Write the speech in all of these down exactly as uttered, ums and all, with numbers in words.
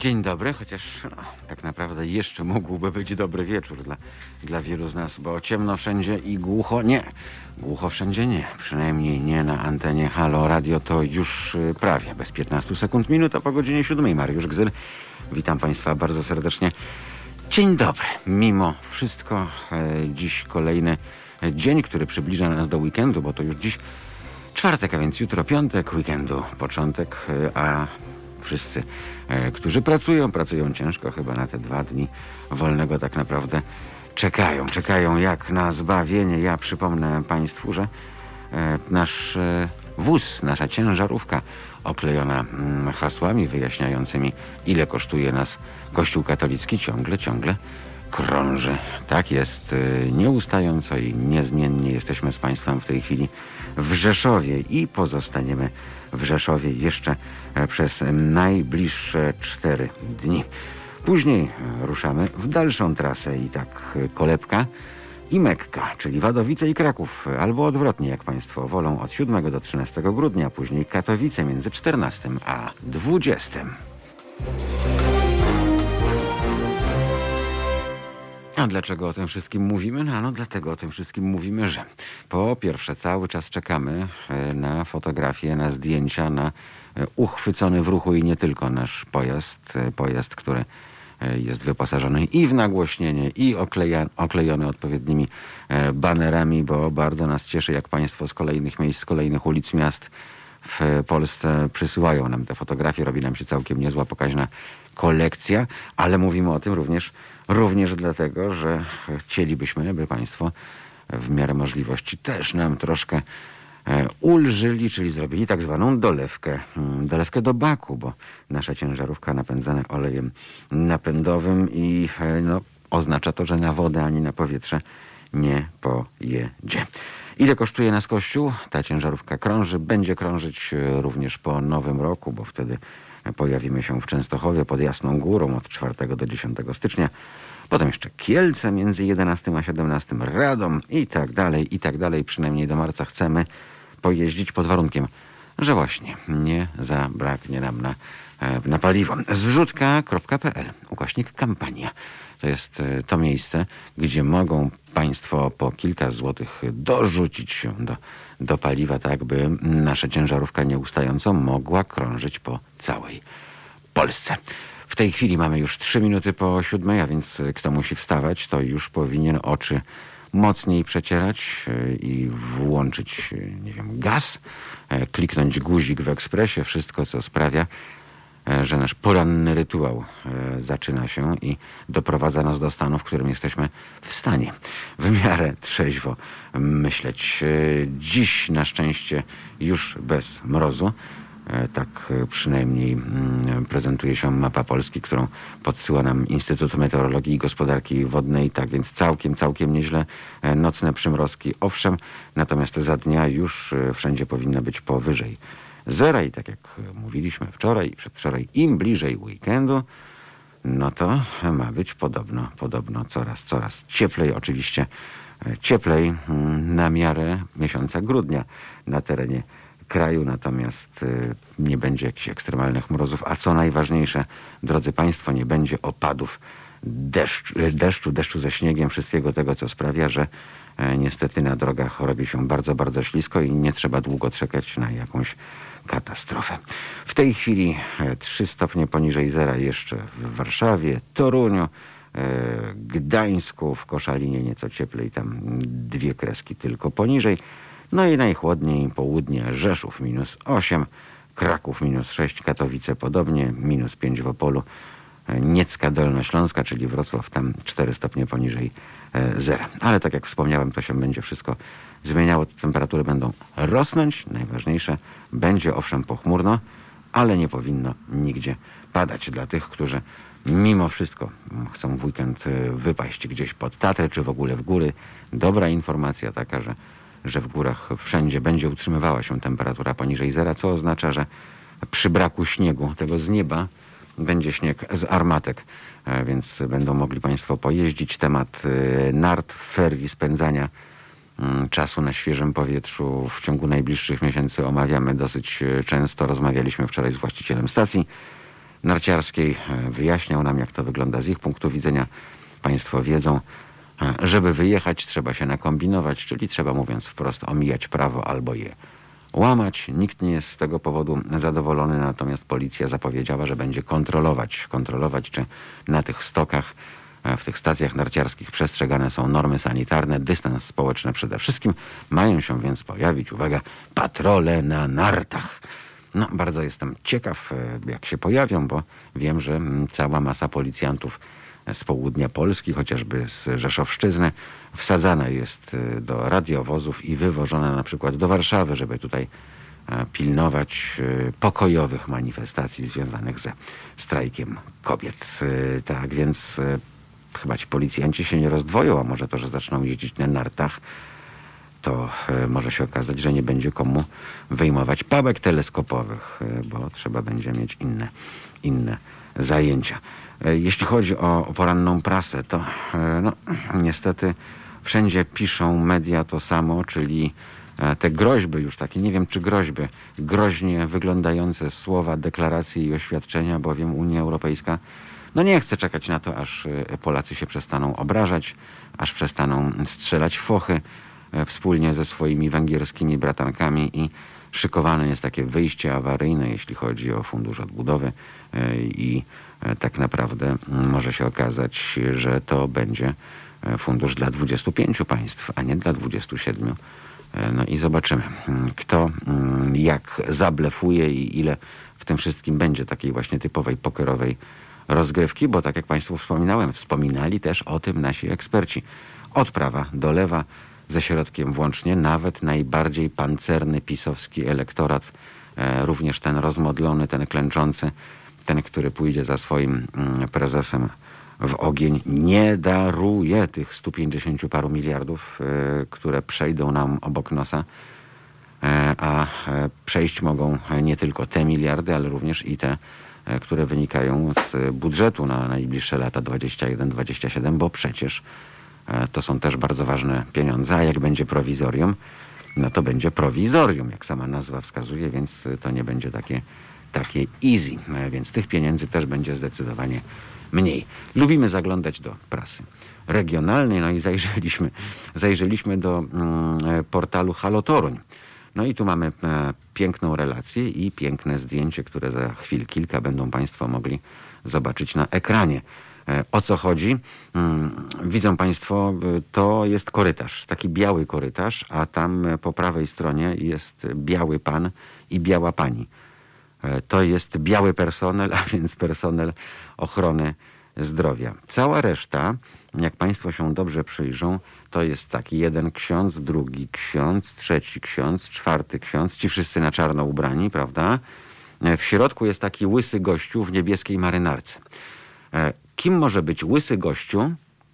Dzień dobry, chociaż no, tak naprawdę jeszcze mógłby być dobry wieczór dla, dla wielu z nas, bo ciemno wszędzie i głucho nie. Głucho wszędzie nie, przynajmniej nie na antenie Halo Radio, to już y, prawie bez piętnastu sekund minuta po godzinie siódmej. Mariusz Gzyr, witam Państwa bardzo serdecznie. Dzień dobry, mimo wszystko e, dziś kolejny dzień, który przybliża nas do weekendu, bo to już dziś czwartek, a więc jutro piątek, weekendu początek, e, a wszyscy, e, którzy pracują, pracują ciężko, chyba na te dwa dni wolnego tak naprawdę czekają. Czekają jak na zbawienie. Ja przypomnę Państwu, że e, nasz e, wóz, nasza ciężarówka oklejona mm, hasłami wyjaśniającymi, ile kosztuje nas Kościół katolicki, ciągle, ciągle krąży. Tak jest, e, nieustająco i niezmiennie jesteśmy z Państwem w tej chwili w Rzeszowie i pozostaniemy w Rzeszowie jeszcze przez najbliższe cztery dni. Później ruszamy w dalszą trasę i tak kolebka i Mekka, czyli Wadowice i Kraków, albo odwrotnie, jak Państwo wolą, od siódmego do trzynastego grudnia, później Katowice między czternastym a dwudziestym. A dlaczego o tym wszystkim mówimy? No, no dlatego o tym wszystkim mówimy, że po pierwsze cały czas czekamy na fotografie, na zdjęcia, na uchwycony w ruchu i nie tylko nasz pojazd, pojazd, który jest wyposażony i w nagłośnienie, i okleja, oklejony odpowiednimi banerami, bo bardzo nas cieszy, jak Państwo z kolejnych miejsc, z kolejnych ulic miast w Polsce przysyłają nam te fotografie. Robi nam się całkiem niezła, pokaźna kolekcja, ale mówimy o tym również Również dlatego, że chcielibyśmy, by Państwo w miarę możliwości też nam troszkę ulżyli, czyli zrobili tak zwaną dolewkę, dolewkę do baku, bo nasza ciężarówka napędzana olejem napędowym i no, oznacza to, że na wodę ani na powietrze nie pojedzie. Ile kosztuje nas Kościół? Ta ciężarówka krąży, będzie krążyć również po nowym roku, bo wtedy pojawimy się w Częstochowie pod Jasną Górą od czwartego do dziesiątego stycznia. Potem jeszcze Kielce między jedenastym a siedemnastym, Radom i tak dalej, i tak dalej. Przynajmniej do marca chcemy pojeździć pod warunkiem, że właśnie nie zabraknie nam na, na paliwo. zrzutka kropka pe el, ukośnik kampania. To jest to miejsce, gdzie mogą Państwo po kilka złotych dorzucić się do, do paliwa, tak by nasza ciężarówka nieustająco mogła krążyć po całej Polsce. W tej chwili mamy już trzy minuty po siódmej, a więc kto musi wstawać, to już powinien oczy mocniej przecierać i włączyć, nie wiem, gaz, kliknąć guzik w ekspresie, wszystko co sprawia, że nasz poranny rytuał zaczyna się i doprowadza nas do stanu, w którym jesteśmy w stanie w miarę trzeźwo myśleć. Dziś na szczęście już bez mrozu. Tak przynajmniej prezentuje się mapa Polski, którą podsyła nam Instytut Meteorologii i Gospodarki Wodnej. Tak więc całkiem, całkiem nieźle. Nocne przymrozki, owszem, natomiast za dnia już wszędzie powinno być powyżej zera i tak jak mówiliśmy wczoraj i przedwczoraj, im bliżej weekendu, no to ma być podobno, podobno coraz, coraz cieplej. Oczywiście cieplej na miarę miesiąca grudnia na terenie kraju, natomiast nie będzie jakichś ekstremalnych mrozów, a co najważniejsze, drodzy Państwo, nie będzie opadów deszczu, deszczu, deszczu ze śniegiem, wszystkiego tego, co sprawia, że niestety na drogach robi się bardzo, bardzo ślisko i nie trzeba długo czekać na jakąś katastrofę. W tej chwili trzy stopnie poniżej zera jeszcze w Warszawie, Toruniu, Gdańsku, w Koszalinie nieco cieplej, tam dwie kreski tylko poniżej. No i najchłodniej południe, Rzeszów minus osiem, Kraków minus sześć, Katowice podobnie, minus pięć w Opolu, Niecka Dolnośląska, czyli Wrocław, tam cztery stopnie poniżej zera. Ale tak jak wspomniałem, to się będzie wszystko zmieniało, temperatury będą rosnąć. Najważniejsze, będzie owszem pochmurno, ale nie powinno nigdzie padać. Dla tych, którzy mimo wszystko chcą w weekend wypaść gdzieś pod Tatrę, czy w ogóle w góry, dobra informacja taka, że, że w górach wszędzie będzie utrzymywała się temperatura poniżej zera, co oznacza, że przy braku śniegu, tego z nieba, będzie śnieg z armatek, więc będą mogli Państwo pojeździć. Temat nart, ferii, spędzania czasu na świeżym powietrzu w ciągu najbliższych miesięcy omawiamy dosyć często. Rozmawialiśmy wczoraj z właścicielem stacji narciarskiej. Wyjaśniał nam, jak to wygląda z ich punktu widzenia. Państwo wiedzą, żeby wyjechać, trzeba się nakombinować, czyli trzeba, mówiąc wprost, omijać prawo albo je łamać. Nikt nie jest z tego powodu zadowolony, natomiast policja zapowiedziała, że będzie kontrolować, kontrolować, czy na tych stokach, w tych stacjach narciarskich przestrzegane są normy sanitarne, dystans społeczny przede wszystkim. Mają się więc pojawić, uwaga, patrole na nartach. No, bardzo jestem ciekaw, jak się pojawią, bo wiem, że cała masa policjantów z południa Polski, chociażby z Rzeszowszczyzny, wsadzana jest do radiowozów i wywożona na przykład do Warszawy, żeby tutaj pilnować pokojowych manifestacji związanych ze strajkiem kobiet. Tak więc chyba ci policjanci się nie rozdwoją, a może to, że zaczną jeździć na nartach, to może się okazać, że nie będzie komu wyjmować pałek teleskopowych, bo trzeba będzie mieć inne, inne zajęcia. Jeśli chodzi o, o poranną prasę, to no, niestety wszędzie piszą media to samo, czyli te groźby już takie, nie wiem czy groźby, groźnie wyglądające słowa, deklaracje i oświadczenia, bowiem Unia Europejska no nie chce czekać na to, aż Polacy się przestaną obrażać, aż przestaną strzelać fochy wspólnie ze swoimi węgierskimi bratankami i szykowane jest takie wyjście awaryjne, jeśli chodzi o Fundusz Odbudowy i tak naprawdę może się okazać, że to będzie fundusz dla dwudziestu pięciu państw, a nie dla dwudziestu siedmiu. No i zobaczymy, kto jak zablefuje i ile w tym wszystkim będzie takiej właśnie typowej pokerowej rozgrywki, bo tak jak Państwu wspominałem, wspominali też o tym nasi eksperci. Od prawa do lewa, ze środkiem włącznie, nawet najbardziej pancerny pisowski elektorat, również ten rozmodlony, ten klęczący, ten, który pójdzie za swoim prezesem w ogień, nie daruje tych stu pięćdziesięciu paru miliardów, które przejdą nam obok nosa, a przejść mogą nie tylko te miliardy, ale również i te, które wynikają z budżetu na najbliższe lata dwadzieścia jeden dwadzieścia siedem, bo przecież to są też bardzo ważne pieniądze, a jak będzie prowizorium, no to będzie prowizorium, jak sama nazwa wskazuje, więc to nie będzie takie, takie easy, więc tych pieniędzy też będzie zdecydowanie mniej. Lubimy zaglądać do prasy regionalnej, no i zajrzeliśmy, zajrzeliśmy do mm, portalu Halo Toruń. No i tu mamy e, piękną relację i piękne zdjęcie, które za chwil kilka będą Państwo mogli zobaczyć na ekranie. E, o co chodzi? Mm, widzą Państwo, to jest korytarz, taki biały korytarz, a tam po prawej stronie jest biały pan i biała pani. E, to jest biały personel, a więc personel ochrony zdrowia. Cała reszta, jak Państwo się dobrze przyjrzą, to jest taki jeden ksiądz, drugi ksiądz, trzeci ksiądz, czwarty ksiądz, ci wszyscy na czarno ubrani, prawda? W środku jest taki łysy gościu w niebieskiej marynarce. Kim może być łysy gościu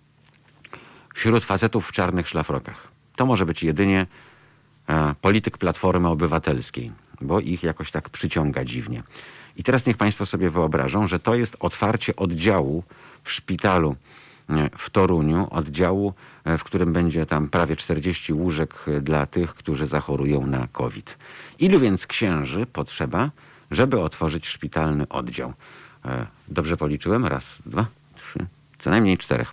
wśród facetów w czarnych szlafrokach? To może być jedynie polityk Platformy Obywatelskiej, bo ich jakoś tak przyciąga dziwnie. I teraz niech Państwo sobie wyobrażą, że to jest otwarcie oddziału w szpitalu w Toruniu, oddziału, w którym będzie tam prawie czterdzieści łóżek dla tych, którzy zachorują na COVID. Ilu więc księży potrzeba, żeby otworzyć szpitalny oddział? Dobrze policzyłem? Raz, dwa, trzy, co najmniej czterech.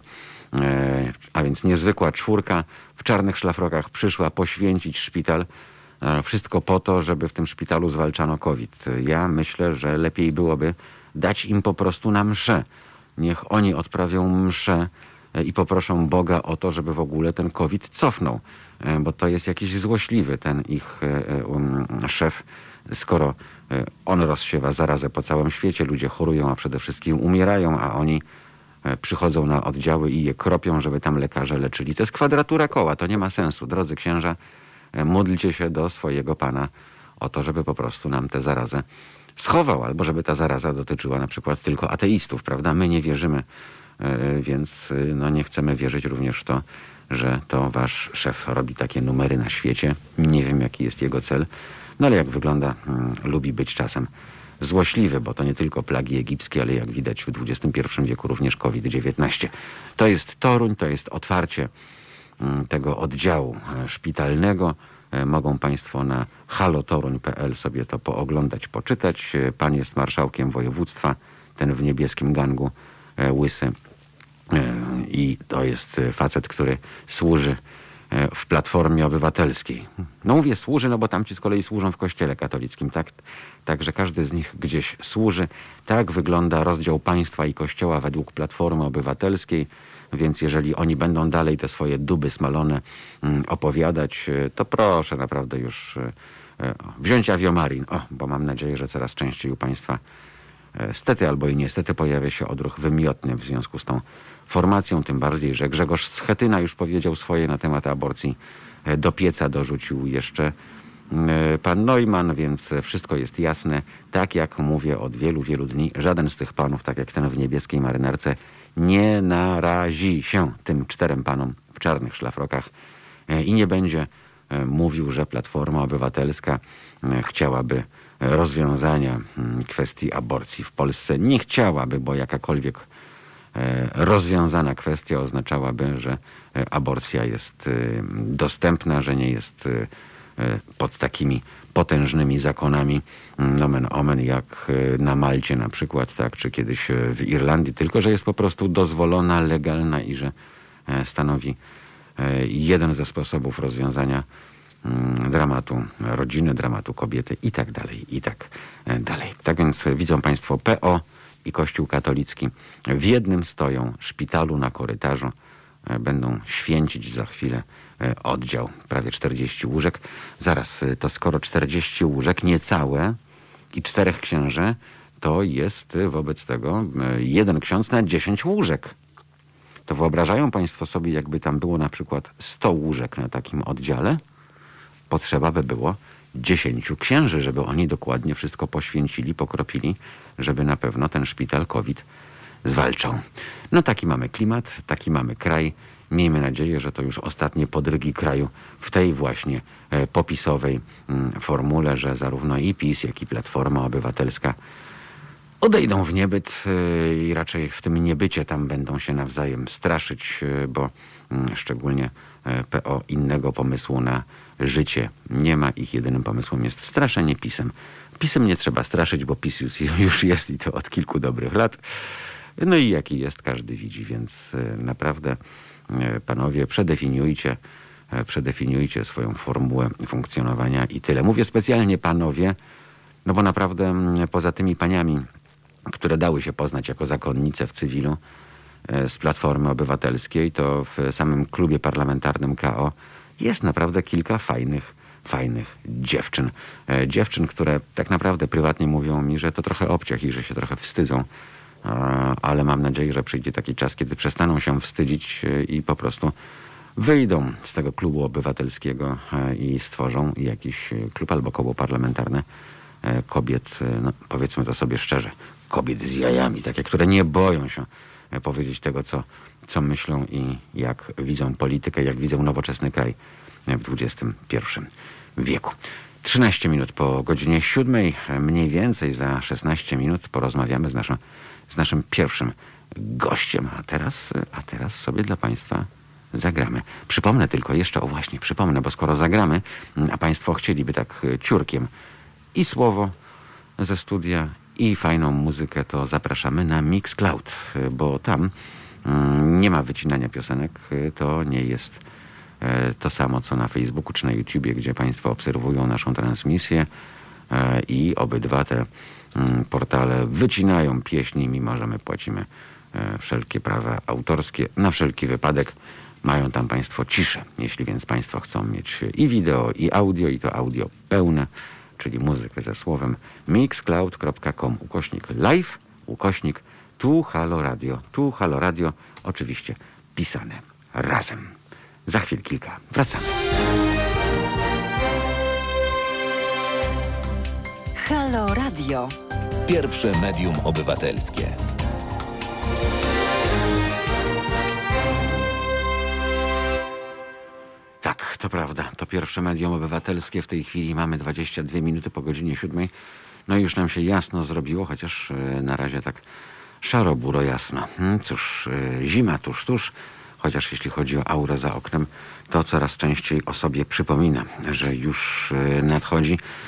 A więc niezwykła czwórka w czarnych szlafrokach przyszła poświęcić szpital. Wszystko po to, żeby w tym szpitalu zwalczano COVID. Ja myślę, że lepiej byłoby dać im po prostu na mszę. Niech oni odprawią mszę i poproszą Boga o to, żeby w ogóle ten COVID cofnął. Bo to jest jakiś złośliwy ten ich um, szef, skoro on rozsiewa zarazę po całym świecie, ludzie chorują, a przede wszystkim umierają, a oni przychodzą na oddziały i je kropią, żeby tam lekarze leczyli. To jest kwadratura koła, to nie ma sensu. Drodzy księża, módlcie się do swojego Pana o to, żeby po prostu nam tę zarazę schował, albo żeby ta zaraza dotyczyła na przykład tylko ateistów, prawda? My nie wierzymy, więc no nie chcemy wierzyć również w to, że to wasz szef robi takie numery na świecie. Nie wiem, jaki jest jego cel, no ale jak wygląda, hmm, lubi być czasem złośliwy, bo to nie tylko plagi egipskie, ale jak widać w dwudziestym pierwszym wieku również COVID dziewiętnaście. To jest Toruń, to jest otwarcie hmm, tego oddziału szpitalnego. Mogą Państwo na halo toruń kropka p l sobie to pooglądać, poczytać. Pan jest marszałkiem województwa. ten w niebieskim gangu, łysy. I to jest facet, który służy w Platformie Obywatelskiej. No mówię służy, no bo tamci z kolei służą w Kościele katolickim. Tak, także każdy z nich gdzieś służy. Tak wygląda rozdział państwa i Kościoła według Platformy Obywatelskiej. Więc jeżeli oni będą dalej te swoje duby smalone opowiadać, to proszę naprawdę już wziąć Aviomarin. O, bo mam nadzieję, że coraz częściej u państwa stety albo i niestety pojawia się odruch wymiotny w związku z tą formacją, tym bardziej, że Grzegorz Schetyna już powiedział swoje na temat aborcji. Do pieca dorzucił jeszcze pan Neumann, więc wszystko jest jasne. Tak jak mówię od wielu, wielu dni, żaden z tych panów, tak jak ten w niebieskiej marynarce, nie narazi się tym czterem panom w czarnych szlafrokach i nie będzie mówił, że Platforma Obywatelska chciałaby rozwiązania kwestii aborcji w Polsce. Nie chciałaby, bo jakakolwiek rozwiązana kwestia oznaczałaby, że aborcja jest dostępna, że nie jest pod takimi potężnymi zakonami nomen omen jak na Malcie na przykład, tak, czy kiedyś w Irlandii, tylko że jest po prostu dozwolona, legalna i że stanowi jeden ze sposobów rozwiązania dramatu rodziny, dramatu kobiety i tak dalej, i tak dalej. Tak więc widzą państwo, P O i Kościół katolicki w jednym stoją szpitalu na korytarzu. Będą święcić za chwilę oddział, prawie czterdzieści łóżek. Zaraz, to skoro czterdzieści łóżek, niecałe i czterech księży, to jest wobec tego jeden ksiądz na dziesięć łóżek. To wyobrażają państwo sobie, jakby tam było na przykład sto łóżek na takim oddziale? Potrzeba by było dziesięciu księży, żeby oni dokładnie wszystko poświęcili, pokropili, żeby na pewno ten szpital COVID zwalczał. No taki mamy klimat, taki mamy kraj. Miejmy nadzieję, że to już ostatnie podrygi kraju w tej właśnie popisowej formule, że zarówno i PiS, jak i Platforma Obywatelska odejdą w niebyt i raczej w tym niebycie tam będą się nawzajem straszyć, bo szczególnie P O innego pomysłu na życie nie ma. Ich jedynym pomysłem jest straszenie PiS-em. PiS-em nie trzeba straszyć, bo PiS już jest i to od kilku dobrych lat. No i jaki jest, każdy widzi, więc naprawdę panowie, przedefiniujcie, przedefiniujcie swoją formułę funkcjonowania i tyle. Mówię specjalnie panowie, no bo naprawdę poza tymi paniami, które dały się poznać jako zakonnice w cywilu z Platformy Obywatelskiej, to w samym klubie parlamentarnym K O jest naprawdę kilka fajnych, fajnych dziewczyn. Dziewczyn, które tak naprawdę prywatnie mówią mi, że to trochę obciach i że się trochę wstydzą. Ale mam nadzieję, że przyjdzie taki czas, kiedy przestaną się wstydzić i po prostu wyjdą z tego klubu obywatelskiego i stworzą jakiś klub albo koło parlamentarne kobiet, no powiedzmy to sobie szczerze, kobiet z jajami, takie, które nie boją się powiedzieć tego, co, co myślą i jak widzą politykę, jak widzą nowoczesny kraj w dwudziestym pierwszym wieku. trzynaście minut po godzinie siódmej, mniej więcej za szesnaście minut porozmawiamy z naszą z naszym pierwszym gościem, a teraz, a teraz sobie dla państwa zagramy. Przypomnę tylko jeszcze, o właśnie, przypomnę, bo skoro zagramy, a państwo chcieliby tak ciurkiem i słowo ze studia i fajną muzykę, to zapraszamy na Mixcloud, bo tam nie ma wycinania piosenek, to nie jest to samo co na Facebooku czy na YouTubie, gdzie państwo obserwują naszą transmisję i obydwa te portale wycinają pieśni, mimo że my płacimy wszelkie prawa autorskie. Na wszelki wypadek mają tam państwo ciszę. Jeśli więc państwo chcą mieć i wideo, i audio, i to audio pełne, czyli muzykę ze słowem, mixcloud kropka com ukośnik live, ukośnik tu Halo Radio. Tu Halo Radio, oczywiście pisane razem. Za chwil kilka. Wracamy. Halo Radio. Pierwsze medium obywatelskie. Tak, to prawda. To pierwsze medium obywatelskie. W tej chwili mamy dwadzieścia dwie minuty po godzinie siódmej. No i już nam się jasno zrobiło, chociaż na razie tak szaro, buro, jasno. Cóż, zima tuż, tuż. Chociaż jeśli chodzi o aurę za oknem, to coraz częściej o sobie przypomina, że już nadchodzi.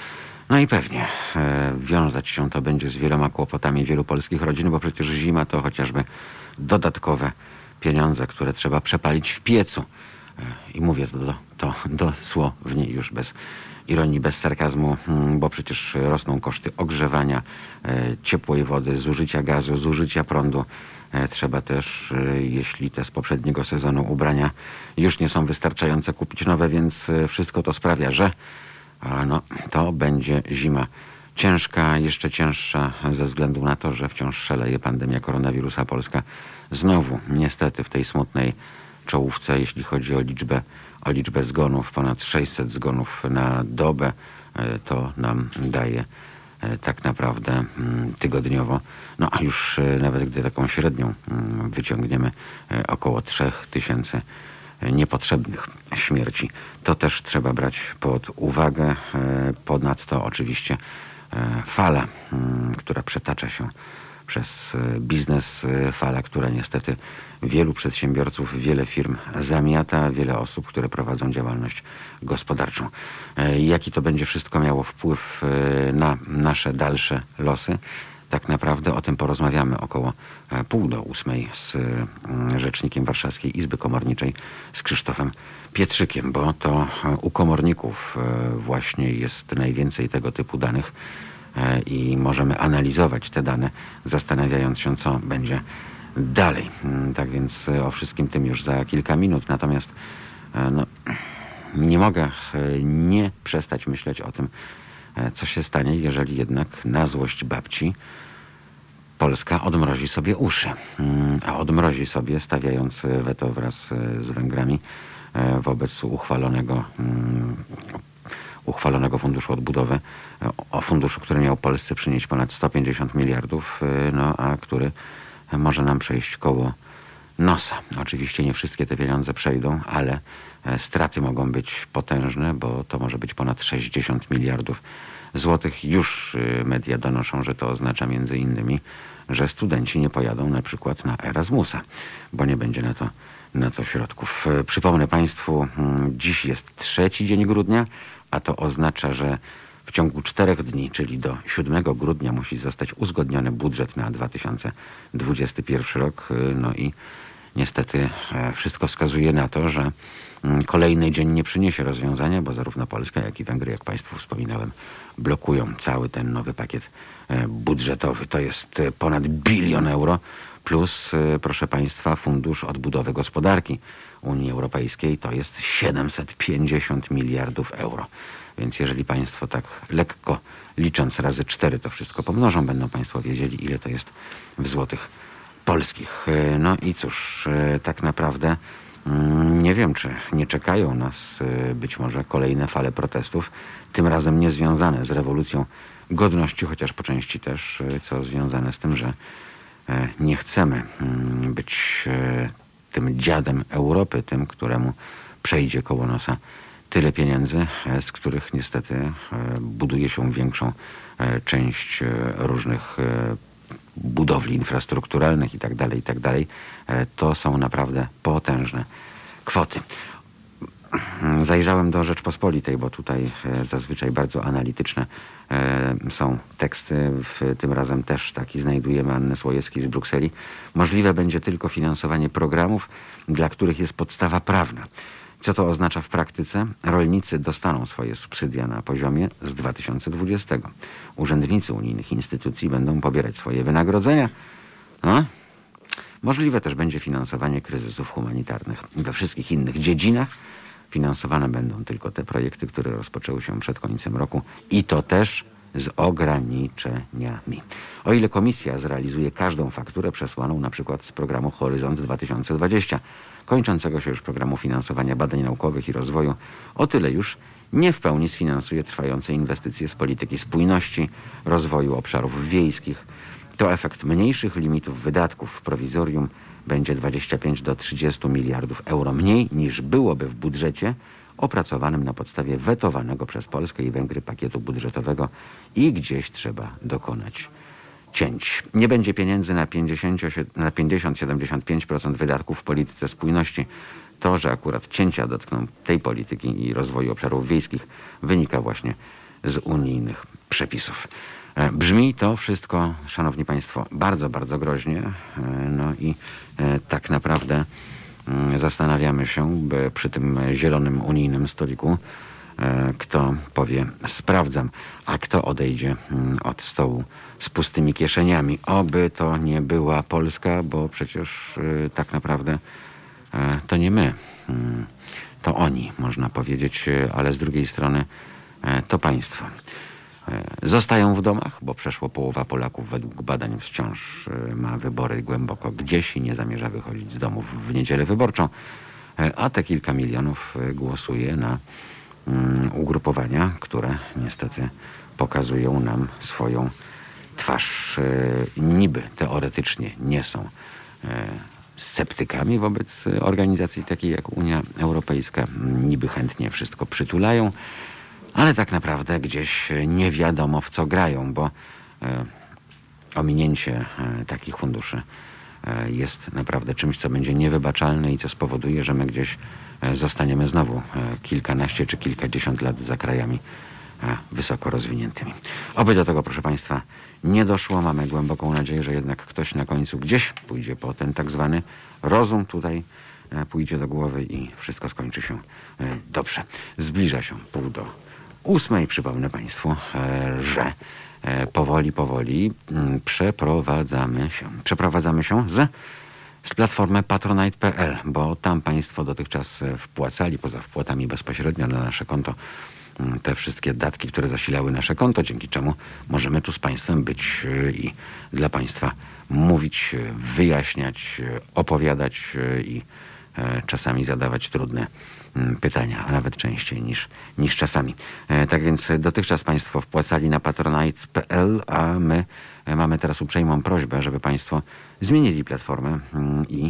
No i pewnie e, wiązać się to będzie z wieloma kłopotami wielu polskich rodzin, bo przecież zima to chociażby dodatkowe pieniądze, które trzeba przepalić w piecu. E, I mówię to, to dosłownie, już bez ironii, bez sarkazmu, mm, bo przecież rosną koszty ogrzewania, e, ciepłej wody, zużycia gazu, zużycia prądu. E, trzeba też, e, jeśli te z poprzedniego sezonu ubrania już nie są wystarczające, kupić nowe, więc e, wszystko to sprawia, że a no, to będzie zima ciężka, jeszcze cięższa ze względu na to, że wciąż szaleje pandemia koronawirusa. Polska znowu niestety w tej smutnej czołówce, jeśli chodzi o liczbę, o liczbę zgonów, ponad sześćset zgonów na dobę, e, to nam daje e, tak naprawdę mm, tygodniowo, no a już e, nawet gdy taką średnią mm, wyciągniemy, e, około trzech tysięcy niepotrzebnych śmierci. To też trzeba brać pod uwagę. Ponadto oczywiście fala, która przetacza się przez biznes, fala, która niestety wielu przedsiębiorców, wiele firm zamiata, wiele osób, które prowadzą działalność gospodarczą. Jaki to będzie wszystko miało wpływ na nasze dalsze losy? Tak naprawdę o tym porozmawiamy około pół do ósmej z rzecznikiem Warszawskiej Izby Komorniczej, z Krzysztofem Pietrzykiem, bo to u komorników właśnie jest najwięcej tego typu danych i możemy analizować te dane, zastanawiając się, co będzie dalej. Tak więc o wszystkim tym już za kilka minut. Natomiast no, nie mogę nie przestać myśleć o tym, co się stanie, jeżeli jednak na złość babci Polska odmrozi sobie uszy. A odmrozi sobie, stawiając weto wraz z Węgrami wobec uchwalonego, uchwalonego Funduszu Odbudowy, o funduszu, który miał Polsce przynieść ponad sto pięćdziesiąt miliardów, no a który może nam przejść koło nosa. Oczywiście nie wszystkie te pieniądze przejdą, ale straty mogą być potężne, bo to może być ponad sześćdziesiąt miliardów złotych. Już media donoszą, że to oznacza między innymi, że studenci nie pojadą na przykład na Erasmusa, bo nie będzie na to, na to środków. Przypomnę Państwu, dziś jest trzeci dzień grudnia, a to oznacza, że w ciągu czterech dni, czyli do siódmego grudnia, musi zostać uzgodniony budżet na dwa tysiące dwudziesty pierwszy rok. No i niestety wszystko wskazuje na to, że kolejny dzień nie przyniesie rozwiązania, bo zarówno Polska, jak i Węgry, jak Państwu wspominałem, blokują cały ten nowy pakiet budżetowy. To jest ponad bilion euro plus, proszę Państwa, Fundusz Odbudowy Gospodarki Unii Europejskiej. To jest siedemset pięćdziesiąt miliardów euro. Więc jeżeli Państwo tak lekko licząc razy cztery to wszystko pomnożą, będą Państwo wiedzieli, ile to jest w złotych polskich. No i cóż, tak naprawdę nie wiem, czy nie czekają nas być może kolejne fale protestów, tym razem nie związane z rewolucją godności, chociaż po części też, co związane z tym, że nie chcemy być tym dziadem Europy, tym, któremu przejdzie koło nosa tyle pieniędzy, z których niestety buduje się większą część różnych budowli infrastrukturalnych i tak dalej, i tak dalej. To są naprawdę potężne kwoty. Zajrzałem do Rzeczpospolitej, bo tutaj zazwyczaj bardzo analityczne są teksty. Tym razem też taki znajdujemy Anny Słojewskiej z Brukseli. Możliwe będzie tylko finansowanie programów, dla których jest podstawa prawna. Co to oznacza w praktyce? Rolnicy dostaną swoje subsydia na poziomie z dwa tysiące dwudziestego. Urzędnicy unijnych instytucji będą pobierać swoje wynagrodzenia. No. Możliwe też będzie finansowanie kryzysów humanitarnych. We wszystkich innych dziedzinach finansowane będą tylko te projekty, które rozpoczęły się przed końcem roku i to też z ograniczeniami. O ile komisja zrealizuje każdą fakturę przesłaną na przykład z programu Horyzont dwa tysiące dwadzieścia, kończącego się już programu finansowania badań naukowych i rozwoju, o tyle już nie w pełni sfinansuje trwające inwestycje z polityki spójności, rozwoju obszarów wiejskich. To efekt mniejszych limitów wydatków. W prowizorium będzie dwadzieścia pięć do trzydziestu miliardów euro mniej niż byłoby w budżecie opracowanym na podstawie wetowanego przez Polskę i Węgry pakietu budżetowego i gdzieś trzeba dokonać cięć. Nie będzie pieniędzy na pięćdziesiąt do siedemdziesięciu pięciu procent wydatków w polityce spójności. To, że akurat cięcia dotkną tej polityki i rozwoju obszarów wiejskich, wynika właśnie z unijnych przepisów. Brzmi to wszystko, szanowni państwo, bardzo, bardzo groźnie. No i tak naprawdę zastanawiamy się, by przy tym zielonym unijnym stoliku kto powie sprawdzam, a kto odejdzie od stołu z pustymi kieszeniami. Oby to nie była Polska, bo przecież tak naprawdę to nie my, to oni, można powiedzieć, ale z drugiej strony to państwo. Zostają w domach, bo przeszło połowa Polaków według badań wciąż ma wybory głęboko gdzieś i nie zamierza wychodzić z domów w niedzielę wyborczą, a te kilka milionów głosuje na ugrupowania, które niestety pokazują nam swoją twarz. Niby teoretycznie nie są sceptykami wobec organizacji takiej jak Unia Europejska, niby chętnie wszystko przytulają, ale tak naprawdę gdzieś nie wiadomo w co grają, bo ominięcie takich funduszy jest naprawdę czymś, co będzie niewybaczalne i co spowoduje, że my gdzieś zostaniemy znowu kilkanaście czy kilkadziesiąt lat za krajami wysoko rozwiniętymi. Oby do tego, proszę państwa, nie doszło. Mamy głęboką nadzieję, że jednak ktoś na końcu gdzieś pójdzie po ten tak zwany rozum tutaj, pójdzie do głowy i wszystko skończy się dobrze. Zbliża się pół do ósmej. Przypomnę państwu, że powoli, powoli przeprowadzamy się. Przeprowadzamy się z, z platformy patronite kropka p l, bo tam państwo dotychczas wpłacali, poza wpłatami bezpośrednio na nasze konto, te wszystkie datki, które zasilały nasze konto, dzięki czemu możemy tu z państwem być i dla państwa mówić, wyjaśniać, opowiadać i czasami zadawać trudne pytania, a nawet częściej niż, niż czasami. Tak więc dotychczas państwo wpłacali na patronite kropka p l, a my mamy teraz uprzejmą prośbę, żeby państwo zmienili platformę i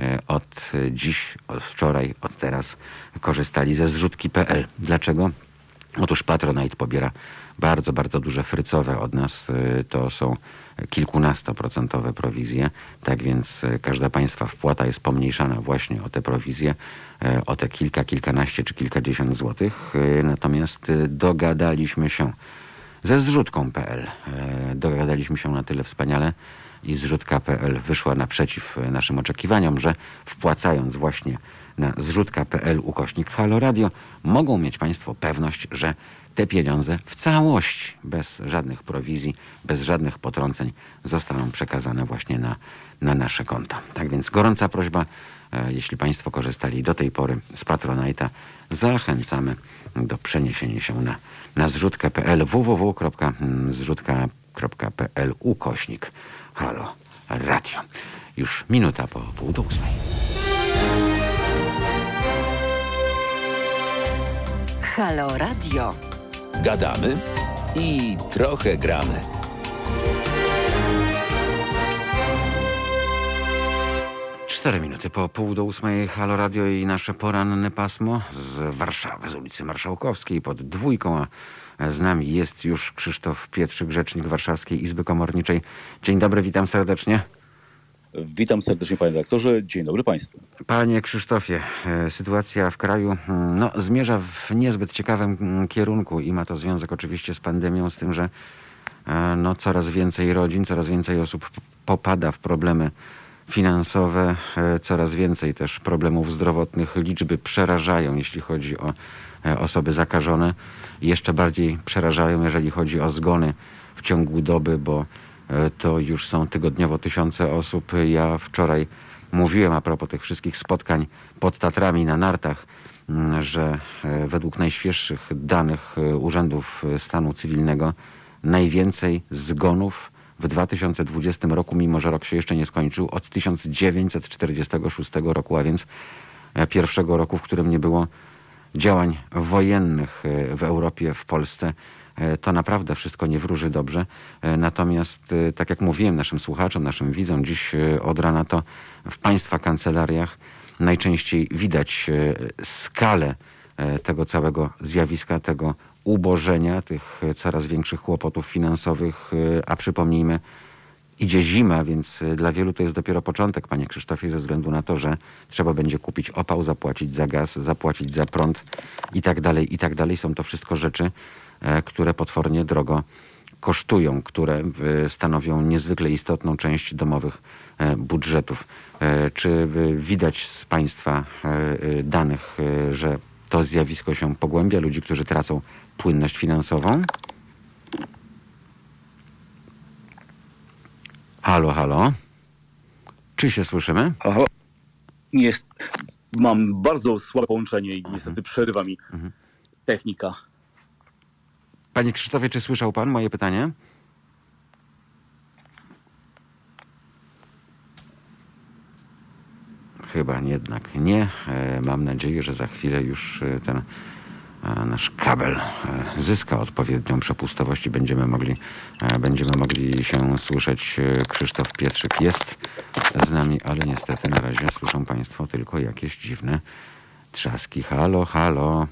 od dziś, od wczoraj, od teraz korzystali ze zrzutki kropka p l. Dlaczego? Otóż Patronite pobiera bardzo, bardzo duże frycowe od nas. To są kilkunastoprocentowe prowizje. Tak więc każda państwa wpłata jest pomniejszana właśnie o te prowizje, o te kilka, kilkanaście czy kilkadziesiąt złotych. Natomiast dogadaliśmy się ze zrzutką kropka p l. Dogadaliśmy się na tyle wspaniale i zrzutka kropka p l wyszła naprzeciw naszym oczekiwaniom, że wpłacając właśnie na zrzutka kropka p l ukośnik Halo Radio mogą mieć państwo pewność, że te pieniądze w całości, bez żadnych prowizji, bez żadnych potrąceń zostaną przekazane właśnie na, na nasze konta. Tak więc gorąca prośba, e, jeśli państwo korzystali do tej pory z Patronite'a, zachęcamy do przeniesienia się na, na zrzutkę kropka p l, w w w kropka zrzutka kropka p l ukośnik Halo Radio. Już minuta po pół do ósmej. Halo Radio. Gadamy i trochę gramy. Cztery minuty po pół do ósmej. Halo Radio i nasze poranne pasmo z Warszawy, z ulicy Marszałkowskiej pod Dwójką, a z nami jest już Krzysztof Pietrzyk, rzecznik Warszawskiej Izby Komorniczej. Dzień dobry, witam serdecznie. Witam serdecznie, panie redaktorze. Dzień dobry państwu. Panie Krzysztofie, sytuacja w kraju no, zmierza w niezbyt ciekawym kierunku i ma to związek oczywiście z pandemią, z tym, że no, coraz więcej rodzin, coraz więcej osób popada w problemy finansowe, coraz więcej też problemów zdrowotnych. Liczby przerażają, jeśli chodzi o osoby zakażone. Jeszcze bardziej przerażają, jeżeli chodzi o zgony w ciągu doby, bo to już są tygodniowo tysiące osób. Ja wczoraj mówiłem a propos tych wszystkich spotkań pod Tatrami na nartach, że według najświeższych danych Urzędów Stanu Cywilnego najwięcej zgonów w dwa tysiące dwudziestym roku, mimo że rok się jeszcze nie skończył, od tysiąc dziewięćset czterdziestego szóstego roku, a więc pierwszego roku, w którym nie było działań wojennych w Europie, w Polsce. To naprawdę wszystko nie wróży dobrze. Natomiast, tak jak mówiłem naszym słuchaczom, naszym widzom dziś od rana, to w państwa kancelariach najczęściej widać skalę tego całego zjawiska, tego ubożenia, tych coraz większych kłopotów finansowych. A przypomnijmy, idzie zima, więc dla wielu to jest dopiero początek, panie Krzysztofie, ze względu na to, że trzeba będzie kupić opał, zapłacić za gaz, zapłacić za prąd i tak dalej, i tak dalej. Są to wszystko rzeczy, które potwornie drogo kosztują, które stanowią niezwykle istotną część domowych budżetów. Czy widać z Państwa danych, że to zjawisko się pogłębia, ludzi, którzy tracą płynność finansową? Halo, halo. Czy się słyszymy? Aha. Jest, mam bardzo słabe połączenie i niestety przerywa mi Mhm. technika. Panie Krzysztofie, czy słyszał pan moje pytanie? Chyba jednak nie. E, Mam nadzieję, że za chwilę już e, ten e, nasz kabel e, zyska odpowiednią przepustowość i będziemy mogli, e, będziemy mogli się słyszeć. E, Krzysztof Pietrzyk jest z nami, ale niestety na razie słyszą Państwo tylko jakieś dziwne trzaski. Halo, halo.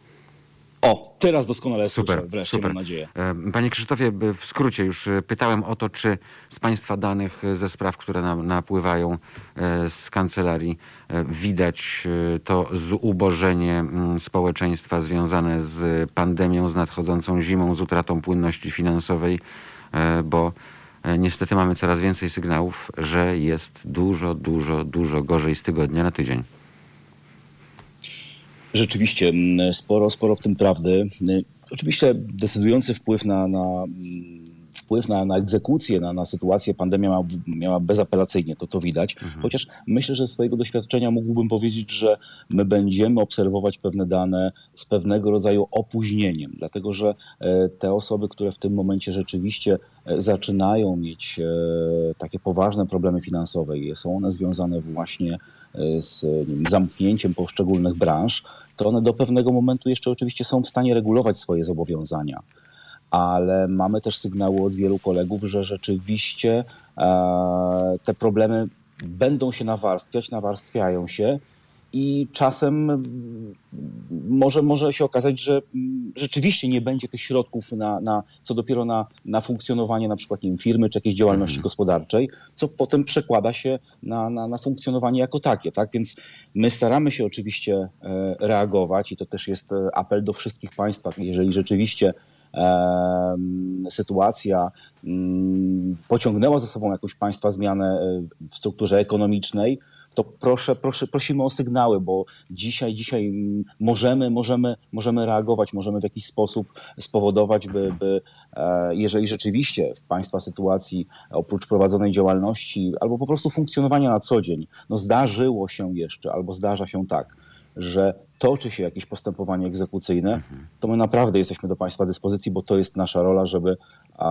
O, teraz doskonale Super, słyszę, wreszcie super. mam nadzieję. E, Panie Krzysztofie, b- w skrócie już e, pytałem o to, czy z Państwa danych e, ze spraw, które nam napływają e, z kancelarii, e, widać e, to zubożenie mm, społeczeństwa związane z pandemią, z nadchodzącą zimą, z utratą płynności finansowej, e, bo e, niestety mamy coraz więcej sygnałów, że jest dużo, dużo, dużo gorzej z tygodnia na tydzień. Rzeczywiście, m, sporo, sporo w tym prawdy. Y, Oczywiście decydujący wpływ na, na, mm, wpływ na, na egzekucję, na, na sytuację pandemia miała, miała bezapelacyjnie, to to widać. Chociaż myślę, że z swojego doświadczenia mógłbym powiedzieć, że my będziemy obserwować pewne dane z pewnego rodzaju opóźnieniem, dlatego że e, te osoby, które w tym momencie rzeczywiście e, zaczynają mieć e, takie poważne problemy finansowe i są one związane właśnie e, z nie wiem, zamknięciem poszczególnych branż, to one do pewnego momentu jeszcze oczywiście są w stanie regulować swoje zobowiązania. Ale mamy też sygnały od wielu kolegów, że rzeczywiście e, te problemy będą się nawarstwiać, nawarstwiają się i czasem mm, może, może się okazać, że mm, rzeczywiście nie będzie tych środków na, na co dopiero na, na funkcjonowanie na przykład nie wiem, firmy czy jakiejś działalności gospodarczej, co potem przekłada się na, na, na funkcjonowanie jako takie. Tak? Więc my staramy się oczywiście e, reagować i to też jest e, apel do wszystkich państwa, jeżeli rzeczywiście em, sytuacja mm, pociągnęła za sobą jakąś państwa zmianę e, w strukturze ekonomicznej, to proszę, proszę, prosimy o sygnały, bo dzisiaj, dzisiaj mm, możemy, możemy, możemy reagować, możemy w jakiś sposób spowodować, by, by e, jeżeli rzeczywiście w państwa sytuacji oprócz prowadzonej działalności albo po prostu funkcjonowania na co dzień, no zdarzyło się jeszcze albo zdarza się tak, że toczy się jakieś postępowanie egzekucyjne, to my naprawdę jesteśmy do Państwa dyspozycji, bo to jest nasza rola, żeby a,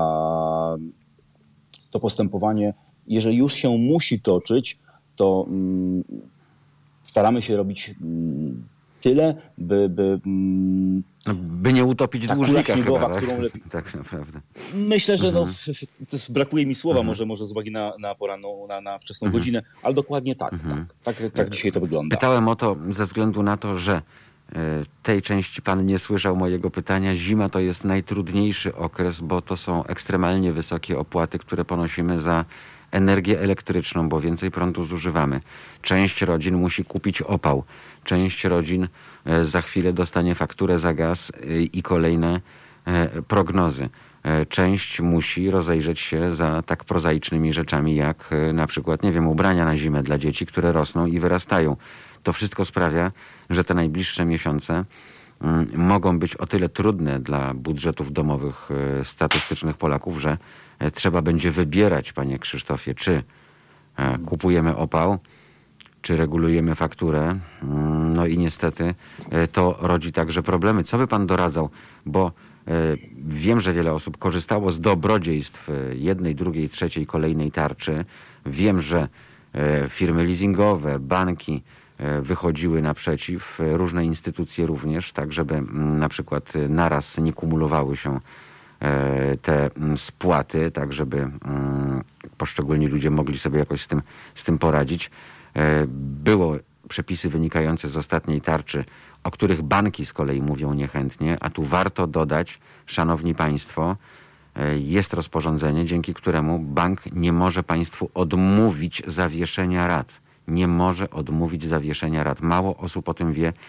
to postępowanie, jeżeli już się musi toczyć, to mm, staramy się robić mm, tyle, by, by mm, By nie utopić ta kula dłużnika śniegowa, chyba, tak? którą lepiej... Tak naprawdę. Myślę, że no, też brakuje mi słowa, może, może z uwagi na, na poranną, na, na wczesną godzinę, ale dokładnie tak, tak, tak, tak dzisiaj to wygląda. Pytałem o to ze względu na to, że e, tej części pan nie słyszał mojego pytania. Zima to jest najtrudniejszy okres, bo to są ekstremalnie wysokie opłaty, które ponosimy za energię elektryczną, bo więcej prądu zużywamy. Część rodzin musi kupić opał. Część rodzin e, za chwilę dostanie fakturę za gaz e, i kolejne e, prognozy. E, Część musi rozejrzeć się za tak prozaicznymi rzeczami jak e, na przykład, nie wiem, ubrania na zimę dla dzieci, które rosną i wyrastają. To wszystko sprawia, że te najbliższe miesiące mm, mogą być o tyle trudne dla budżetów domowych e, statystycznych Polaków, że e, trzeba będzie wybierać, panie Krzysztofie, czy e, kupujemy opał, czy regulujemy fakturę. Mm, No i niestety e, to rodzi także problemy. Co by pan doradzał? Bo e, wiem, że wiele osób korzystało z dobrodziejstw e, jednej, drugiej, trzeciej, kolejnej tarczy. Wiem, że e, firmy leasingowe, banki e, wychodziły naprzeciw, e, różne instytucje również, tak żeby mm, na przykład e, naraz nie kumulowały się e, te mm, spłaty, tak żeby mm, poszczególni ludzie mogli sobie jakoś z tym, z tym poradzić. E, Było przepisy wynikające z ostatniej tarczy, o których banki z kolei mówią niechętnie, a tu warto dodać, szanowni państwo, e, jest rozporządzenie, dzięki któremu bank nie może państwu odmówić zawieszenia rat. Nie może odmówić zawieszenia rat. Mało osób o tym wie.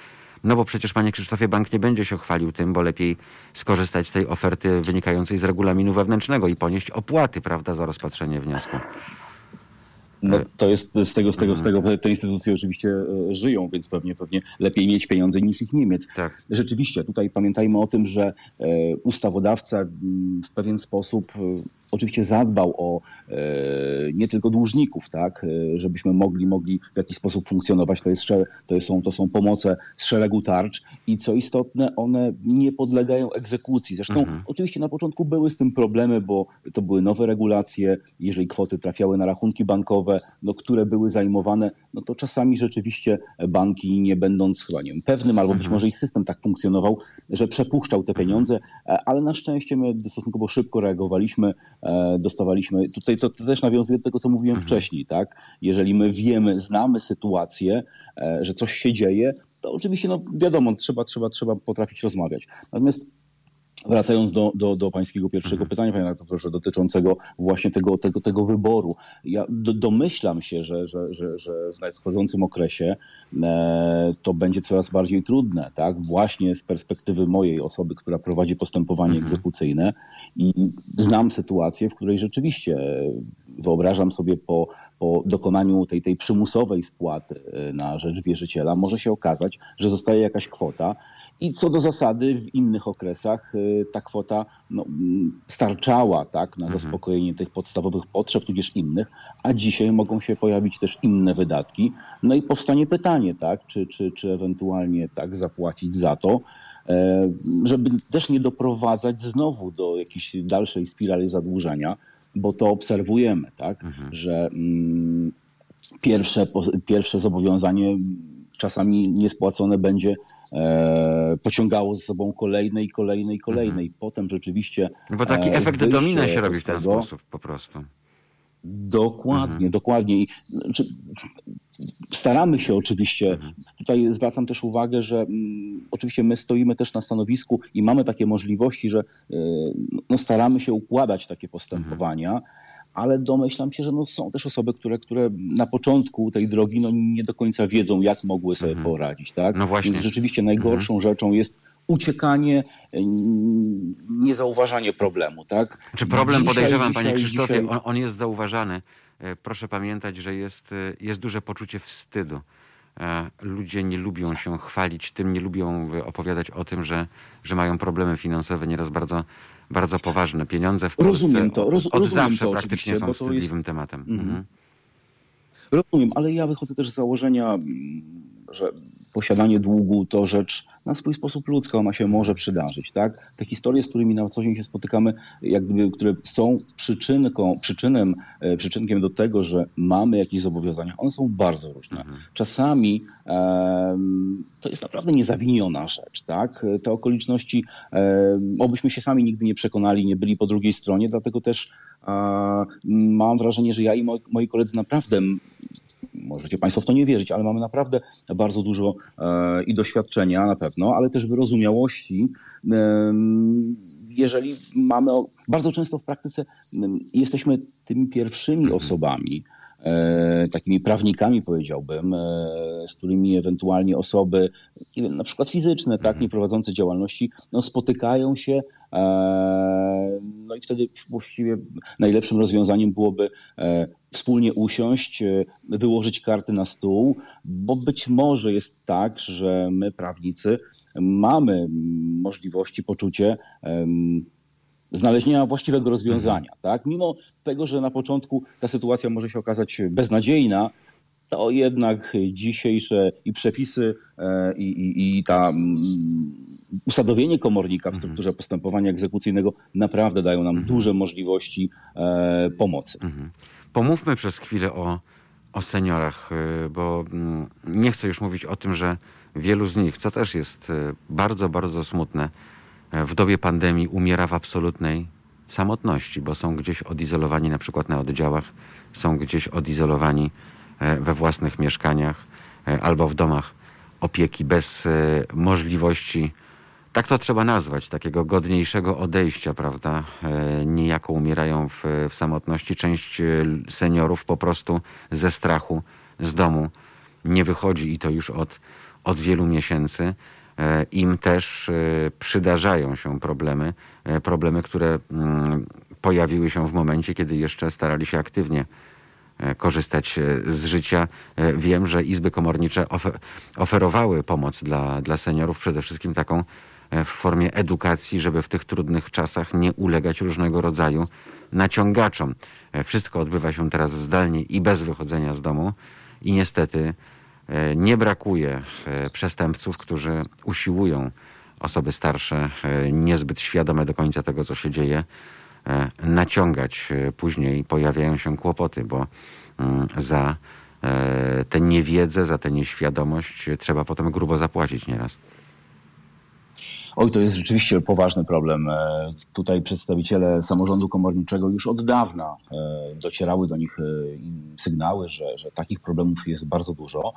No bo przecież, panie Krzysztofie, bank nie będzie się chwalił tym, bo lepiej skorzystać z tej oferty wynikającej z regulaminu wewnętrznego i ponieść opłaty, prawda, za rozpatrzenie wniosku. No to jest z tego, z tego, z tego te instytucje oczywiście e, żyją, więc pewnie, pewnie lepiej mieć pieniądze niż ich nie mieć. Tak. Rzeczywiście, tutaj pamiętajmy o tym, że e, ustawodawca m, w pewien sposób e, oczywiście zadbał o e, nie tylko dłużników, tak, e, żebyśmy mogli, mogli w jakiś sposób funkcjonować. To, jest, sze- to, są, to są pomoce z szeregu tarcz i co istotne, one nie podlegają egzekucji. Zresztą Mhm. oczywiście na początku były z tym problemy, bo to były nowe regulacje, jeżeli kwoty trafiały na rachunki bankowe, no, które były zajmowane, no to czasami rzeczywiście banki, nie będąc chyba nie wiem, pewnym, albo być może ich system tak funkcjonował, że przepuszczał te pieniądze, e, ale na szczęście my stosunkowo szybko reagowaliśmy, e, dostawaliśmy, tutaj to, to też nawiązuje do tego, co mówiłem wcześniej, tak? Jeżeli my wiemy, znamy sytuację, e, że coś się dzieje, to oczywiście, no wiadomo, trzeba, trzeba, trzeba potrafić rozmawiać. Natomiast wracając do, do, do pańskiego pierwszego Mhm. pytania, panie redaktorze, dotyczącego właśnie tego, tego, tego wyboru. Ja do, domyślam się, że, że, że, że w nadchodzącym okresie e, to będzie coraz bardziej trudne, tak? Właśnie z perspektywy mojej osoby, która prowadzi postępowanie Mhm. egzekucyjne i znam sytuację, w której rzeczywiście e, wyobrażam sobie po, po dokonaniu tej, tej przymusowej spłaty e, na rzecz wierzyciela może się okazać, że zostaje jakaś kwota i co do zasady w innych okresach y, ta kwota no, mm, starczała, tak, na zaspokojenie tych podstawowych potrzeb, tudzież innych, a dzisiaj mogą się pojawić też inne wydatki. No i powstanie pytanie, tak, czy, czy, czy ewentualnie tak zapłacić za to, e, żeby też nie doprowadzać znowu do jakiejś dalszej spirali zadłużenia, bo to obserwujemy, tak, że mm, pierwsze, po- pierwsze zobowiązanie czasami niespłacone będzie e, pociągało ze sobą kolejne i kolejne i kolejne. I potem rzeczywiście... No bo taki e, efekt wyjście domina się robi z w ten tego- sposób po prostu. Dokładnie, dokładnie. I, znaczy, staramy się oczywiście, tutaj zwracam też uwagę, że mm, oczywiście my stoimy też na stanowisku i mamy takie możliwości, że y, no, staramy się układać takie postępowania, ale domyślam się, że no, są też osoby, które, które na początku tej drogi no, nie do końca wiedzą, jak mogły sobie poradzić. Tak? No właśnie. Więc rzeczywiście najgorszą rzeczą jest uciekanie, y, niezauważanie problemu. Tak? Czy problem, Dzisiaj, podejrzewam, panie dzisiaj, Krzysztofie, dzisiaj- on, on jest zauważany. E, Proszę pamiętać, że jest, e, jest duże poczucie wstydu. E, Ludzie nie lubią się chwalić tym, nie lubią e, opowiadać o tym, że, że mają problemy finansowe, nieraz bardzo, bardzo poważne. Pieniądze w Polsce Rozumiem to, roz- od, od rozumiem zawsze to praktycznie oczywiście, są bo to wstydliwym jest- tematem. Mhm. Rozumiem, ale ja wychodzę też z założenia, mm, że posiadanie długu to rzecz na swój sposób ludzka, ona się może przydarzyć, tak? Te historie, z którymi na co dzień się spotykamy, jak gdyby, które są przyczynką, przyczynem, e, przyczynkiem do tego, że mamy jakieś zobowiązania, one są bardzo różne. Czasami em, to jest naprawdę niezawiniona rzecz, tak? Te okoliczności, em, obyśmy się sami nigdy nie przekonali, nie byli po drugiej stronie, dlatego też a, mam wrażenie, że ja i moi, moi koledzy naprawdę, m, możecie Państwo w to nie wierzyć, ale mamy naprawdę bardzo dużo e, i doświadczenia na pewno, ale też wyrozumiałości. em, Jeżeli mamy, o- bardzo często w praktyce em, jesteśmy tymi pierwszymi osobami, e, takimi prawnikami powiedziałbym, e, z którymi ewentualnie osoby, nie wiem, na przykład fizyczne, tak, nie prowadzące działalności, no, spotykają się. e, No i wtedy właściwie najlepszym rozwiązaniem byłoby e, wspólnie usiąść, e, wyłożyć karty na stół, bo być może jest tak, że my prawnicy mamy mm, możliwości, poczucie em, znalezienia właściwego rozwiązania. Tak? Mimo tego, że na początku ta sytuacja może się okazać beznadziejna, to jednak dzisiejsze i przepisy e, i, i, i ta mm, usadowienie komornika w strukturze postępowania egzekucyjnego naprawdę dają nam duże możliwości e, pomocy. Mhm. Pomówmy przez chwilę o, o seniorach, y, bo mm, nie chcę już mówić o tym, że wielu z nich, co też jest y, bardzo, bardzo smutne, y, w dobie pandemii umiera w absolutnej samotności, bo są gdzieś odizolowani na przykład na oddziałach, są gdzieś odizolowani y, we własnych mieszkaniach y, albo w domach opieki bez y, możliwości, tak to trzeba nazwać, takiego godniejszego odejścia, prawda? E, Niejako umierają w, w samotności. Część e, seniorów po prostu ze strachu z domu nie wychodzi i to już od, od wielu miesięcy. Im też przydarzają się problemy, problemy, które pojawiły się w momencie, kiedy jeszcze starali się aktywnie korzystać z życia. Wiem, że izby komornicze ofer- oferowały pomoc dla, dla seniorów, przede wszystkim taką w formie edukacji, żeby w tych trudnych czasach nie ulegać różnego rodzaju naciągaczom. Wszystko odbywa się teraz zdalnie i bez wychodzenia z domu i niestety nie brakuje przestępców, którzy usiłują osoby starsze, niezbyt świadome do końca tego, co się dzieje, naciągać. Później pojawiają się kłopoty, bo za tę niewiedzę, za tę nieświadomość trzeba potem grubo zapłacić nieraz. Oj, to jest rzeczywiście poważny problem. Tutaj przedstawiciele samorządu komorniczego już od dawna docierały do nich sygnały, że, że takich problemów jest bardzo dużo.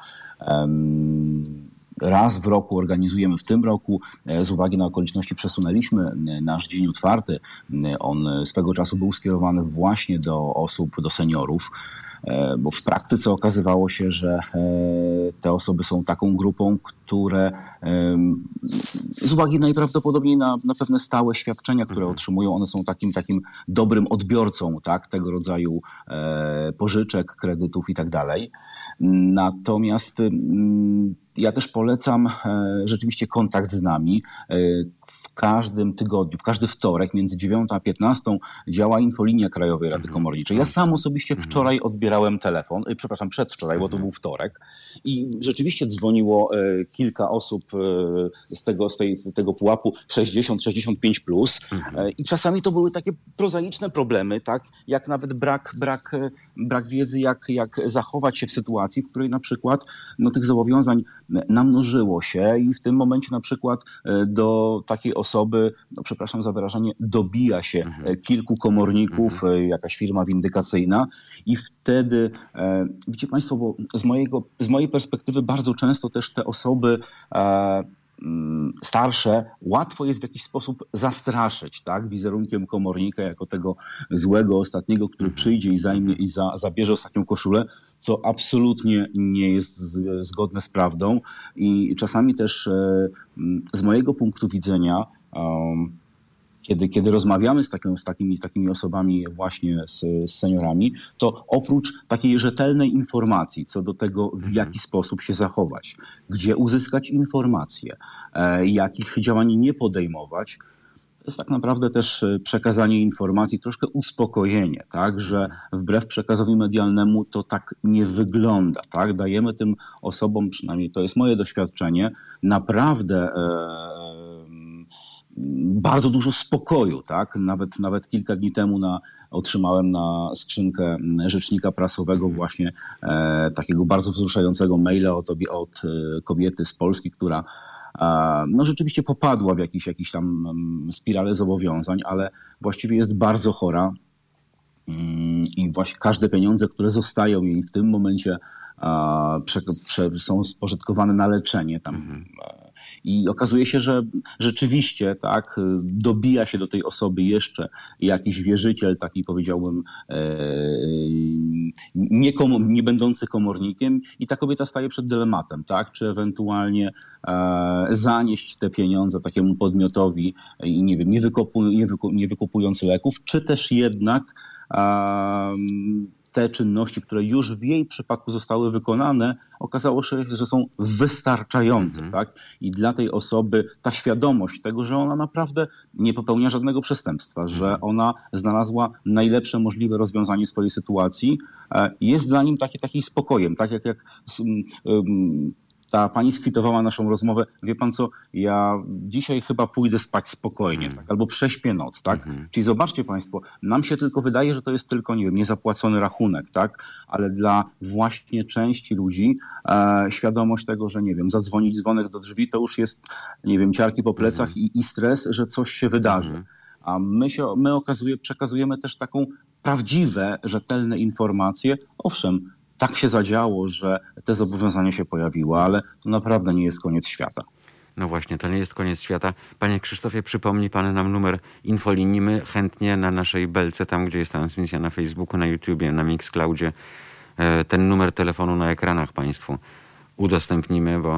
Raz w roku organizujemy, w tym roku z uwagi na okoliczności przesunęliśmy nasz dzień otwarty. On swego czasu był skierowany właśnie do osób, do seniorów, bo w praktyce okazywało się, że te osoby są taką grupą, które z uwagi najprawdopodobniej na, na pewne stałe świadczenia, które otrzymują, one są takim takim dobrym odbiorcą, tak, tego rodzaju pożyczek, kredytów i tak dalej. Natomiast ja też polecam rzeczywiście kontakt z nami. W każdym tygodniu, w każdy wtorek między dziewiątą a piętnastą działa infolinia Krajowej Rady Komorniczej. Ja sam osobiście wczoraj odbierałem telefon, przepraszam, przedwczoraj, bo to był wtorek i rzeczywiście dzwoniło kilka osób z tego, z tej, z tego pułapu sześćdziesiąt sześćdziesiąt pięć plus i czasami to były takie prozaiczne problemy, tak, jak nawet brak, brak, brak wiedzy, jak, jak zachować się w sytuacji, w której na przykład no, tych zobowiązań namnożyło się i w tym momencie na przykład do takiej osoby, no przepraszam za wyrażenie, dobija się mhm. kilku komorników, mhm. jakaś firma windykacyjna i wtedy, e, widzicie Państwo, bo z, mojego, z mojej perspektywy bardzo często też te osoby e, starsze łatwo jest w jakiś sposób zastraszyć, tak, wizerunkiem komornika jako tego złego ostatniego, który przyjdzie i zajmie i za, zabierze ostatnią koszulę, co absolutnie nie jest z, zgodne z prawdą i czasami też e, z mojego punktu widzenia um, Kiedy, kiedy rozmawiamy z, taką, z, takimi, z takimi osobami właśnie z, z seniorami, to oprócz takiej rzetelnej informacji co do tego, w jaki sposób się zachować, gdzie uzyskać informacje, e, jakich działań nie podejmować, to jest tak naprawdę też przekazanie informacji, troszkę uspokojenie, tak, że wbrew przekazowi medialnemu to tak nie wygląda, tak, dajemy tym osobom, przynajmniej to jest moje doświadczenie, naprawdę e, bardzo dużo spokoju, tak? Nawet, nawet kilka dni temu na, otrzymałem na skrzynkę rzecznika prasowego właśnie e, takiego bardzo wzruszającego maila od, od kobiety z Polski, która e, no rzeczywiście popadła w jakiś, jakiś tam spiralę zobowiązań, ale właściwie jest bardzo chora i właśnie każde pieniądze, które zostają jej w tym momencie a, prze, prze, są spożytkowane na leczenie tam. Mhm. I okazuje się, że rzeczywiście tak, dobija się do tej osoby jeszcze jakiś wierzyciel, taki powiedziałbym e, nie, komu, nie będący komornikiem i ta kobieta staje przed dylematem, tak, czy ewentualnie e, zanieść te pieniądze takiemu podmiotowi i nie wiem, nie, wykopu, nie, wyku, nie wykupując leków, czy też jednak e, te czynności, które już w jej przypadku zostały wykonane, okazało się, że są wystarczające. Mm-hmm. Tak? I dla tej osoby ta świadomość tego, że ona naprawdę nie popełnia żadnego przestępstwa, mm-hmm. że ona znalazła najlepsze możliwe rozwiązanie swojej sytuacji, jest dla nim takie, takim spokojem. Tak jak, jak um, ta pani skwitowała naszą rozmowę, wie pan co, ja dzisiaj chyba pójdę spać spokojnie, mm. tak? Albo prześpię noc, tak? Mm-hmm. Czyli zobaczcie państwo, nam się tylko wydaje, że to jest tylko, nie wiem, niezapłacony rachunek, tak? Ale dla właśnie części ludzi e, świadomość tego, że nie wiem, zadzwonić dzwonek do drzwi, to już jest, nie wiem, ciarki po plecach mm-hmm. i, i stres, że coś się wydarzy. Mm-hmm. A my, się, my okazuje, przekazujemy też taką prawdziwe, rzetelne informacje. Owszem, tak się zadziało, że te zobowiązania się pojawiły, ale to naprawdę nie jest koniec świata. No właśnie, to nie jest koniec świata. Panie Krzysztofie, przypomni pan nam numer infolinii. My chętnie na naszej belce, tam gdzie jest transmisja na Facebooku, na YouTubie, na Mixcloudzie, ten numer telefonu na ekranach państwu udostępnimy, bo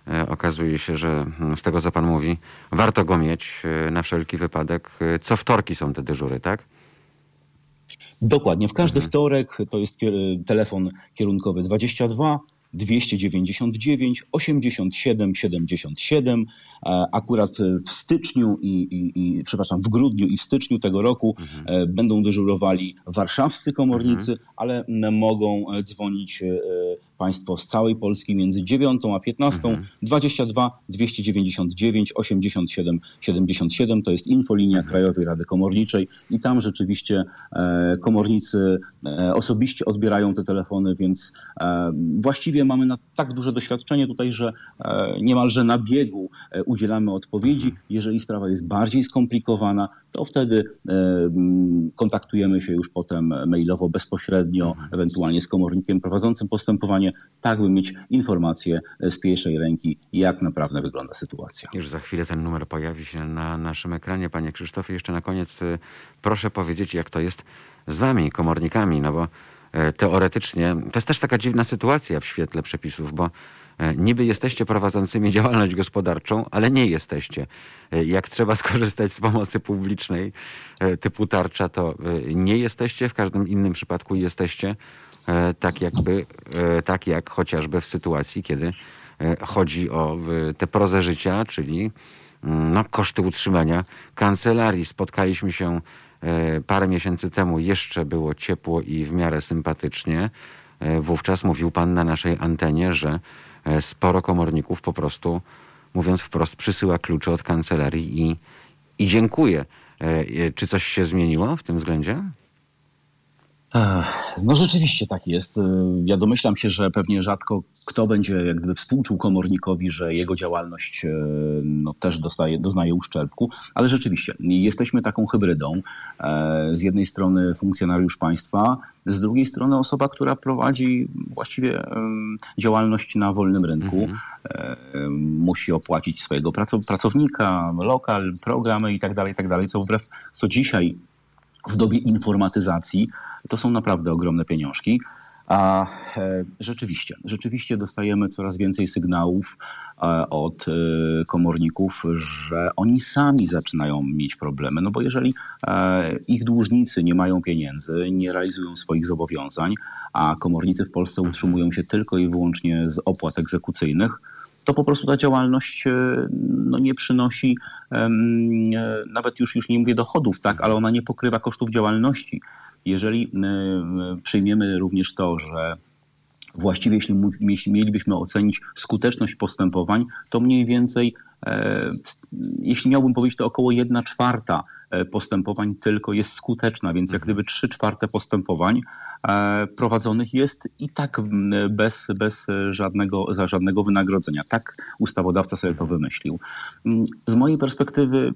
okazuje się, że z tego, co pan mówi, warto go mieć na wszelki wypadek. Co wtorki są te dyżury, tak? Dokładnie. W każdy Mhm. wtorek to jest kier- telefon kierunkowy dwadzieścia dwa dwieście dziewięćdziesiąt dziewięć osiemdziesiąt siedem siedemdziesiąt siedem. E, Akurat w styczniu i, i, i przepraszam, w grudniu i w styczniu tego roku e, będą dyżurowali warszawscy komornicy, ale m, mogą e, dzwonić e, państwo z całej Polski między dziewiątą a piętnastą. dwadzieścia dwa dwieście dziewięćdziesiąt dziewięć osiemdziesiąt siedem siedemdziesiąt siedem to jest infolinia Krajowej Rady Komorniczej i tam rzeczywiście e, komornicy e, osobiście odbierają te telefony, więc e, właściwie mamy na tak duże doświadczenie tutaj, że e, niemalże na biegu e, udzielamy odpowiedzi. Jeżeli sprawa jest bardziej skomplikowana, to wtedy e, m, kontaktujemy się już potem mailowo bezpośrednio, ewentualnie z komornikiem prowadzącym postępowanie, tak by mieć informacje z pierwszej ręki, jak naprawdę wygląda sytuacja. Już za chwilę ten numer pojawi się na naszym ekranie. Panie Krzysztofie, jeszcze na koniec y, proszę powiedzieć, jak to jest z wami, komornikami, no bo y, teoretycznie to jest też taka dziwna sytuacja w świetle przepisów, bo y, niby jesteście prowadzącymi działalność gospodarczą, ale nie jesteście. Y, Jak trzeba skorzystać z pomocy publicznej y, typu tarcza, to y, nie jesteście, w każdym innym przypadku jesteście, y, tak jakby, y, tak jak chociażby w sytuacji, kiedy chodzi o tę prozę życia, czyli no, koszty utrzymania kancelarii. Spotkaliśmy się parę miesięcy temu, jeszcze było ciepło i w miarę sympatycznie. Wówczas mówił pan na naszej antenie, że sporo komorników po prostu, mówiąc wprost, przysyła klucze od kancelarii i, i dziękuję. Czy coś się zmieniło w tym względzie? No rzeczywiście tak jest. Ja domyślam się, że pewnie rzadko kto będzie jak gdyby współczuł komornikowi, że jego działalność no, też dostaje, doznaje uszczerbku, ale rzeczywiście jesteśmy taką hybrydą. Z jednej strony funkcjonariusz państwa, z drugiej strony osoba, która prowadzi właściwie działalność na wolnym rynku. Mhm. Musi opłacić swojego pracownika, lokal, programy i tak dalej, i tak dalej, co wbrew, co dzisiaj w dobie informatyzacji to są naprawdę ogromne pieniążki. A e, rzeczywiście, rzeczywiście dostajemy coraz więcej sygnałów e, od e, komorników, że oni sami zaczynają mieć problemy. No bo jeżeli e, ich dłużnicy nie mają pieniędzy, nie realizują swoich zobowiązań, a komornicy w Polsce utrzymują się tylko i wyłącznie z opłat egzekucyjnych, to po prostu ta działalność no, nie przynosi um, nawet już, już nie mówię dochodów, tak, ale ona nie pokrywa kosztów działalności. Jeżeli y, przyjmiemy również to, że właściwie jeśli, jeśli mielibyśmy ocenić skuteczność postępowań, to mniej więcej, e, jeśli miałbym powiedzieć, to około jedna czwarta postępowań tylko jest skuteczna, więc jak gdyby trzy czwarte postępowań e, prowadzonych jest i tak bez, bez żadnego, za żadnego wynagrodzenia. Tak ustawodawca sobie to wymyślił. Z mojej perspektywy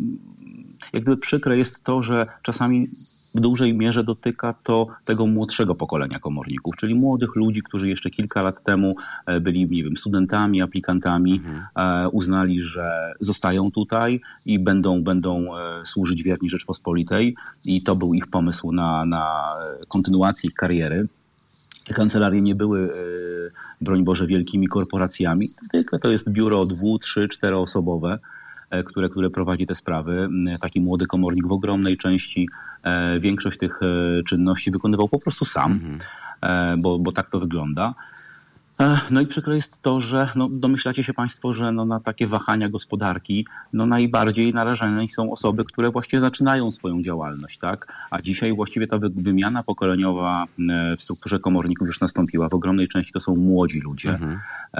jak gdyby przykre jest to, że czasami w dużej mierze dotyka to tego młodszego pokolenia komorników, czyli młodych ludzi, którzy jeszcze kilka lat temu byli, nie wiem, studentami, aplikantami, mhm. uznali, że zostają tutaj i będą, będą służyć wierni Rzeczpospolitej i to był ich pomysł na, na kontynuację ich kariery. Te kancelarie nie były, broń Boże, wielkimi korporacjami, tylko to jest biuro dwu, trzy, czteroosobowe, które, które prowadzi te sprawy. Taki młody komornik w ogromnej części e, większość tych e, czynności wykonywał po prostu sam, mhm. e, bo, bo tak to wygląda. E, no i przykre jest to, że no, domyślacie się państwo, że no, na takie wahania gospodarki no, najbardziej narażone są osoby, które właśnie zaczynają swoją działalność, tak? A dzisiaj właściwie ta wy, wymiana pokoleniowa e, w strukturze komorników już nastąpiła. W ogromnej części to są młodzi ludzie. Mhm.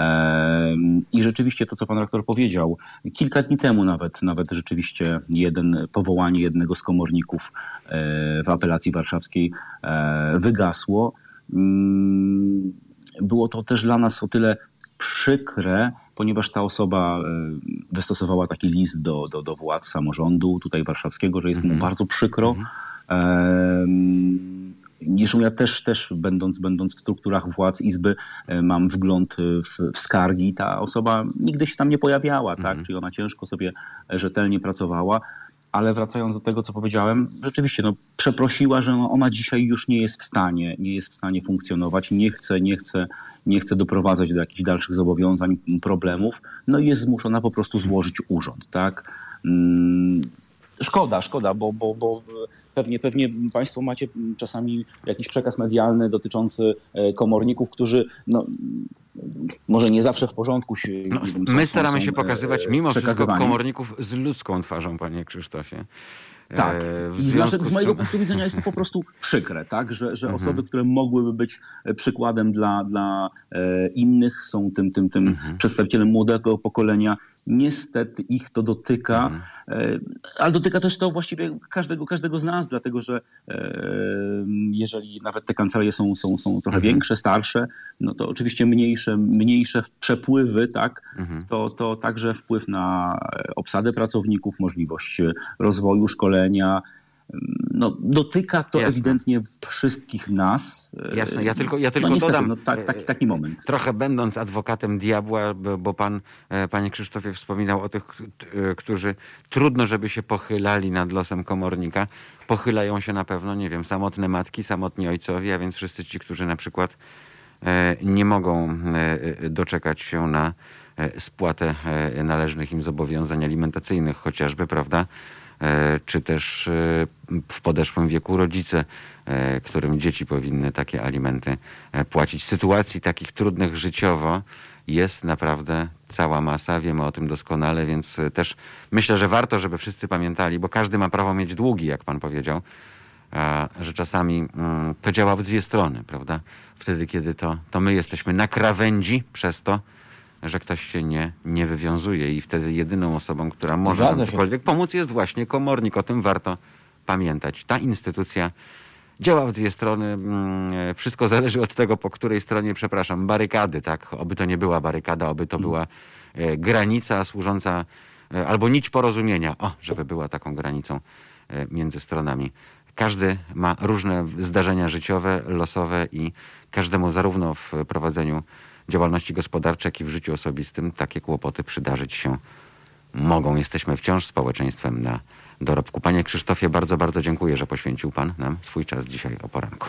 I rzeczywiście to, co pan rektor powiedział, kilka dni temu nawet, nawet rzeczywiście jeden, powołanie jednego z komorników w apelacji warszawskiej wygasło. Było to też dla nas o tyle przykre, ponieważ ta osoba wystosowała taki list do, do, do władz samorządu tutaj warszawskiego, że jest mu bardzo przykro. Zresztą ja też, też będąc, będąc w strukturach władz Izby mam wgląd w, w skargi. Ta osoba nigdy się tam nie pojawiała, tak? Mm. Czyli ona ciężko sobie rzetelnie pracowała. Ale wracając do tego, co powiedziałem, rzeczywiście no, przeprosiła, że ona dzisiaj już nie jest w stanie, nie jest w stanie funkcjonować, nie chce, nie chce, nie chce doprowadzać do jakichś dalszych zobowiązań, problemów, no i jest zmuszona po prostu złożyć urząd, tak? Mm, Szkoda, szkoda, bo, bo, bo pewnie, pewnie Państwo macie czasami jakiś przekaz medialny dotyczący komorników, którzy no, może nie zawsze w porządku się... No, są, my są, staramy są, się pokazywać mimo wszystko przekazywani. komorników z ludzką twarzą, panie Krzysztofie. Tak. E, w I z, związku naszego, z z mojego czym- punktu widzenia jest to po prostu przykre, tak? że, że osoby, które mogłyby być przykładem dla, dla e, innych, są tym, tym, tym przedstawicielem młodego pokolenia. Niestety ich to dotyka, e, ale dotyka też to właściwie każdego, każdego z nas, dlatego że e, jeżeli nawet te kancelarie są, są, są trochę większe, starsze, no to oczywiście mniejsze, mniejsze przepływy, tak? to, to także wpływ na obsadę pracowników, możliwość rozwoju, szkolenia. No, dotyka to Jasne. ewidentnie wszystkich nas. Jasne, ja tylko, ja No tylko niestety, dodam, no, tak, taki, taki moment. trochę będąc adwokatem diabła, bo, bo pan, e, panie Krzysztofie, wspominał o tych, k- t- którzy trudno, żeby się pochylali nad losem komornika. Pochylają się na pewno, nie wiem, samotne matki, samotni ojcowie, a więc wszyscy ci, którzy na przykład e, nie mogą e, doczekać się na e, spłatę e, należnych im zobowiązań alimentacyjnych chociażby, prawda? E, czy też e, w podeszłym wieku rodzice, e, którym dzieci powinny takie alimenty e, płacić. Sytuacji takich trudnych życiowo jest naprawdę cała masa, wiemy o tym doskonale, więc e, też myślę, że warto, żeby wszyscy pamiętali, bo każdy ma prawo mieć długi, jak pan powiedział, a, że czasami mm, to działa w dwie strony, prawda? Wtedy, kiedy to, to my jesteśmy na krawędzi przez to, że ktoś się nie, nie wywiązuje i wtedy jedyną osobą, która może Zgadza nam się. cokolwiek pomóc, jest właśnie komornik. O tym warto pamiętać. Ta instytucja działa w dwie strony. Mm, Wszystko zależy od tego, po której stronie, przepraszam, barykady, tak? Oby to nie była barykada, oby to była e, granica służąca e, albo nić porozumienia, o, żeby była taką granicą e, między stronami. Każdy ma różne zdarzenia życiowe, losowe i każdemu zarówno w prowadzeniu działalności gospodarczej, jak i w życiu osobistym takie kłopoty przydarzyć się mogą. Jesteśmy wciąż społeczeństwem na dorobku. Panie Krzysztofie, bardzo, bardzo dziękuję, że poświęcił pan nam swój czas dzisiaj o poranku.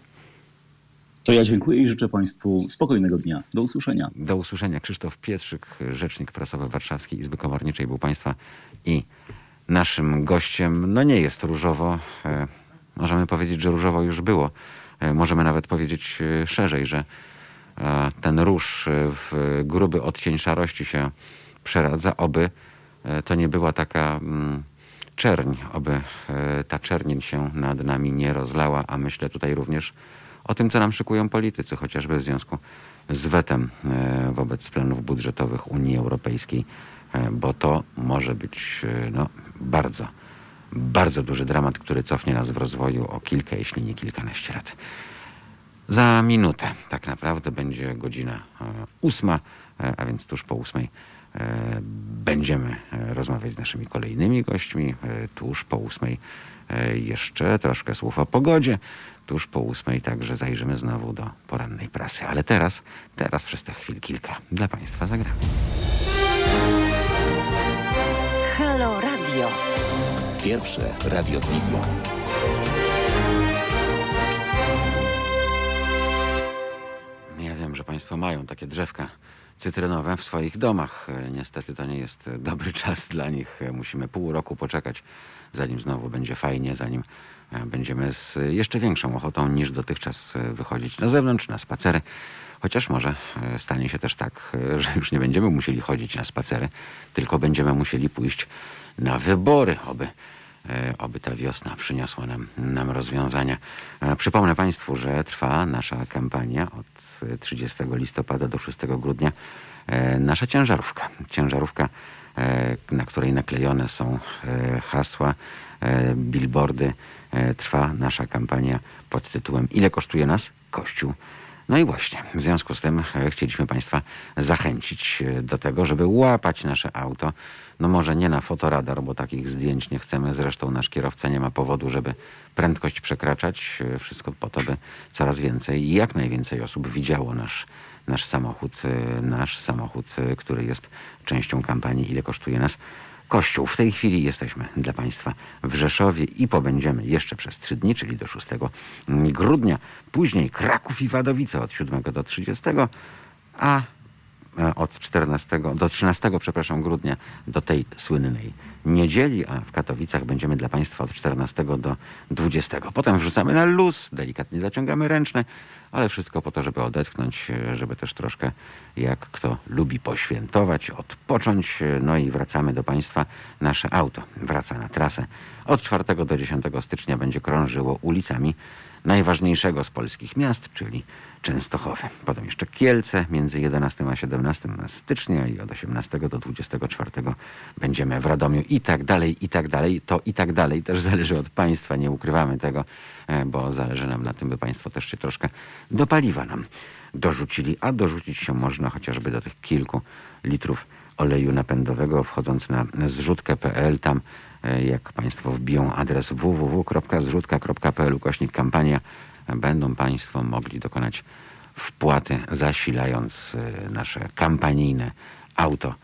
To ja dziękuję i życzę Państwu spokojnego dnia. Do usłyszenia. Do usłyszenia. Krzysztof Pietrzyk, rzecznik prasowy Warszawskiej Izby Komorniczej, był państwa i naszym gościem. No nie jest różowo. E, możemy powiedzieć, że różowo już było. E, możemy nawet powiedzieć e, szerzej, że e, ten róż e, w gruby odcień szarości się przeradza. Oby e, to nie była taka mm, czerń, oby e, ta czernień się nad nami nie rozlała, a myślę tutaj również o tym, co nam szykują politycy, chociażby w związku z wetem e, wobec planów budżetowych Unii Europejskiej, e, bo to może być e, no, bardzo, bardzo duży dramat, który cofnie nas w rozwoju o kilka, jeśli nie kilkanaście lat. Za minutę tak naprawdę będzie godzina e, ósma, e, a więc tuż po ósmej e, będziemy e, rozmawiać z naszymi kolejnymi gośćmi. E, tuż po ósmej e, jeszcze troszkę słów o pogodzie. Tuż po ósmej także zajrzymy znowu do porannej prasy. Ale teraz, teraz przez te chwil kilka dla Państwa zagramy. Halo Radio. Pierwsze radio z wizją. Ja wiem, że Państwo mają takie drzewka cytrynowe w swoich domach. E, Niestety to nie jest e, dobry czas dla nich. E, Musimy pół roku poczekać, zanim znowu będzie fajnie, zanim e, będziemy z jeszcze większą ochotą niż dotychczas e, wychodzić na zewnątrz, na spacery. Chociaż może e, stanie się też tak, e, że już nie będziemy musieli chodzić na spacery, tylko będziemy musieli pójść na wybory, oby E, oby ta wiosna przyniosła nam, nam rozwiązania. E, Przypomnę Państwu, że trwa nasza kampania od e, trzydziestego listopada do szóstego grudnia. E, Nasza ciężarówka. Ciężarówka, e, na której naklejone są e, hasła, e, billboardy. E, Trwa nasza kampania pod tytułem "Ile kosztuje nas Kościół?" No i właśnie, w związku z tym e, chcieliśmy Państwa zachęcić e, do tego, żeby łapać nasze auto. No może nie na fotoradar, bo takich zdjęć nie chcemy. Zresztą nasz kierowca nie ma powodu, żeby prędkość przekraczać. E, Wszystko po to, by coraz więcej i jak najwięcej osób widziało nasz, nasz samochód, e, nasz samochód, e, który jest częścią kampanii "Ile kosztuje nas Kościół. W tej chwili jesteśmy dla Państwa w Rzeszowie i pobędziemy jeszcze przez trzy dni, czyli do szóstego grudnia. Później Kraków i Wadowice od siódmego do trzydziestego, a od czternastego do trzynastego, przepraszam, grudnia do tej słynnej niedzieli, a w Katowicach będziemy dla Państwa od czternastego do dwudziestego. Potem wrzucamy na luz, delikatnie zaciągamy ręczne, ale wszystko po to, żeby odetchnąć, żeby też troszkę, jak kto lubi, poświętować, odpocząć. No i wracamy do Państwa. Nasze auto wraca na trasę. Od czwartego do dziesiątego stycznia będzie krążyło ulicami najważniejszego z polskich miast, czyli Częstochowy. Potem jeszcze Kielce między jedenastego a siedemnastego stycznia i od osiemnastego do dwudziestego czwartego będziemy w Radomiu i tak dalej, i tak dalej. To i tak dalej też zależy od Państwa, nie ukrywamy tego, bo zależy nam na tym, by Państwo też się troszkę do paliwa nam dorzucili, a dorzucić się można chociażby do tych kilku litrów oleju napędowego wchodząc na zrzutkę kropka p l. Tam jak Państwo wbiją adres w w w kropka zrzutka kropka p l ukośnik kampania, będą Państwo mogli dokonać wpłaty, zasilając nasze kampanijne auto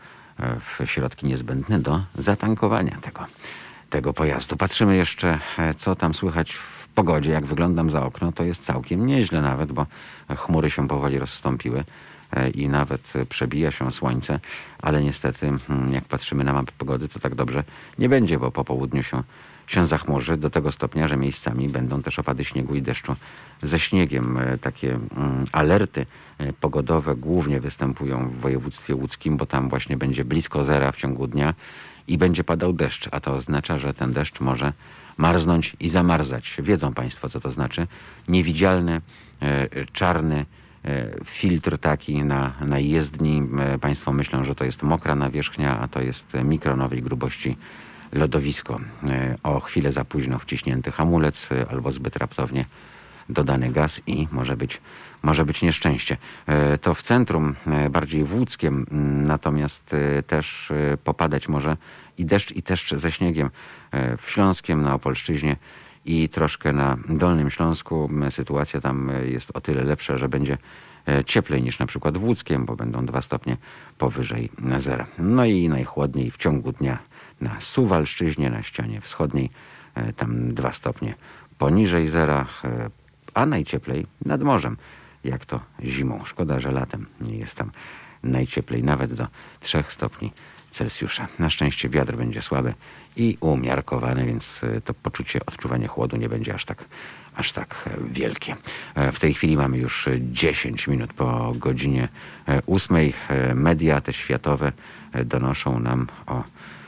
w środki niezbędne do zatankowania tego, tego pojazdu. Patrzymy jeszcze, co tam słychać w pogodzie. Jak wyglądam za okno, to jest całkiem nieźle nawet, bo chmury się powoli rozstąpiły i nawet przebija się słońce, ale niestety jak patrzymy na mapę pogody, to tak dobrze nie będzie, bo po południu się, się zachmurzy do tego stopnia, że miejscami będą też opady śniegu i deszczu ze śniegiem. Takie alerty pogodowe głównie występują w województwie łódzkim, bo tam właśnie będzie blisko zera w ciągu dnia i będzie padał deszcz, a to oznacza, że ten deszcz może marznąć i zamarzać. Wiedzą Państwo, co to znaczy. Niewidzialny, czarny filtr taki na, na jezdni. Państwo myślą, że to jest mokra nawierzchnia, a to jest mikronowej grubości lodowisko. O chwilę za późno wciśnięty hamulec albo zbyt raptownie dodany gaz i może być, może być nieszczęście. To w centrum, bardziej w Łódzkiem, natomiast też popadać może i deszcz, i deszcz ze śniegiem w Śląskiem, na Opolszczyźnie i troszkę na Dolnym Śląsku. Sytuacja tam jest o tyle lepsza, że będzie cieplej niż na przykład w Łódzkiem, bo będą dwa stopnie powyżej zera. No i najchłodniej w ciągu dnia na Suwalszczyźnie, na ścianie wschodniej, tam dwa stopnie poniżej zera, a najcieplej nad morzem, jak to zimą. Szkoda, że latem nie jest tam najcieplej, nawet do trzech stopni Celsjusza. Na szczęście wiatr będzie słaby i umiarkowany, więc to poczucie, odczuwanie chłodu nie będzie aż tak, aż tak wielkie. W tej chwili mamy już dziesięć minut po godzinie ósmej. Media te światowe donoszą nam o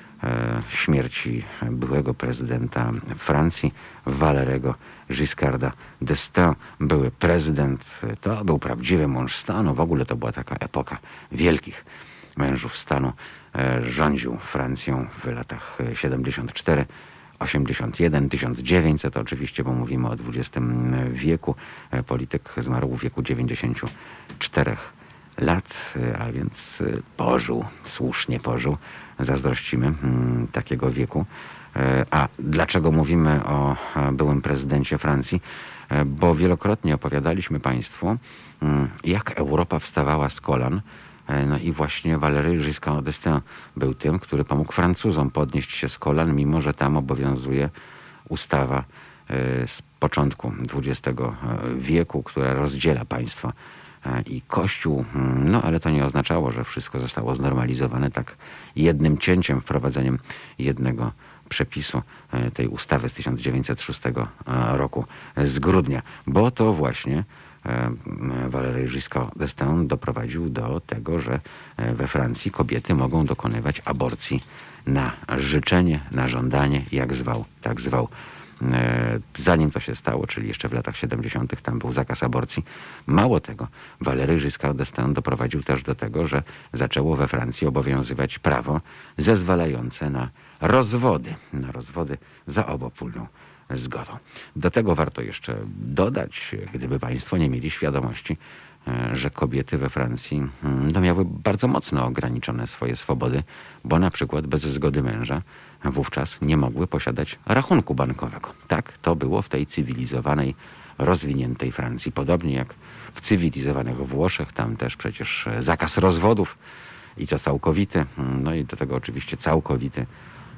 śmierci byłego prezydenta Francji, Valerego Giscarda d'Estaing. Były prezydent, to był prawdziwy mąż stanu. W ogóle to była taka epoka wielkich mężów stanu. Rządził Francją w latach siedemdziesiąt cztery osiemdziesiąt jeden, tysiąc dziewięćset oczywiście, bo mówimy o dwudziestym wieku. Polityk zmarł w wieku dziewięćdziesięciu czterech lat, a więc pożył, słusznie pożył. Zazdrościmy mm, takiego wieku. A dlaczego mówimy o byłym prezydencie Francji? Bo wielokrotnie opowiadaliśmy Państwu, jak Europa wstawała z kolan. No i właśnie Valéry Giscard d'Estaing był tym, który pomógł Francuzom podnieść się z kolan, mimo że tam obowiązuje ustawa z początku dwudziestego wieku, która rozdziela państwo i Kościół. No ale to nie oznaczało, że wszystko zostało znormalizowane tak jednym cięciem, wprowadzeniem jednego przepisu tej ustawy z tysiąc dziewięćset szóstego roku z grudnia, bo to właśnie Valéry Giscard d'Estaing doprowadził do tego, że we Francji kobiety mogą dokonywać aborcji na życzenie, na żądanie, jak zwał, tak zwał. Zanim to się stało, czyli jeszcze w latach siedemdziesiątych tam był zakaz aborcji. Mało tego, Valéry Giscard d'Estaing doprowadził też do tego, że zaczęło we Francji obowiązywać prawo zezwalające na rozwody, na rozwody za obopólną zgodą. Do tego warto jeszcze dodać, gdyby Państwo nie mieli świadomości, że kobiety we Francji no, miały bardzo mocno ograniczone swoje swobody, bo na przykład bez zgody męża wówczas nie mogły posiadać rachunku bankowego. Tak to było w tej cywilizowanej, rozwiniętej Francji. Podobnie jak w cywilizowanych Włoszech, tam też przecież zakaz rozwodów i to całkowity, no i do tego oczywiście całkowity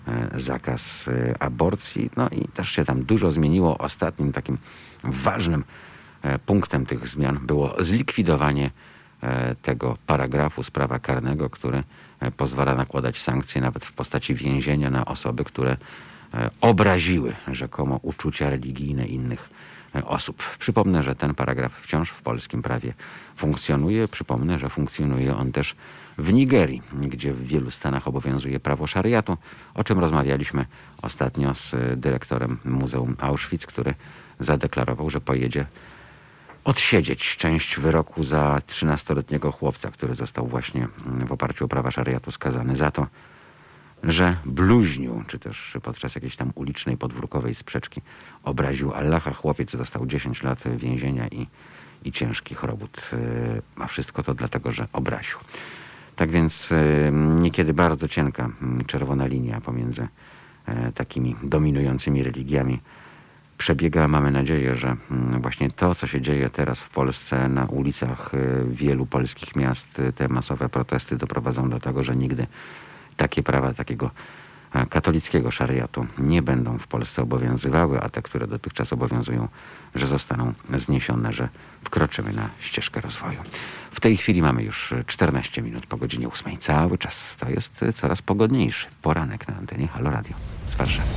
zakaz aborcji. No i też się tam dużo zmieniło. Ostatnim takim ważnym punktem tych zmian było zlikwidowanie tego paragrafu z prawa karnego, który pozwala nakładać sankcje nawet w postaci więzienia na osoby, które obraziły rzekomo uczucia religijne innych osób. Przypomnę, że ten paragraf wciąż w polskim prawie funkcjonuje. Przypomnę, że funkcjonuje on też w Nigerii, gdzie w wielu stanach obowiązuje prawo szariatu, o czym rozmawialiśmy ostatnio z dyrektorem Muzeum Auschwitz, który zadeklarował, że pojedzie odsiedzieć część wyroku za trzynastoletniego chłopca, który został właśnie w oparciu o prawa szariatu skazany za to, że bluźnił, czy też podczas jakiejś tam ulicznej, podwórkowej sprzeczki obraził Allaha. Chłopiec dostał dziesięć lat więzienia i, i ciężkich robót. A wszystko to dlatego, że obraził. Tak więc niekiedy bardzo cienka czerwona linia pomiędzy takimi dominującymi religiami przebiega. Mamy nadzieję, że właśnie to, co się dzieje teraz w Polsce na ulicach wielu polskich miast, te masowe protesty doprowadzą do tego, że nigdy takie prawa takiego katolickiego szariatu nie będą w Polsce obowiązywały, a te, które dotychczas obowiązują, że zostaną zniesione, że wkroczymy na ścieżkę rozwoju. W tej chwili mamy już czternaście minut po godzinie ósmej. Cały czas to jest coraz pogodniejszy poranek na antenie Halo Radio z Warszawy.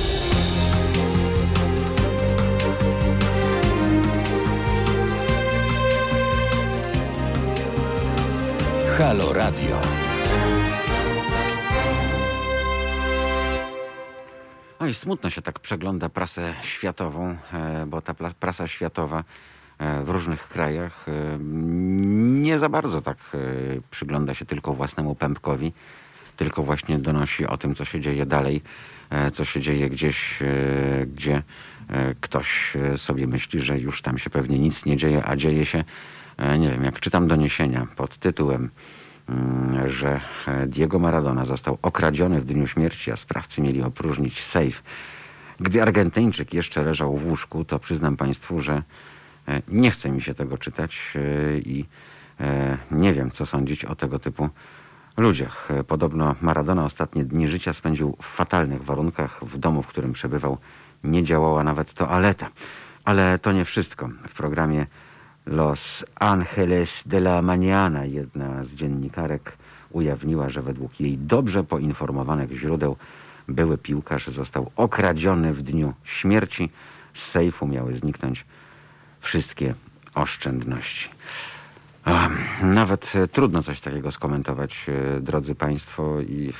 Halo Radio. No i smutno się tak przegląda prasę światową, bo ta prasa światowa w różnych krajach nie za bardzo tak przygląda się tylko własnemu pępkowi, tylko właśnie donosi o tym, co się dzieje dalej, co się dzieje gdzieś, gdzie ktoś sobie myśli, że już tam się pewnie nic nie dzieje, a dzieje się. Nie wiem, jak czytam doniesienia pod tytułem, że Diego Maradona został okradziony w dniu śmierci, a sprawcy mieli opróżnić sejf. Gdy Argentyńczyk jeszcze leżał w łóżku, to przyznam Państwu, że nie chce mi się tego czytać i nie wiem, co sądzić o tego typu ludziach. Podobno Maradona ostatnie dni życia spędził w fatalnych warunkach. W domu, w którym przebywał, nie działała nawet toaleta. Ale to nie wszystko. W programie Los Angeles de la Mañana jedna z dziennikarek ujawniła, że według jej dobrze poinformowanych źródeł były piłkarz został okradziony w dniu śmierci. Z sejfu miały zniknąć wszystkie oszczędności. Nawet trudno coś takiego skomentować, drodzy Państwo. I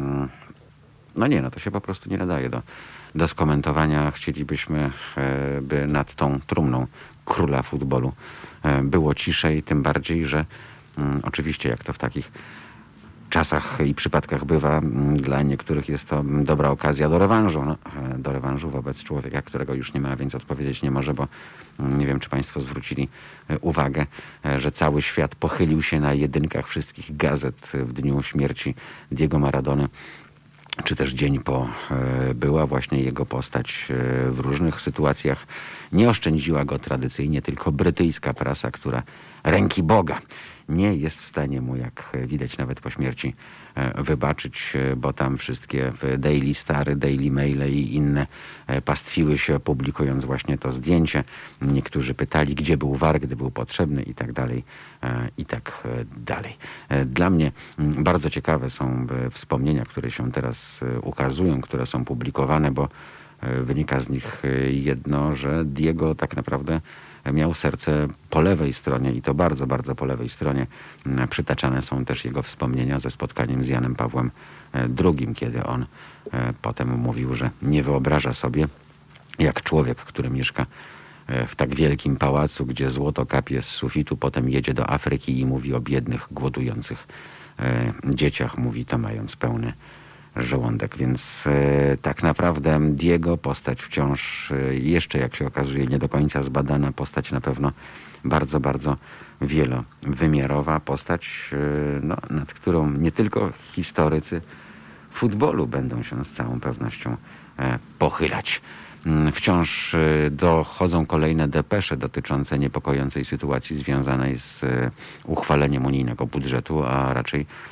no nie, no to się po prostu nie nadaje do, do skomentowania. Chcielibyśmy, by nad tą trumną króla futbolu było ciszej, tym bardziej, że mm, oczywiście jak to w takich czasach i przypadkach bywa, mm, dla niektórych jest to dobra okazja do rewanżu. No, do rewanżu wobec człowieka, którego już nie ma, więc odpowiedzieć nie może, bo mm, nie wiem, czy Państwo zwrócili uwagę, że cały świat pochylił się na jedynkach wszystkich gazet w dniu śmierci Diego Maradony, czy też dzień po była właśnie jego postać w różnych sytuacjach. Nie oszczędziła go tradycyjnie tylko brytyjska prasa, która ręki Boga nie jest w stanie mu, jak widać nawet po śmierci, wybaczyć, bo tam wszystkie Daily Stary, Daily Maile i inne pastwiły się, publikując właśnie to zdjęcie. Niektórzy pytali, gdzie był V A R, gdy był potrzebny i tak dalej, i tak dalej. Dla mnie bardzo ciekawe są wspomnienia, które się teraz ukazują, które są publikowane, bo wynika z nich jedno, że Diego tak naprawdę miał serce po lewej stronie i to bardzo, bardzo po lewej stronie. Przytaczane są też jego wspomnienia ze spotkaniem z Janem Pawłem drugim, kiedy on potem mówił, że nie wyobraża sobie, jak człowiek, który mieszka w tak wielkim pałacu, gdzie złoto kapie z sufitu, potem jedzie do Afryki i mówi o biednych, głodujących dzieciach. Mówi to mając pełny żołądek, więc e, tak naprawdę Diego, postać wciąż e, jeszcze, jak się okazuje, nie do końca zbadana, postać na pewno bardzo, bardzo wielowymiarowa, postać, e, no, nad którą nie tylko historycy futbolu będą się z całą pewnością e, pochylać. Wciąż dochodzą kolejne depesze dotyczące niepokojącej sytuacji związanej z uchwaleniem unijnego budżetu, a raczej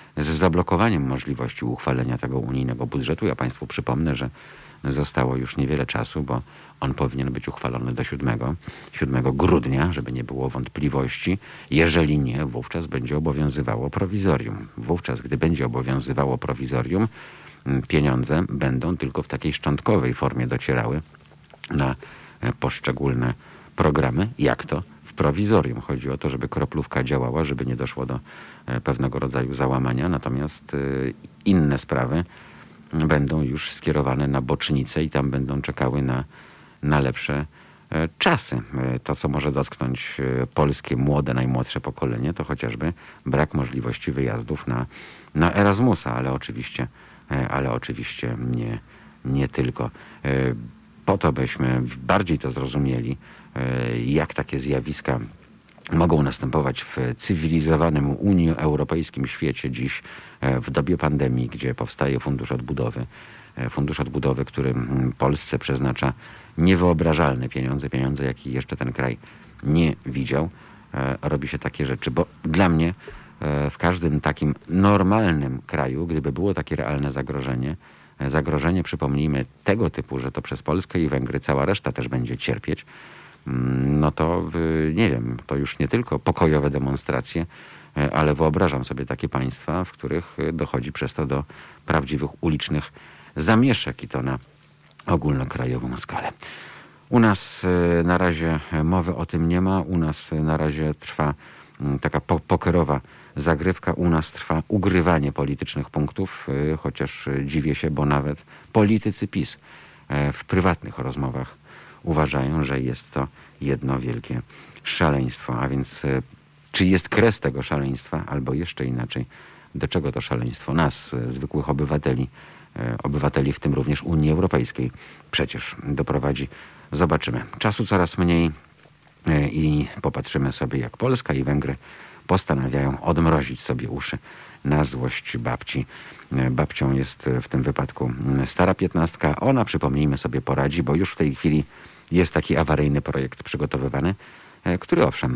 z zablokowaniem możliwości uchwalenia tego unijnego budżetu. Ja Państwu przypomnę, że zostało już niewiele czasu, bo on powinien być uchwalony do siódmego grudnia, żeby nie było wątpliwości. Jeżeli nie, wówczas będzie obowiązywało prowizorium. Wówczas, gdy będzie obowiązywało prowizorium, pieniądze będą tylko w takiej szczątkowej formie docierały na poszczególne programy. Jak to? W prowizorium. Chodzi o to, żeby kroplówka działała, żeby nie doszło do pewnego rodzaju załamania. Natomiast inne sprawy będą już skierowane na bocznicę i tam będą czekały na, na lepsze czasy. To, co może dotknąć polskie młode, najmłodsze pokolenie, to chociażby brak możliwości wyjazdów na, na Erasmusa, ale oczywiście, ale oczywiście nie, nie tylko. Po to, byśmy bardziej to zrozumieli, jak takie zjawiska mogą następować w cywilizowanym Unii Europejskim świecie dziś, w dobie pandemii, gdzie powstaje Fundusz Odbudowy. Fundusz Odbudowy, który Polsce przeznacza niewyobrażalne pieniądze, pieniądze, jakich jeszcze ten kraj nie widział. Robi się takie rzeczy, bo dla mnie w każdym takim normalnym kraju, gdyby było takie realne zagrożenie, zagrożenie, przypomnijmy, tego typu, że to przez Polskę i Węgry cała reszta też będzie cierpieć, no to nie wiem, to już nie tylko pokojowe demonstracje, ale wyobrażam sobie takie państwa, w których dochodzi przez to do prawdziwych ulicznych zamieszek i to na ogólnokrajową skalę. U nas na razie mowy o tym nie ma, u nas na razie trwa taka po- pokerowa zagrywka, u nas trwa ugrywanie politycznych punktów, chociaż dziwię się, bo nawet politycy PiS w prywatnych rozmowach uważają, że jest to jedno wielkie szaleństwo. A więc czy jest kres tego szaleństwa, albo jeszcze inaczej, do czego to szaleństwo nas, zwykłych obywateli, obywateli, w tym również Unii Europejskiej, przecież doprowadzi? Zobaczymy. Czasu coraz mniej i popatrzymy sobie, jak Polska i Węgry postanawiają odmrozić sobie uszy na złość babci. Babcią jest w tym wypadku stara piętnastka. Ona, przypomnijmy sobie, poradzi, bo już w tej chwili jest taki awaryjny projekt przygotowywany, który owszem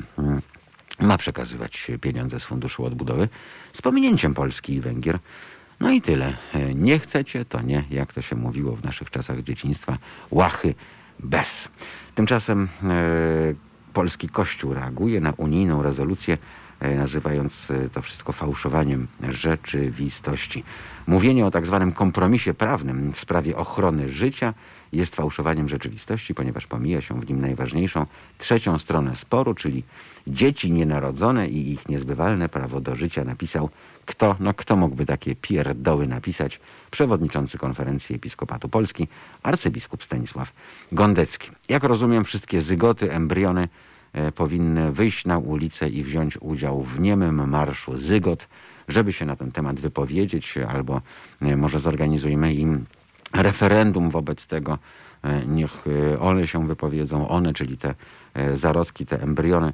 ma przekazywać pieniądze z Funduszu Odbudowy z pominięciem Polski i Węgier. No i tyle. Nie chcecie, to nie, jak to się mówiło w naszych czasach dzieciństwa, łachy bez. Tymczasem e, polski Kościół reaguje na unijną rezolucję, e, nazywając to wszystko fałszowaniem rzeczywistości. Mówienie o tak zwanym kompromisie prawnym w sprawie ochrony życia jest fałszowaniem rzeczywistości, ponieważ pomija się w nim najważniejszą trzecią stronę sporu, czyli dzieci nienarodzone i ich niezbywalne prawo do życia, napisał kto? No kto mógłby takie pierdoły napisać? Przewodniczący Konferencji Episkopatu Polski, arcybiskup Stanisław Gondecki. Jak rozumiem, wszystkie zygoty, embriony e, powinny wyjść na ulicę i wziąć udział w niemym marszu zygot, żeby się na ten temat wypowiedzieć, albo e, może zorganizujmy im referendum wobec tego. E, niech e, one się wypowiedzą, one, czyli te e, zarodki, te embriony.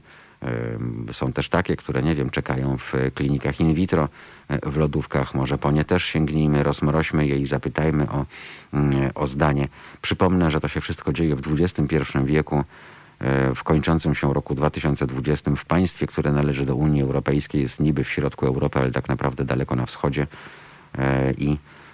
Są też takie, które, nie wiem, czekają w klinikach in vitro, w lodówkach. Może po nie też sięgnijmy, rozmroźmy je i zapytajmy o, o zdanie. Przypomnę, że to się wszystko dzieje w dwudziestym pierwszym wieku, w kończącym się roku dwa tysiące dwudziestym, w państwie, które należy do Unii Europejskiej, jest niby w środku Europy, ale tak naprawdę daleko na wschodzie i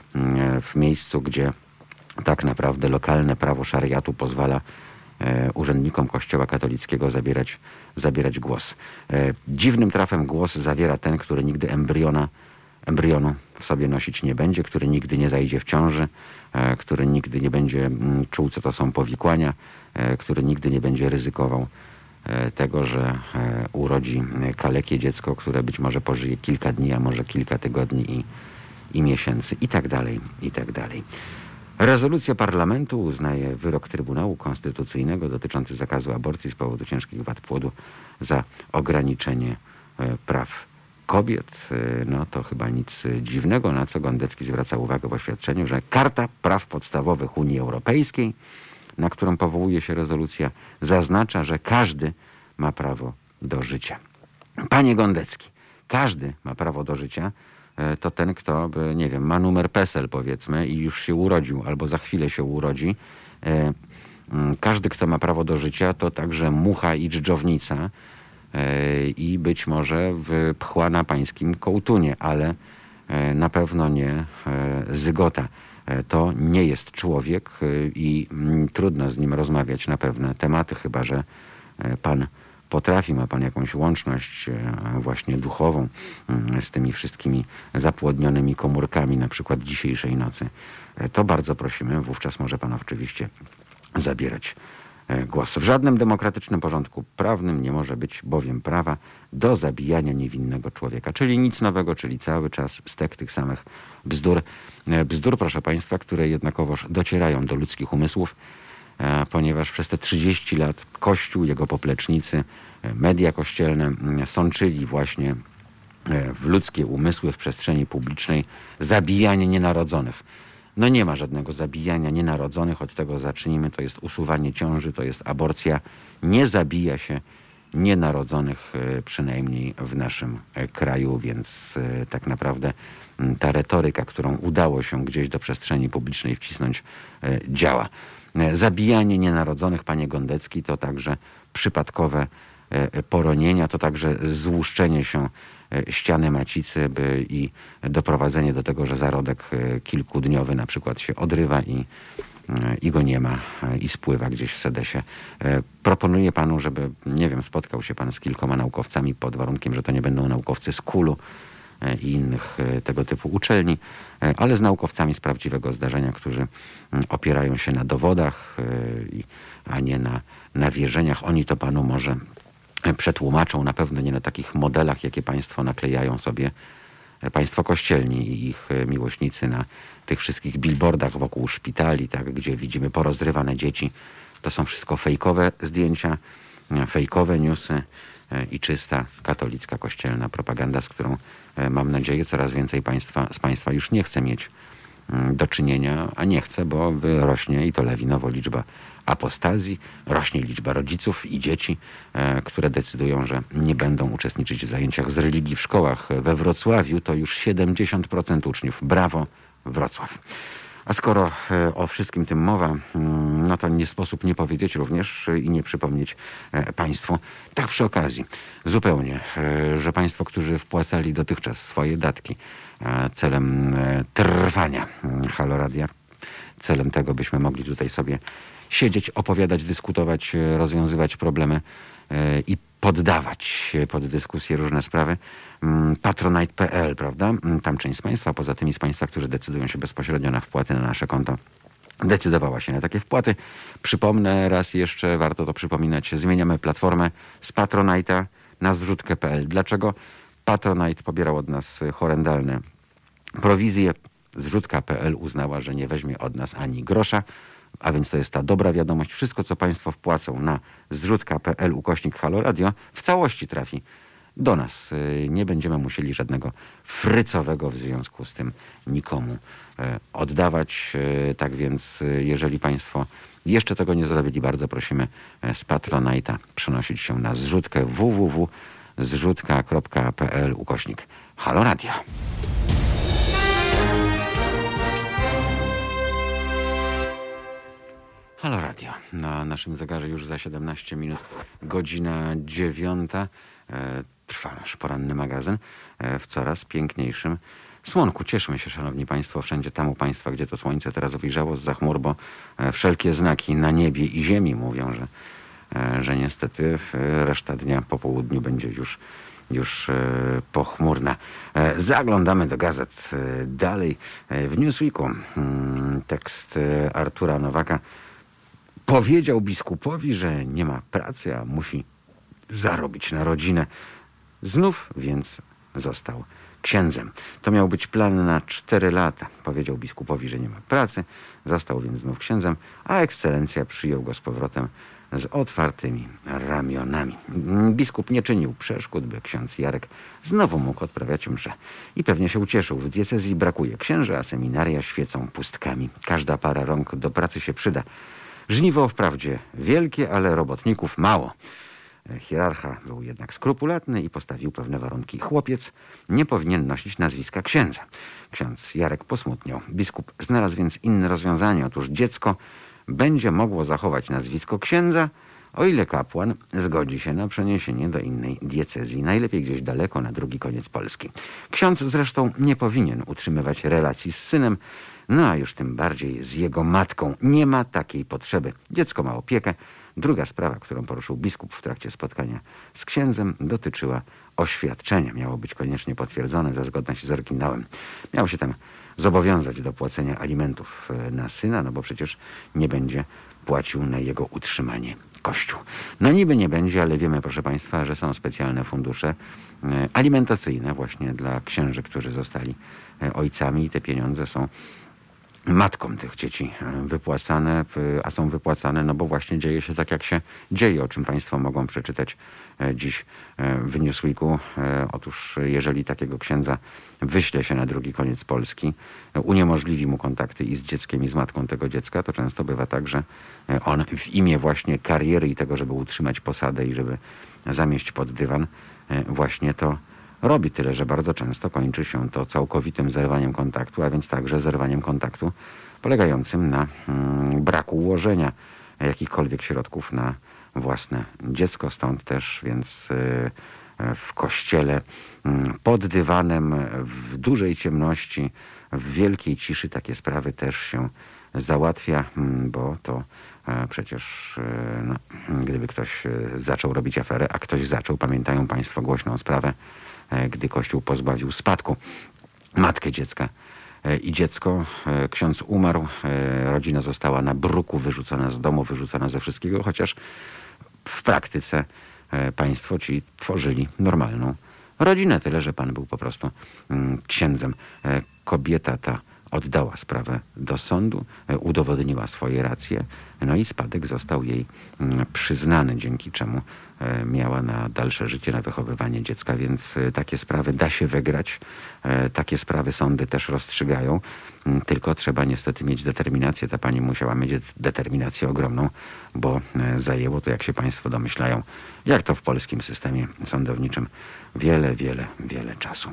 w miejscu, gdzie tak naprawdę lokalne prawo szariatu pozwala urzędnikom Kościoła katolickiego zabierać, zabierać głos. Dziwnym trafem głos zawiera ten, który nigdy embriona, embrionu w sobie nosić nie będzie, który nigdy nie zajdzie w ciąży, który nigdy nie będzie czuł, co to są powikłania, który nigdy nie będzie ryzykował tego, że urodzi kalekie dziecko, które być może pożyje kilka dni, a może kilka tygodni i, i miesięcy i tak dalej, i tak dalej. Rezolucja parlamentu uznaje wyrok Trybunału Konstytucyjnego dotyczący zakazu aborcji z powodu ciężkich wad płodu za ograniczenie praw kobiet. No to chyba nic dziwnego, na co Gondecki zwraca uwagę w oświadczeniu, że Karta Praw Podstawowych Unii Europejskiej, na którą powołuje się rezolucja, zaznacza, że każdy ma prawo do życia. Panie Gondecki, każdy ma prawo do życia, to ten, kto, nie wiem, ma numer PESEL, powiedzmy, i już się urodził, albo za chwilę się urodzi. Każdy, kto ma prawo do życia, to także mucha i dżdżownica i być może pchła na pańskim kołtunie, ale na pewno nie zygota. To nie jest człowiek i trudno z nim rozmawiać na pewne tematy, chyba że pan potrafi, ma pan jakąś łączność właśnie duchową z tymi wszystkimi zapłodnionymi komórkami, na przykład dzisiejszej nocy. To bardzo prosimy, wówczas może pan oczywiście zabierać głos. W żadnym demokratycznym porządku prawnym nie może być bowiem prawa do zabijania niewinnego człowieka. Czyli nic nowego, czyli cały czas stek tych samych bzdur. Bzdur, proszę państwa, które jednakowoż docierają do ludzkich umysłów, ponieważ przez te trzydzieści lat Kościół, jego poplecznicy, media kościelne sączyli właśnie w ludzkie umysły, w przestrzeni publicznej zabijanie nienarodzonych. No nie ma żadnego zabijania nienarodzonych, od tego zacznijmy, to jest usuwanie ciąży, to jest aborcja. Nie zabija się nienarodzonych, przynajmniej w naszym kraju, więc tak naprawdę ta retoryka, którą udało się gdzieś do przestrzeni publicznej wcisnąć, działa. Zabijanie nienarodzonych, panie Gondecki, to także przypadkowe poronienia, to także złuszczenie się ściany macicy by i doprowadzenie do tego, że zarodek kilkudniowy na przykład się odrywa i, i go nie ma i spływa gdzieś w sedesie. Proponuję panu, żeby, nie wiem, spotkał się pan z kilkoma naukowcami pod warunkiem, że to nie będą naukowcy z kulu i innych tego typu uczelni, ale z naukowcami z prawdziwego zdarzenia, którzy opierają się na dowodach, a nie na, na wierzeniach. Oni to panu może przetłumaczą, na pewno nie na takich modelach, jakie państwo naklejają sobie, państwo kościelni i ich miłośnicy na tych wszystkich billboardach wokół szpitali, tak, gdzie widzimy porozrywane dzieci. To są wszystko fejkowe zdjęcia, fejkowe newsy i czysta katolicka kościelna propaganda, z którą, mam nadzieję, coraz więcej państwa, z państwa już nie chce mieć do czynienia, a nie chce, bo rośnie i to lawinowo liczba apostazji, rośnie liczba rodziców i dzieci, które decydują, że nie będą uczestniczyć w zajęciach z religii w szkołach. We Wrocławiu to już siedemdziesiąt procent uczniów. Brawo, Wrocław. A skoro o wszystkim tym mowa, no to nie sposób nie powiedzieć również i nie przypomnieć państwu, tak przy okazji, zupełnie, że państwo, którzy wpłacali dotychczas swoje datki celem trwania Halo Radia, celem tego, byśmy mogli tutaj sobie siedzieć, opowiadać, dyskutować, rozwiązywać problemy i poddawać pod dyskusję różne sprawy. Patronite kropka p l, prawda? Tam część z państwa, poza tymi z państwa, którzy decydują się bezpośrednio na wpłaty na nasze konto, decydowała się na takie wpłaty. Przypomnę raz jeszcze, warto to przypominać, zmieniamy platformę z Patronite'a na zrzutkę kropka p l. Dlaczego? Patronite pobierał od nas horrendalne prowizje. Zrzutka kropka p l uznała, że nie weźmie od nas ani grosza, a więc to jest ta dobra wiadomość. Wszystko, co państwo wpłacą na zrzutka kropka p l ukośnik Halo Radio, w całości trafi do nas. Nie będziemy musieli żadnego frycowego w związku z tym nikomu oddawać. Tak więc, jeżeli państwo jeszcze tego nie zrobili, bardzo prosimy z Patronite'a przenosić się na zrzutkę w w w kropka zrzutka kropka p l ukośnik Halo Radio. Halo Radio. Na naszym zegarze już za siedemnaście minut, godzina dziewiąta. E, trwa nasz poranny magazyn e, w coraz piękniejszym słonku. Cieszmy się, szanowni państwo, wszędzie tam u państwa, gdzie to słońce teraz wyjrzało zza chmur, bo e, wszelkie znaki na niebie i ziemi mówią, że, e, że niestety e, reszta dnia po południu będzie już już e, pochmurna. E, zaglądamy do gazet e, dalej. E, w Newsweeku mm, tekst e, Artura Nowaka. Powiedział biskupowi, że nie ma pracy, a musi zarobić na rodzinę. Znów więc został księdzem. To miał być plan na cztery lata. Powiedział biskupowi, że nie ma pracy, został więc znów księdzem, a ekscelencja przyjął go z powrotem z otwartymi ramionami. Biskup nie czynił przeszkód, by ksiądz Jarek znowu mógł odprawiać msze. I pewnie się ucieszył. W diecezji brakuje księży, a seminaria świecą pustkami. Każda para rąk do pracy się przyda. Żniwo wprawdzie wielkie, ale robotników mało. Hierarcha był jednak skrupulatny i postawił pewne warunki. Chłopiec nie powinien nosić nazwiska księdza. Ksiądz Jarek posmutniał. Biskup znalazł więc inne rozwiązanie. Otóż dziecko będzie mogło zachować nazwisko księdza, o ile kapłan zgodzi się na przeniesienie do innej diecezji, najlepiej gdzieś daleko na drugi koniec Polski. Ksiądz zresztą nie powinien utrzymywać relacji z synem, no a już tym bardziej z jego matką. Nie ma takiej potrzeby. Dziecko ma opiekę. Druga sprawa, którą poruszył biskup w trakcie spotkania z księdzem, dotyczyła oświadczenia. Miało być koniecznie potwierdzone za zgodność z oryginałem. Miał się tam zobowiązać do płacenia alimentów na syna, no bo przecież nie będzie płacił na jego utrzymanie Kościół. No niby nie będzie, ale wiemy, proszę Państwa, że są specjalne fundusze alimentacyjne właśnie dla księży, którzy zostali ojcami i te pieniądze są matkom tych dzieci wypłacane, a są wypłacane, no bo właśnie dzieje się tak, jak się dzieje, o czym Państwo mogą przeczytać dziś w Newsweeku. Otóż jeżeli takiego księdza wyśle się na drugi koniec Polski, uniemożliwi mu kontakty i z dzieckiem, i z matką tego dziecka, to często bywa tak, że on w imię właśnie kariery i tego, żeby utrzymać posadę i żeby zamieść pod dywan, właśnie to robi. Tyle, że bardzo często kończy się to całkowitym zerwaniem kontaktu, a więc także zerwaniem kontaktu polegającym na mm, braku ułożenia jakichkolwiek środków na własne dziecko. Stąd też więc y, w kościele y, pod dywanem, w dużej ciemności, w wielkiej ciszy takie sprawy też się załatwia, y, bo to y, przecież y, no, gdyby ktoś y, zaczął robić aferę, a ktoś zaczął, pamiętają Państwo głośną sprawę, gdy Kościół pozbawił spadku matkę dziecka i dziecko. Ksiądz umarł, rodzina została na bruku wyrzucona z domu, wyrzucona ze wszystkiego, chociaż w praktyce państwo ci tworzyli normalną rodzinę. Tyle, że pan był po prostu księdzem. Kobieta ta oddała sprawę do sądu, udowodniła swoje racje, no i spadek został jej przyznany, dzięki czemu miała na dalsze życie, na wychowywanie dziecka, więc takie sprawy da się wygrać. Takie sprawy sądy też rozstrzygają, tylko trzeba niestety mieć determinację. Ta pani musiała mieć determinację ogromną, bo zajęło to, jak się Państwo domyślają, jak to w polskim systemie sądowniczym, wiele, wiele, wiele czasu.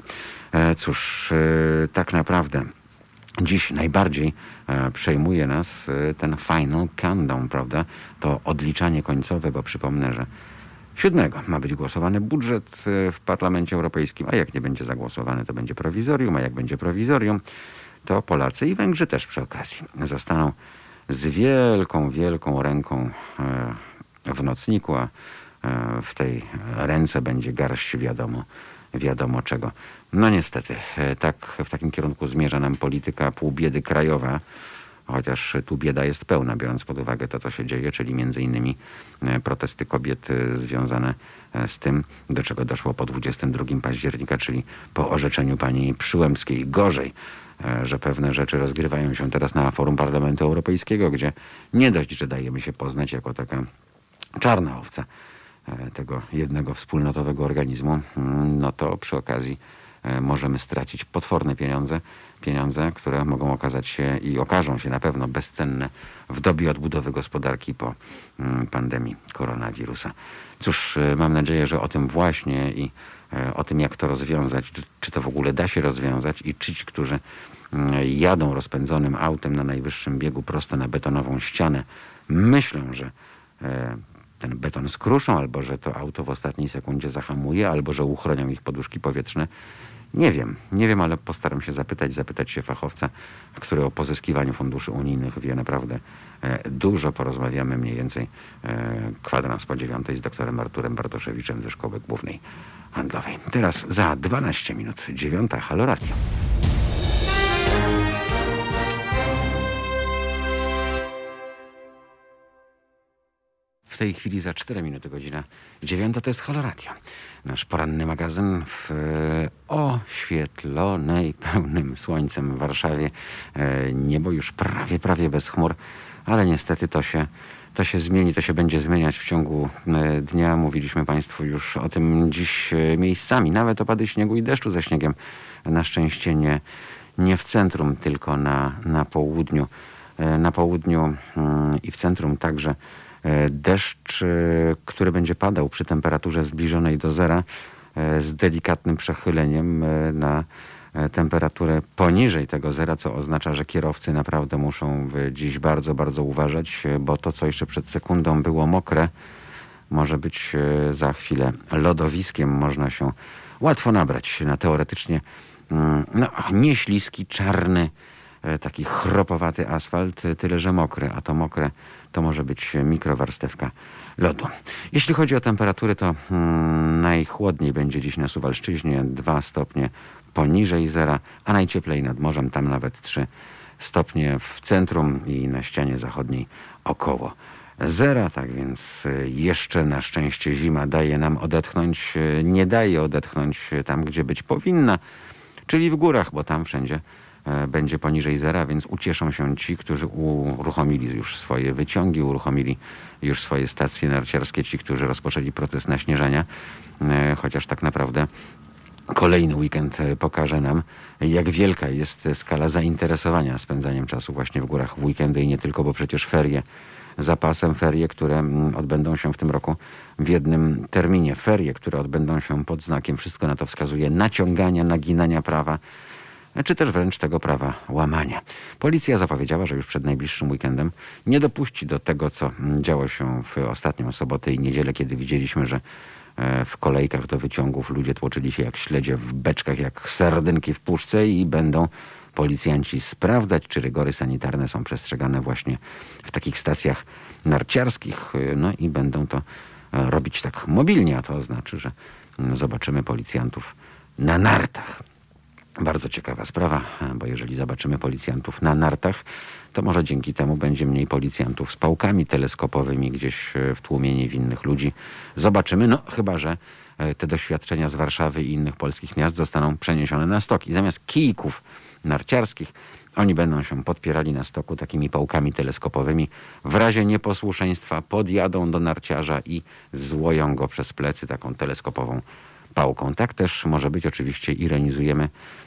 Cóż, tak naprawdę dziś najbardziej e, przejmuje nas e, ten final countdown, prawda? To odliczanie końcowe, bo przypomnę, że siódmego ma być głosowany budżet e, w Parlamencie Europejskim, a jak nie będzie zagłosowany, to będzie prowizorium, a jak będzie prowizorium, to Polacy i Węgrzy też przy okazji zostaną z wielką, wielką ręką e, w nocniku, a e, w tej ręce będzie garść wiadomo, wiadomo czego. No niestety, tak w takim kierunku zmierza nam polityka pół biedy krajowa, chociaż tu bieda jest pełna, biorąc pod uwagę to, co się dzieje, czyli między innymi protesty kobiet związane z tym, do czego doszło po dwudziestego drugiego października, czyli po orzeczeniu pani Przyłębskiej. Gorzej, że pewne rzeczy rozgrywają się teraz na forum Parlamentu Europejskiego, gdzie nie dość, że dajemy się poznać jako taka czarna owca tego jednego wspólnotowego organizmu, no to przy okazji możemy stracić potworne pieniądze, pieniądze, które mogą okazać się i okażą się na pewno bezcenne w dobie odbudowy gospodarki po pandemii koronawirusa. Cóż, mam nadzieję, że o tym właśnie i o tym, jak to rozwiązać, czy to w ogóle da się rozwiązać i ci, którzy jadą rozpędzonym autem na najwyższym biegu prosto na betonową ścianę, myślą, że ten beton skruszą, albo że to auto w ostatniej sekundzie zahamuje, albo że uchronią ich poduszki powietrzne. Nie wiem, nie wiem, ale postaram się zapytać, zapytać się fachowca, który o pozyskiwaniu funduszy unijnych wie naprawdę dużo. Porozmawiamy mniej więcej kwadrans po dziewiątej z doktorem Arturem Bartoszewiczem ze Szkoły Głównej Handlowej. Teraz za dwanaście minut dziewiąta, Halo Radio. W tej chwili za cztery minuty godzina dziewiąta to jest Halo Radio. Nasz poranny magazyn w oświetlonej, pełnym słońcem w Warszawie. Niebo już prawie, prawie bez chmur, ale niestety to się, to się zmieni, to się będzie zmieniać w ciągu dnia. Mówiliśmy Państwu już o tym dziś miejscami. Nawet opady śniegu i deszczu ze śniegiem. Na szczęście nie, nie w centrum, tylko na, na południu. Na południu i w centrum także deszcz, który będzie padał przy temperaturze zbliżonej do zera z delikatnym przechyleniem na temperaturę poniżej tego zera, co oznacza, że kierowcy naprawdę muszą dziś bardzo, bardzo uważać, bo to, co jeszcze przed sekundą było mokre, może być za chwilę lodowiskiem. Można się łatwo nabrać na teoretycznie no, nieśliski, czarny, taki chropowaty asfalt, tyle że mokry, a to mokre to może być mikrowarstewka lodu. Jeśli chodzi o temperatury, to hmm, najchłodniej będzie dziś na Suwalszczyźnie, dwa stopnie poniżej zera, a najcieplej nad morzem, tam nawet trzy stopnie w centrum i na ścianie zachodniej około zera, tak więc jeszcze na szczęście zima daje nam odetchnąć, nie daje odetchnąć tam, gdzie być powinna, czyli w górach, bo tam wszędzie będzie poniżej zera, więc ucieszą się ci, którzy uruchomili już swoje wyciągi, uruchomili już swoje stacje narciarskie, ci, którzy rozpoczęli proces naśnieżania, chociaż tak naprawdę kolejny weekend pokaże nam, jak wielka jest skala zainteresowania spędzaniem czasu właśnie w górach w weekendy i nie tylko, bo przecież ferie za pasem, ferie, które odbędą się w tym roku w jednym terminie, ferie, które odbędą się pod znakiem, wszystko na to wskazuje, naciągania, naginania prawa, czy też wręcz tego prawa łamania. Policja zapowiedziała, że już przed najbliższym weekendem nie dopuści do tego, co działo się w ostatnią sobotę i niedzielę, kiedy widzieliśmy, że w kolejkach do wyciągów ludzie tłoczyli się jak śledzie w beczkach, jak sardynki w puszce i będą policjanci sprawdzać, czy rygory sanitarne są przestrzegane właśnie w takich stacjach narciarskich. No i będą to robić tak mobilnie, a to znaczy, że zobaczymy policjantów na nartach. Bardzo ciekawa sprawa, bo jeżeli zobaczymy policjantów na nartach, to może dzięki temu będzie mniej policjantów z pałkami teleskopowymi gdzieś w tłumie niewinnych ludzi. Zobaczymy, no chyba że te doświadczenia z Warszawy i innych polskich miast zostaną przeniesione na stok. I zamiast kijków narciarskich, oni będą się podpierali na stoku takimi pałkami teleskopowymi. W razie nieposłuszeństwa podjadą do narciarza i złoją go przez plecy taką teleskopową pałką. Tak też może być, oczywiście ironizujemy,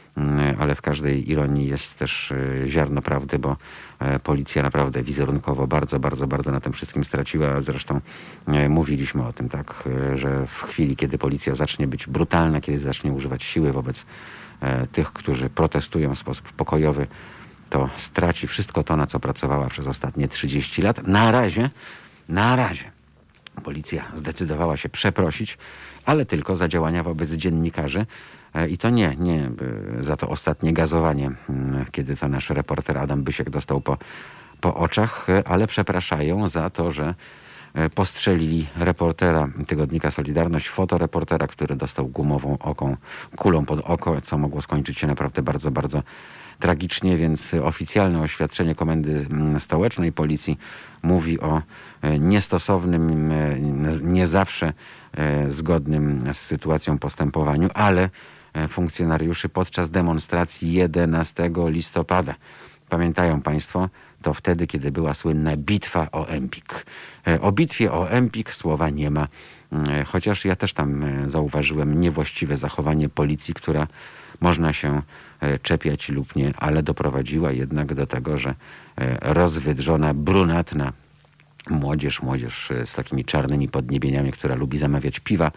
ale w każdej ironii jest też ziarno prawdy, bo policja naprawdę wizerunkowo bardzo, bardzo, bardzo na tym wszystkim straciła. Zresztą mówiliśmy o tym, tak, że w chwili, kiedy policja zacznie być brutalna, kiedy zacznie używać siły wobec tych, którzy protestują w sposób pokojowy, to straci wszystko to, na co pracowała przez ostatnie trzydzieści lat. Na razie, na razie policja zdecydowała się przeprosić, ale tylko za działania wobec dziennikarzy. I to nie, nie za to ostatnie gazowanie, kiedy to nasz reporter Adam Bysiek dostał po, po oczach, ale przepraszają za to, że postrzelili reportera tygodnika Solidarność, fotoreportera, który dostał gumową oką, kulą pod oko, co mogło skończyć się naprawdę bardzo, bardzo tragicznie, więc oficjalne oświadczenie Komendy Stołecznej Policji mówi o niestosownym, nie zawsze zgodnym z sytuacją postępowaniu, ale funkcjonariuszy podczas demonstracji jedenastego listopada. Pamiętają Państwo, to wtedy, kiedy była słynna bitwa o Empik. O bitwie o Empik słowa nie ma, chociaż ja też tam zauważyłem niewłaściwe zachowanie policji, która można się czepiać lub nie, ale doprowadziła jednak do tego, że rozwydrzona, brunatna młodzież, młodzież z takimi czarnymi podniebieniami, która lubi zamawiać piwa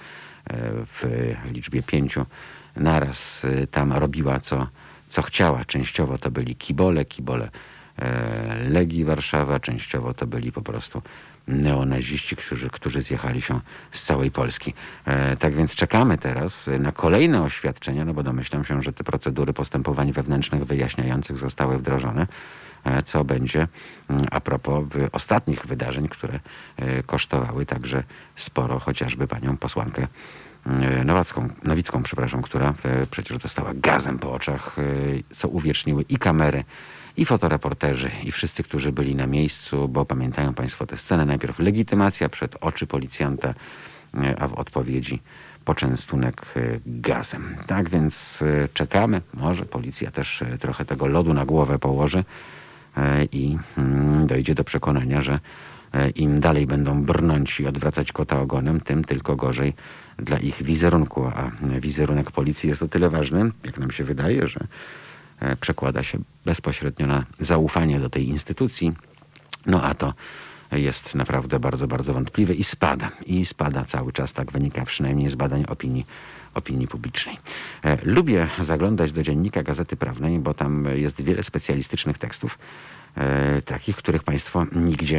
w liczbie pięciu naraz, tam robiła co, co chciała. Częściowo to byli kibole, kibole Legii Warszawa, częściowo to byli po prostu neonaziści, którzy, którzy zjechali się z całej Polski. E, tak więc czekamy teraz na kolejne oświadczenia, no bo domyślam się, że te procedury postępowań wewnętrznych wyjaśniających zostały wdrożone. E, co będzie m, a propos ostatnich wydarzeń, które e, kosztowały także sporo, chociażby panią posłankę e, Nowacką, Nowicką, przepraszam, która e, przecież dostała gazem po oczach, e, co uwieczniły i kamery, i fotoreporterzy, i wszyscy, którzy byli na miejscu, bo pamiętają Państwo tę scenę. Najpierw legitymacja przed oczy policjanta, a w odpowiedzi poczęstunek gazem. Tak więc czekamy. Może policja też trochę tego lodu na głowę położy i dojdzie do przekonania, że im dalej będą brnąć i odwracać kota ogonem, tym tylko gorzej dla ich wizerunku. A wizerunek policji jest o tyle ważny, jak nam się wydaje, że przekłada się bezpośrednio na zaufanie do tej instytucji. No a to jest naprawdę bardzo, bardzo wątpliwe i spada. I spada cały czas, tak wynika przynajmniej z badań opinii, opinii publicznej. E, lubię zaglądać do dziennika Gazety Prawnej, bo tam jest wiele specjalistycznych tekstów, e, takich, których Państwo nigdzie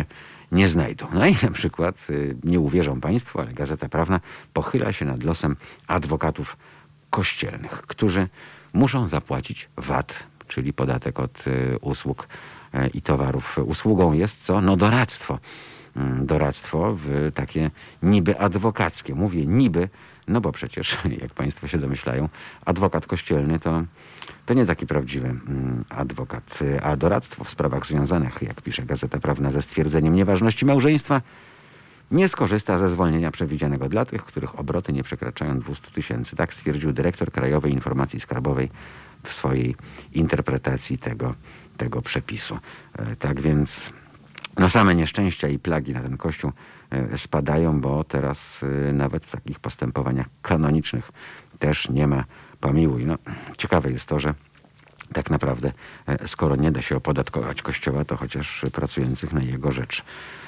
nie znajdą. No i na przykład, nie uwierzą państwo, ale Gazeta Prawna pochyla się nad losem adwokatów kościelnych, którzy muszą zapłacić V A T, czyli podatek od usług i towarów. Usługą jest co? No doradztwo. Doradztwo w takie niby adwokackie. Mówię niby, no bo przecież, jak państwo się domyślają, adwokat kościelny to, to nie taki prawdziwy adwokat. A doradztwo w sprawach związanych, jak pisze Gazeta Prawna, ze stwierdzeniem nieważności małżeństwa nie skorzysta ze zwolnienia przewidzianego dla tych, których obroty nie przekraczają dwieście tysięcy. Tak stwierdził dyrektor Krajowej Informacji Skarbowej w swojej interpretacji tego, tego przepisu. Tak więc no same nieszczęścia i plagi na ten kościół spadają, bo teraz nawet w takich postępowaniach kanonicznych też nie ma pomiłuj. No, ciekawe jest to, że tak naprawdę skoro nie da się opodatkować kościoła, to chociaż pracujących na jego rzecz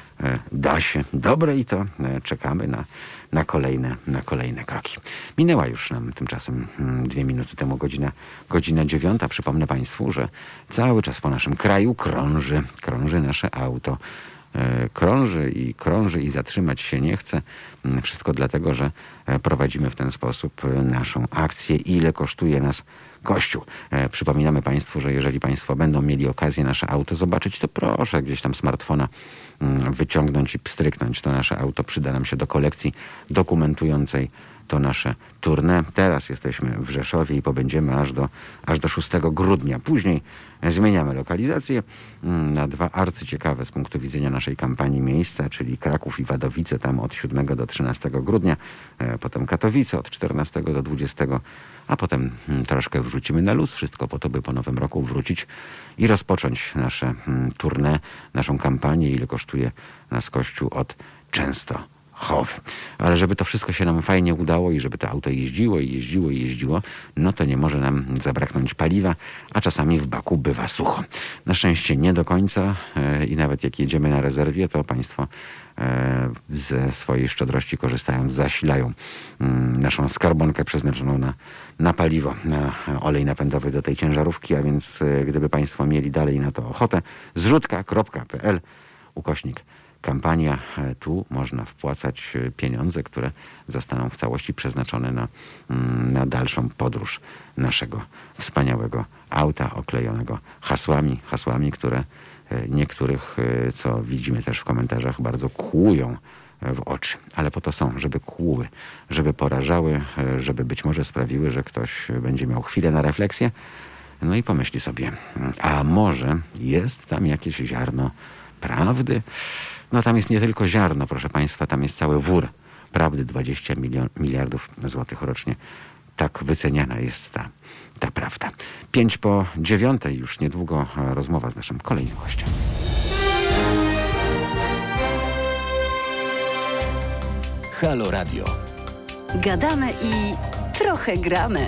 da się. Dobre i to czekamy na, na, kolejne, na kolejne kroki. Minęła już nam tymczasem dwie minuty temu godzina, godzina dziewiąta. Przypomnę państwu, że cały czas po naszym kraju krąży, krąży nasze auto. Krąży i krąży i zatrzymać się nie chce. Wszystko dlatego, że prowadzimy w ten sposób naszą akcję. Ile kosztuje nas Kościół? Przypominamy państwu, że jeżeli państwo będą mieli okazję nasze auto zobaczyć, to proszę gdzieś tam smartfona wyciągnąć i pstryknąć. To nasze auto przyda nam się do kolekcji dokumentującej to nasze tournée. Teraz jesteśmy w Rzeszowie i pobędziemy aż do, aż do szóstego grudnia. Później zmieniamy lokalizację na dwa arcyciekawe z punktu widzenia naszej kampanii miejsca, czyli Kraków i Wadowice, tam od siódmego do trzynastego grudnia, potem Katowice od czternastego do dwudziestego, a potem troszkę wrzucimy na luz, wszystko po to, by po nowym roku wrócić i rozpocząć nasze tournée, naszą kampanię, ile kosztuje nas Kościół od Częstochowy. Ale żeby to wszystko się nam fajnie udało i żeby to auto jeździło i jeździło i jeździło, no to nie może nam zabraknąć paliwa, a czasami w baku bywa sucho. Na szczęście nie do końca i nawet jak jedziemy na rezerwie, to państwo ze swojej szczodrości korzystając zasilają naszą skarbonkę przeznaczoną na, na paliwo, na olej napędowy do tej ciężarówki, a więc gdyby państwo mieli dalej na to ochotę, zrzutka kropka p l ukośnik kampania. Tu można wpłacać pieniądze, które zostaną w całości przeznaczone na, na dalszą podróż naszego wspaniałego auta oklejonego hasłami, hasłami, które niektórych, co widzimy też w komentarzach, bardzo kłują w oczy. Ale po to są, żeby kłuły, żeby porażały, żeby być może sprawiły, że ktoś będzie miał chwilę na refleksję, no i pomyśli sobie, a może jest tam jakieś ziarno prawdy? No tam jest nie tylko ziarno, proszę państwa, tam jest cały wór prawdy, dwadzieścia miliardów złotych rocznie. Tak wyceniana jest ta, ta prawda. Pięć po dziewiątej, już niedługo rozmowa z naszym kolejnym gościem. Halo Radio. Gadamy i trochę gramy.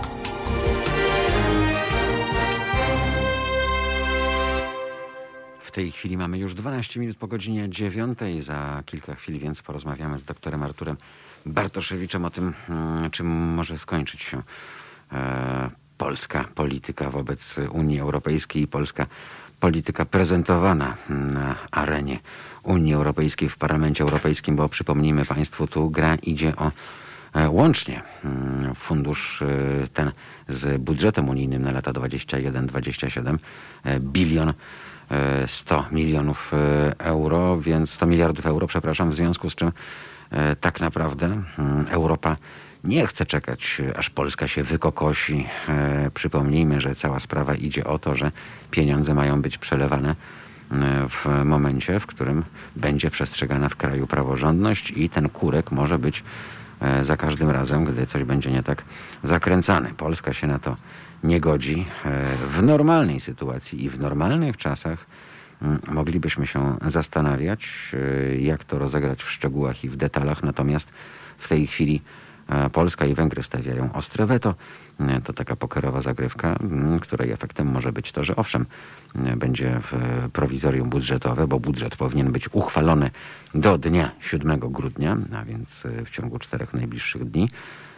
W tej chwili mamy już dwanaście minut po godzinie dziewiątej. Za kilka chwil więc porozmawiamy z doktorem Arturem Bartoszewiczem o tym, czym może skończyć się e, polska polityka wobec Unii Europejskiej i polska polityka prezentowana na arenie Unii Europejskiej w Parlamencie Europejskim, bo przypomnijmy państwu, tu gra idzie o e, łącznie e, fundusz e, ten z budżetem unijnym na lata dwadzieścia jeden dwadzieścia siedem e, bilion sto milionów euro, więc sto miliardów euro, przepraszam, w związku z czym tak naprawdę Europa nie chce czekać, aż Polska się wykokosi. Przypomnijmy, że cała sprawa idzie o to, że pieniądze mają być przelewane w momencie, w którym będzie przestrzegana w kraju praworządność i ten kurek może być za każdym razem, gdy coś będzie nie tak zakręcany. Polska się na to nie godzi. W normalnej sytuacji i w normalnych czasach moglibyśmy się zastanawiać, jak to rozegrać w szczegółach i w detalach, natomiast w tej chwili Polska i Węgry stawiają ostre weto. To taka pokerowa zagrywka, której efektem może być to, że owszem, będzie prowizorium budżetowe, bo budżet powinien być uchwalony do dnia siódmego grudnia, a więc w ciągu czterech najbliższych dni.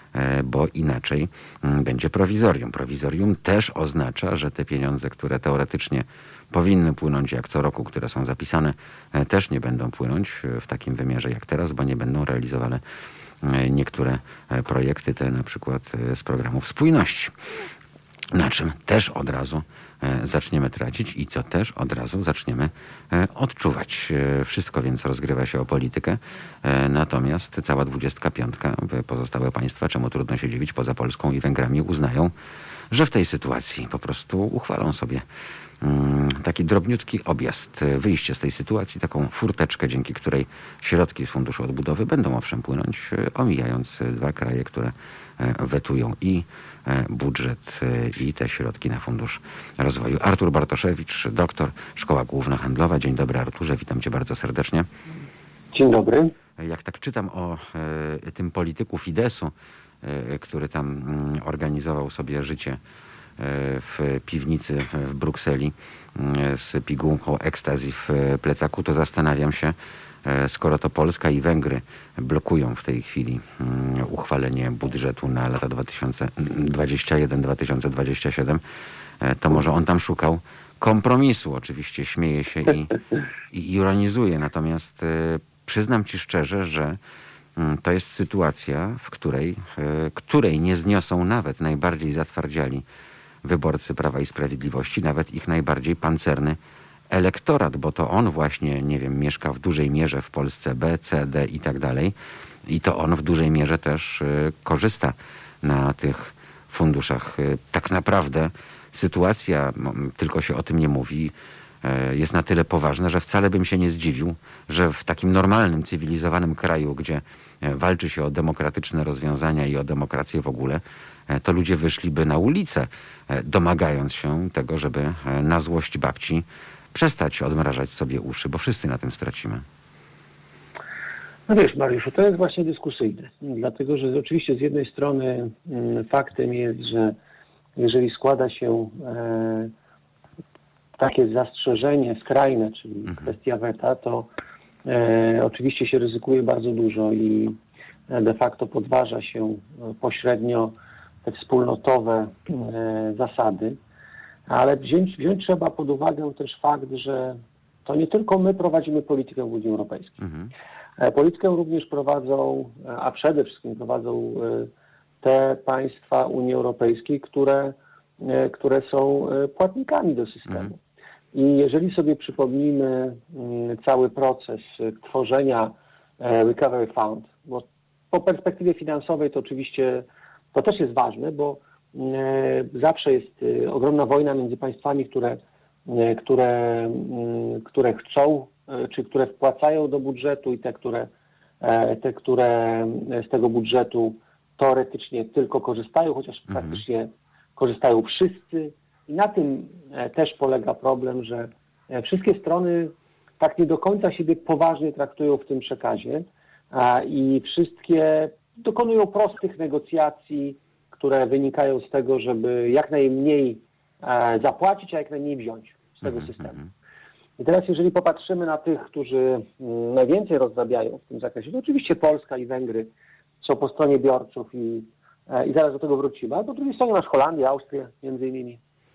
bo inaczej będzie prowizorium. Prowizorium też oznacza, że te pieniądze, które teoretycznie powinny płynąć jak co roku, które są zapisane, też nie będą płynąć w takim wymiarze jak teraz, bo nie będą realizowane niektóre projekty, te na przykład z programów spójności. Na czym też od razu zaczniemy tracić i co też od razu zaczniemy odczuwać. Wszystko więc rozgrywa się o politykę, natomiast cała dwudziestka piątka, pozostałe państwa, czemu trudno się dziwić, poza Polską i Węgrami, uznają, że w tej sytuacji po prostu uchwalą sobie taki drobniutki objazd, wyjście z tej sytuacji, taką furteczkę, dzięki której środki z Funduszu Odbudowy będą owszem płynąć, omijając dwa kraje, które wetują i budżet, i te środki na Fundusz Rozwoju. Artur Bartoszewicz, doktor, Szkoła Główna Handlowa. Dzień dobry, Arturze, witam cię bardzo serdecznie. Dzień dobry. Jak tak czytam o e, tym polityku Fidesu, e, który tam mm, organizował sobie życie w piwnicy w Brukseli z pigułką ekstazji w plecaku, to zastanawiam się, skoro to Polska i Węgry blokują w tej chwili uchwalenie budżetu na lata dwa tysiące dwudziesty pierwszy do dwa tysiące dwudziestego siódmego, to może on tam szukał kompromisu. Oczywiście śmieje się i, i ironizuje, natomiast przyznam ci szczerze, że to jest sytuacja, w której, której nie zniosą nawet najbardziej zatwardziali wyborcy Prawa i Sprawiedliwości, nawet ich najbardziej pancerny elektorat, bo to on właśnie, nie wiem, mieszka w dużej mierze w Polsce B, C, D i tak dalej. I to on w dużej mierze też y, korzysta na tych funduszach. Y, tak naprawdę sytuacja, m, tylko się o tym nie mówi, y, jest na tyle poważna, że wcale bym się nie zdziwił, że w takim normalnym, cywilizowanym kraju, gdzie y, walczy się o demokratyczne rozwiązania i o demokrację w ogóle, y, to ludzie wyszliby na ulicę, y, domagając się tego, żeby y, na złość babci przestać odmrażać sobie uszy, bo wszyscy na tym stracimy. No wiesz, Mariuszu, to jest właśnie dyskusyjne, dlatego że oczywiście z jednej strony mm, faktem jest, że jeżeli składa się e, takie zastrzeżenie skrajne, czyli mhm. kwestia weta, to e, oczywiście się ryzykuje bardzo dużo i de facto podważa się pośrednio te wspólnotowe e, zasady. Ale wziąć, wziąć trzeba pod uwagę też fakt, że to nie tylko my prowadzimy politykę w Unii Europejskiej. Mhm. Politykę również prowadzą, a przede wszystkim prowadzą te państwa Unii Europejskiej, które, które są płatnikami do systemu. Mhm. I jeżeli sobie przypomnimy cały proces tworzenia Recovery Fund, bo po perspektywie finansowej to oczywiście to też jest ważne, bo zawsze jest ogromna wojna między państwami, które, które, które chcą, czy które wpłacają do budżetu i te które, te, które z tego budżetu teoretycznie tylko korzystają, chociaż mhm. praktycznie korzystają wszyscy. I na tym też polega problem, że wszystkie strony tak nie do końca siebie poważnie traktują w tym przekazie i wszystkie dokonują prostych negocjacji, które wynikają z tego, żeby jak najmniej e, zapłacić, a jak najmniej wziąć z tego systemu. I teraz jeżeli popatrzymy na tych, którzy m, najwięcej rozrabiają w tym zakresie, to oczywiście Polska i Węgry są po stronie biorców i, e, i zaraz do tego wrócimy. A po drugiej stronie masz Holandię, Austrię między innymi.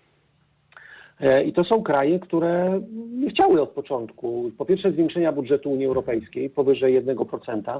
E, I to są kraje, które nie chciały od początku, po pierwsze zwiększenia budżetu Unii Europejskiej powyżej jednego procenta.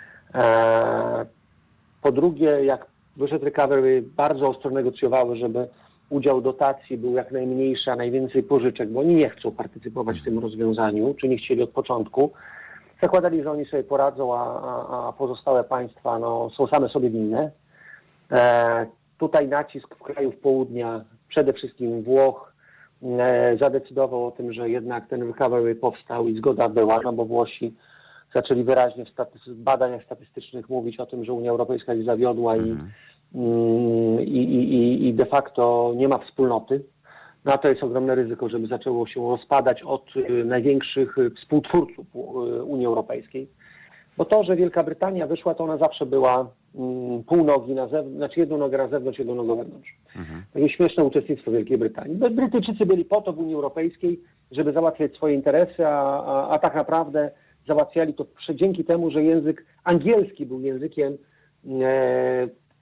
E, po drugie, jak wyszedł recovery, bardzo ostro negocjowały, żeby udział dotacji był jak najmniejszy, a najwięcej pożyczek, bo oni nie chcą partycypować w tym rozwiązaniu, czy nie chcieli od początku. Zakładali, że oni sobie poradzą, a, a, a pozostałe państwa no, są same sobie winne. E, tutaj nacisk w krajów południa, przede wszystkim Włoch, e, zadecydował o tym, że jednak ten recovery powstał i zgoda była, no bo Włosi zaczęli wyraźnie w staty- badaniach statystycznych mówić o tym, że Unia Europejska się zawiodła i, mm. i, i, i de facto nie ma wspólnoty. No a to jest ogromne ryzyko, żeby zaczęło się rozpadać od y, największych współtwórców y, Unii Europejskiej. Bo to, że Wielka Brytania wyszła, to ona zawsze była y, pół nogi na zewnątrz, znaczy jedną nogę na zewnątrz, jedną nogę wewnątrz. Mhm. Takie śmieszne uczestnictwo Wielkiej Brytanii. Brytyjczycy byli po to w Unii Europejskiej, żeby załatwiać swoje interesy, a, a, a tak naprawdę załatwiali to dzięki temu, że język angielski był językiem e,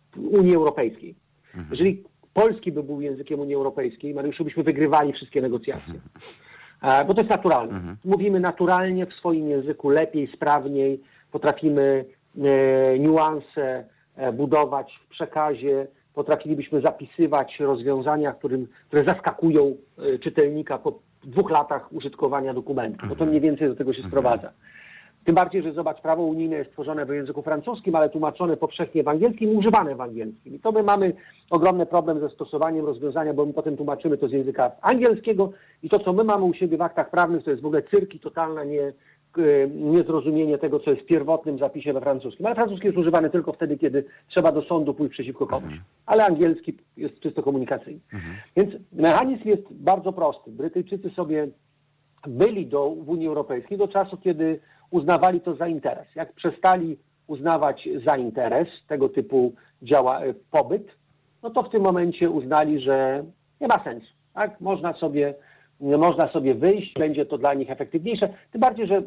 Unii Europejskiej. Mhm. Jeżeli polski by był językiem Unii Europejskiej, Mariuszu, byśmy wygrywali wszystkie negocjacje. Mhm. Bo to jest naturalne. Mhm. Mówimy naturalnie w swoim języku, lepiej, sprawniej, potrafimy e, niuanse e, budować w przekazie, potrafilibyśmy zapisywać rozwiązania, którym, które zaskakują e, czytelnika po dwóch latach użytkowania dokumentu, bo to mniej więcej do tego się sprowadza. Tym bardziej, że zobacz, prawo unijne jest tworzone w języku francuskim, ale tłumaczone powszechnie w angielskim i używane w angielskim. I to my mamy ogromny problem ze stosowaniem rozwiązania, bo my potem tłumaczymy to z języka angielskiego i to, co my mamy u siebie w aktach prawnych, to jest w ogóle cyrk i totalne nie, niezrozumienie tego, co jest w pierwotnym zapisie we francuskim. Ale francuski jest używany tylko wtedy, kiedy trzeba do sądu pójść przeciwko komuś. Ale angielski jest czysto komunikacyjny. Mhm. Więc mechanizm jest bardzo prosty. Brytyjczycy sobie byli do, w Unii Europejskiej do czasu, kiedy uznawali to za interes. Jak przestali uznawać za interes tego typu działa, pobyt, no to w tym momencie uznali, że nie ma sensu. Tak? Można sobie, można sobie wyjść, będzie to dla nich efektywniejsze. Tym bardziej, że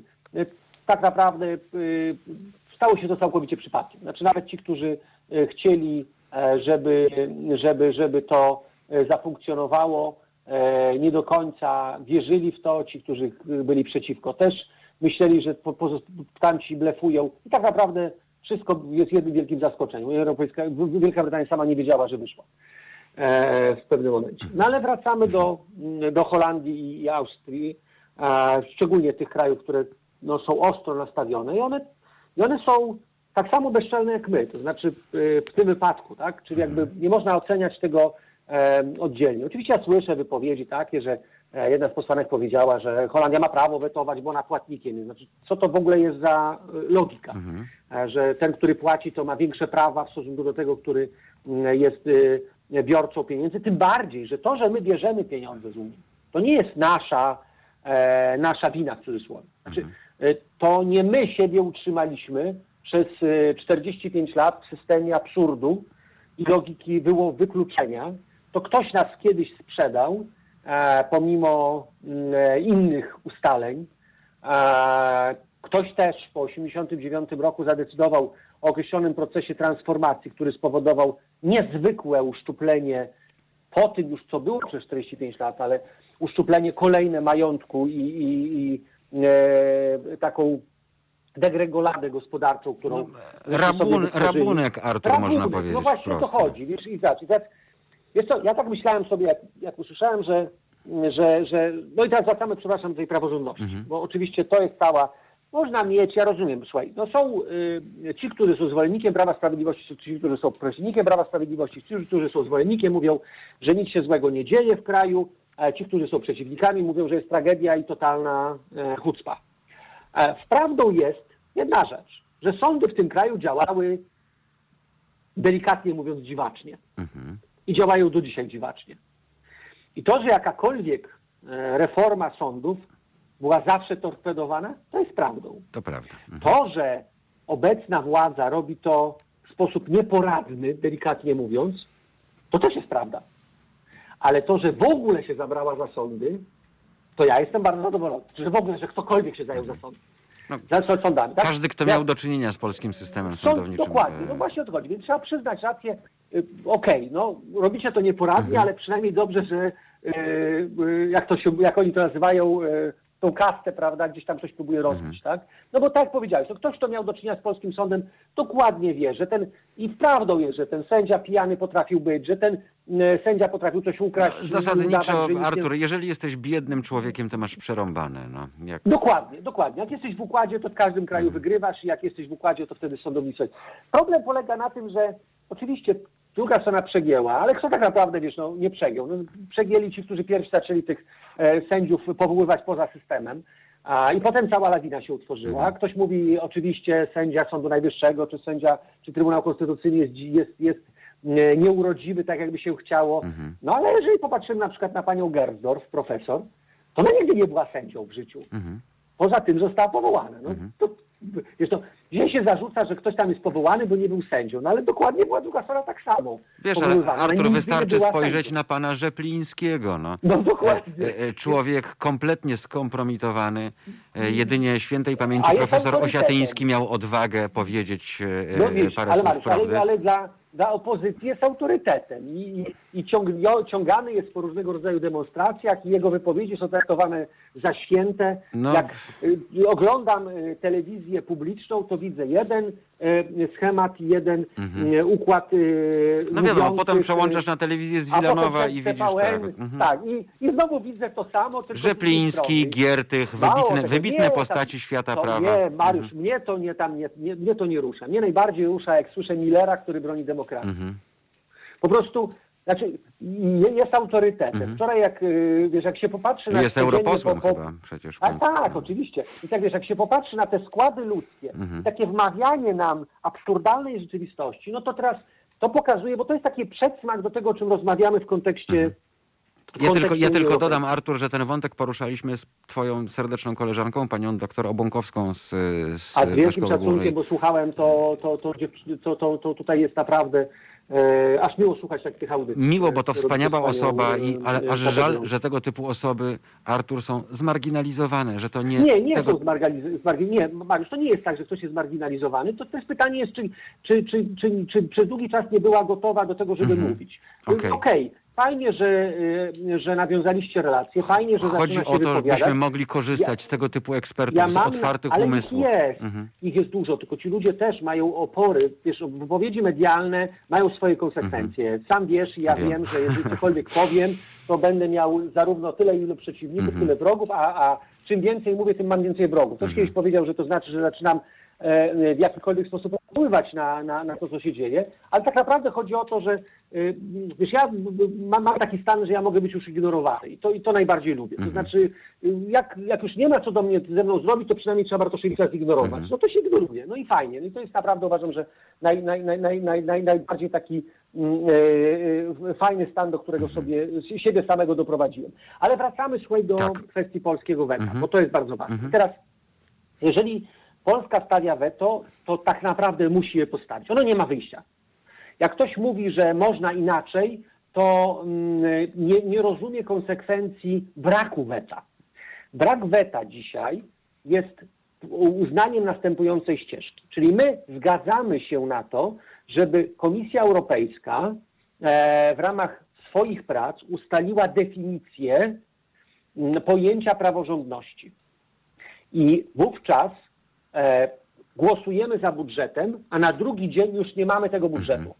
tak naprawdę stało się to całkowicie przypadkiem. Znaczy nawet ci, którzy chcieli, żeby, żeby, żeby to zafunkcjonowało, nie do końca wierzyli w to. Ci, którzy byli przeciwko, też myśleli, że tamci blefują. I tak naprawdę wszystko jest jednym wielkim zaskoczeniem. Unia Europejska, Wielka Brytania sama nie wiedziała, że wyszła e, w pewnym momencie. No ale wracamy do, do Holandii i Austrii, e, szczególnie tych krajów, które no, są ostro nastawione i one, i one są tak samo bezczelne jak my. To znaczy w tym wypadku, tak? Czyli jakby nie można oceniać tego e, oddzielnie. Oczywiście ja słyszę wypowiedzi takie, że jedna z posłanek powiedziała, że Holandia ma prawo wetować, bo ona płatnikiem. Znaczy, co to w ogóle jest za logika? Mhm. Że ten, który płaci, to ma większe prawa w stosunku do tego, który jest biorcą pieniędzy. Tym bardziej, że to, że my bierzemy pieniądze z Unii, to nie jest nasza, e, nasza wina w cudzysłowie. Znaczy, mhm. to nie my siebie utrzymaliśmy przez czterdzieści pięć lat w systemie absurdu i logiki wykluczenia. To ktoś nas kiedyś sprzedał, E, pomimo e, innych ustaleń. E, ktoś też po osiemdziesiątym dziewiątym roku zadecydował o określonym procesie transformacji, który spowodował niezwykłe uszczuplenie po tym już, co było przez czterdzieści pięć lat, ale uszczuplenie kolejne majątku i, i, i e, taką degregoladę gospodarczą, którą... No, rabun, rabunek, Artur, rabunek, można powiedzieć. No właśnie o to chodzi. Wiesz, i zacznie. Wiesz co, ja tak myślałem sobie, jak, jak usłyszałem, że, że, że... No i teraz wracamy, przepraszam, do tej praworządności, mhm. bo oczywiście to jest cała... Można mieć, ja rozumiem, słuchaj, no są y, ci, którzy są zwolennikiem Prawa Sprawiedliwości, ci, którzy są przeciwnikiem Prawa Sprawiedliwości, ci, którzy są zwolennikiem, mówią, że nic się złego nie dzieje w kraju, a ci, którzy są przeciwnikami, mówią, że jest tragedia i totalna e, chucpa. E, wprawdą jest jedna rzecz, że sądy w tym kraju działały, delikatnie mówiąc, dziwacznie. Mhm. I działają do dzisiaj dziwacznie. I to, że jakakolwiek reforma sądów była zawsze torpedowana, to jest prawdą. To prawda. Mhm. To, że obecna władza robi to w sposób nieporadny, delikatnie mówiąc, to też jest prawda. Ale to, że w ogóle się zabrała za sądy, to ja jestem bardzo zadowolony. Że w ogóle, że ktokolwiek się zajął za sądy. No, za sądami. Tak? Każdy, kto miał ja, do czynienia z polskim systemem sądowniczym. Dokładnie, no właśnie o to chodzi. Więc trzeba przyznać rację. Okej, okay, no robicie to nieporadnie, mhm. ale przynajmniej dobrze, że yy, jak to się, jak oni to nazywają, yy, tą kastę, prawda, gdzieś tam coś próbuje rozbić, mhm. tak? No bo tak jak powiedziałeś, to ktoś, kto miał do czynienia z polskim sądem, dokładnie wie, że ten, i prawdą jest, że ten sędzia pijany potrafił być, że ten yy, sędzia potrafił coś ukraść. No, zasadniczo, udawać, Artur, nie... jeżeli jesteś biednym człowiekiem, to masz przerąbane. No, jak... Dokładnie, dokładnie. Jak jesteś w układzie, to w każdym kraju mhm. wygrywasz i jak jesteś w układzie, to wtedy sądownictwo. Problem polega na tym, że oczywiście druga strona przegięła, ale kto tak naprawdę, wiesz, no nie przegiął. No, przegięli ci, którzy pierwsi zaczęli tych e, sędziów powoływać poza systemem, a, i potem cała lawina się utworzyła. Mhm. Ktoś mówi, oczywiście sędzia Sądu Najwyższego, czy sędzia, czy Trybunał Konstytucyjny jest, jest, jest e, nieurodziwy, tak jakby się chciało. Mhm. No ale jeżeli popatrzymy na przykład na panią Gersdorf, profesor, to ona nigdy nie była sędzią w życiu. Mhm. Poza tym została powołana. No, mhm. to, wiesz, to, dzisiaj się zarzuca, że ktoś tam jest powołany, bo nie był sędzią, no ale dokładnie była druga strona tak samo. Wiesz, ale Artur, wystarczy spojrzeć sędzią. na pana Rzeplińskiego. No. no dokładnie. Człowiek kompletnie skompromitowany. Jedynie świętej pamięci profesor Osiatyński miał odwagę powiedzieć no, wiesz, parę ale słów Mariusz, prawdy. Ale, ale dla, dla opozycji jest autorytetem i, i, i ciągnio, ciągany jest po różnego rodzaju demonstracjach i jego wypowiedzi są traktowane za święte. No. Jak y, oglądam y, telewizję publiczną, to widzę jeden y, schemat, jeden Mhm. y, układ y, No wiadomo, mówiących, potem przełączasz y, na telewizję z a potem Wilanowa przez i T V widzisz N, tak. Mhm. tak i, i znowu widzę to samo. Tylko z drugiej Rzepliński, strony. Giertych, Mało wybitne, tego, wybitne nie, postaci tam, świata to prawa. Nie, Mariusz, mnie to nie tam nie, nie, mnie to nie rusza. Mnie najbardziej rusza, jak słyszę Millera, który broni demokracji. Mhm. Po prostu, znaczy, jest autorytetem. Mhm. Wczoraj, jak y, wiesz, jak się popatrzy na Jest codziennie europosłem po, po, chyba przecież. w A końcu. tak, oczywiście. I tak wiesz, jak się popatrzy na te składy ludzkie, Mhm. takie wmawianie nam absurdalnej rzeczywistości, no to teraz to pokazuje, bo to jest taki przedsmak do tego, o czym rozmawiamy w kontekście. Mhm. w Ja kontekście tylko, ja Unii tylko Europejskiej. dodam, Artur, że ten wątek poruszaliśmy z twoją serdeczną koleżanką, panią doktor Obąkowską z, z A z ze wielkim Szkoły Głównej. szacunkiem, bo słuchałem, to, to, to, dziew- to, to, to tutaj jest naprawdę e, aż miło słuchać tak tych audycji. Miło, bo to które wspaniała robisz z panią, osoba, i, ale e, aż Tadeusza. żal, że tego typu osoby, Artur, są zmarginalizowane, że to nie... Nie, nie tego... są zmarginalizowane. Zmargi- nie, Mariusz, to nie jest tak, że ktoś jest zmarginalizowany. To też pytanie jest, czy, czy, czy, czy, czy przez długi czas nie była gotowa do tego, żeby Mhm. mówić. Okej. Okej, fajnie, że, y, że nawiązaliście relacje, fajnie, że Chodzi zaczyna się o to, wypowiadać. żebyśmy mogli korzystać Ja- z tego typu ekspertów, Ja z mam, otwartych ale umysłów. ich jest, Mhm. ich jest dużo, tylko ci ludzie też mają opory, wiesz, wypowiedzi medialne mają swoje konsekwencje. Sam wiesz i ja Wiem. wiem, że jeżeli cokolwiek powiem, to będę miał zarówno tyle, ilu przeciwników, Mhm. tyle wrogów, a, a czym więcej mówię, tym mam więcej wrogów. Ktoś kiedyś powiedział, że to znaczy, że zaczynam e, w jakikolwiek sposób wpływać na, na, na to, co się dzieje, ale tak naprawdę chodzi o to, że y, wiesz, ja mam, mam taki stan, że ja mogę być już ignorowany i to, i to najbardziej lubię. To znaczy, y, jak, jak już nie ma co do mnie ze mną zrobić, to przynajmniej trzeba Bartoszewicza zignorować. No to się ignoruje. No i fajnie. No i to jest naprawdę, uważam, że naj, naj, naj, naj, naj, naj, najbardziej taki mm, e, e, fajny stan, do którego sobie siebie samego doprowadziłem. Ale wracamy, słuchaj, do Tak. kwestii polskiego weta, Mhm. bo to jest bardzo ważne. I teraz, jeżeli Polska stawia weto, to tak naprawdę musi je postawić. Ono nie ma wyjścia. Jak ktoś mówi, że można inaczej, to mm, nie, nie rozumie konsekwencji braku weta. Brak weta dzisiaj jest uznaniem następującej ścieżki. Czyli my zgadzamy się na to, żeby Komisja Europejska e, w ramach swoich prac ustaliła definicję m, pojęcia praworządności. I wówczas e, głosujemy za budżetem, a na drugi dzień już nie mamy tego budżetu.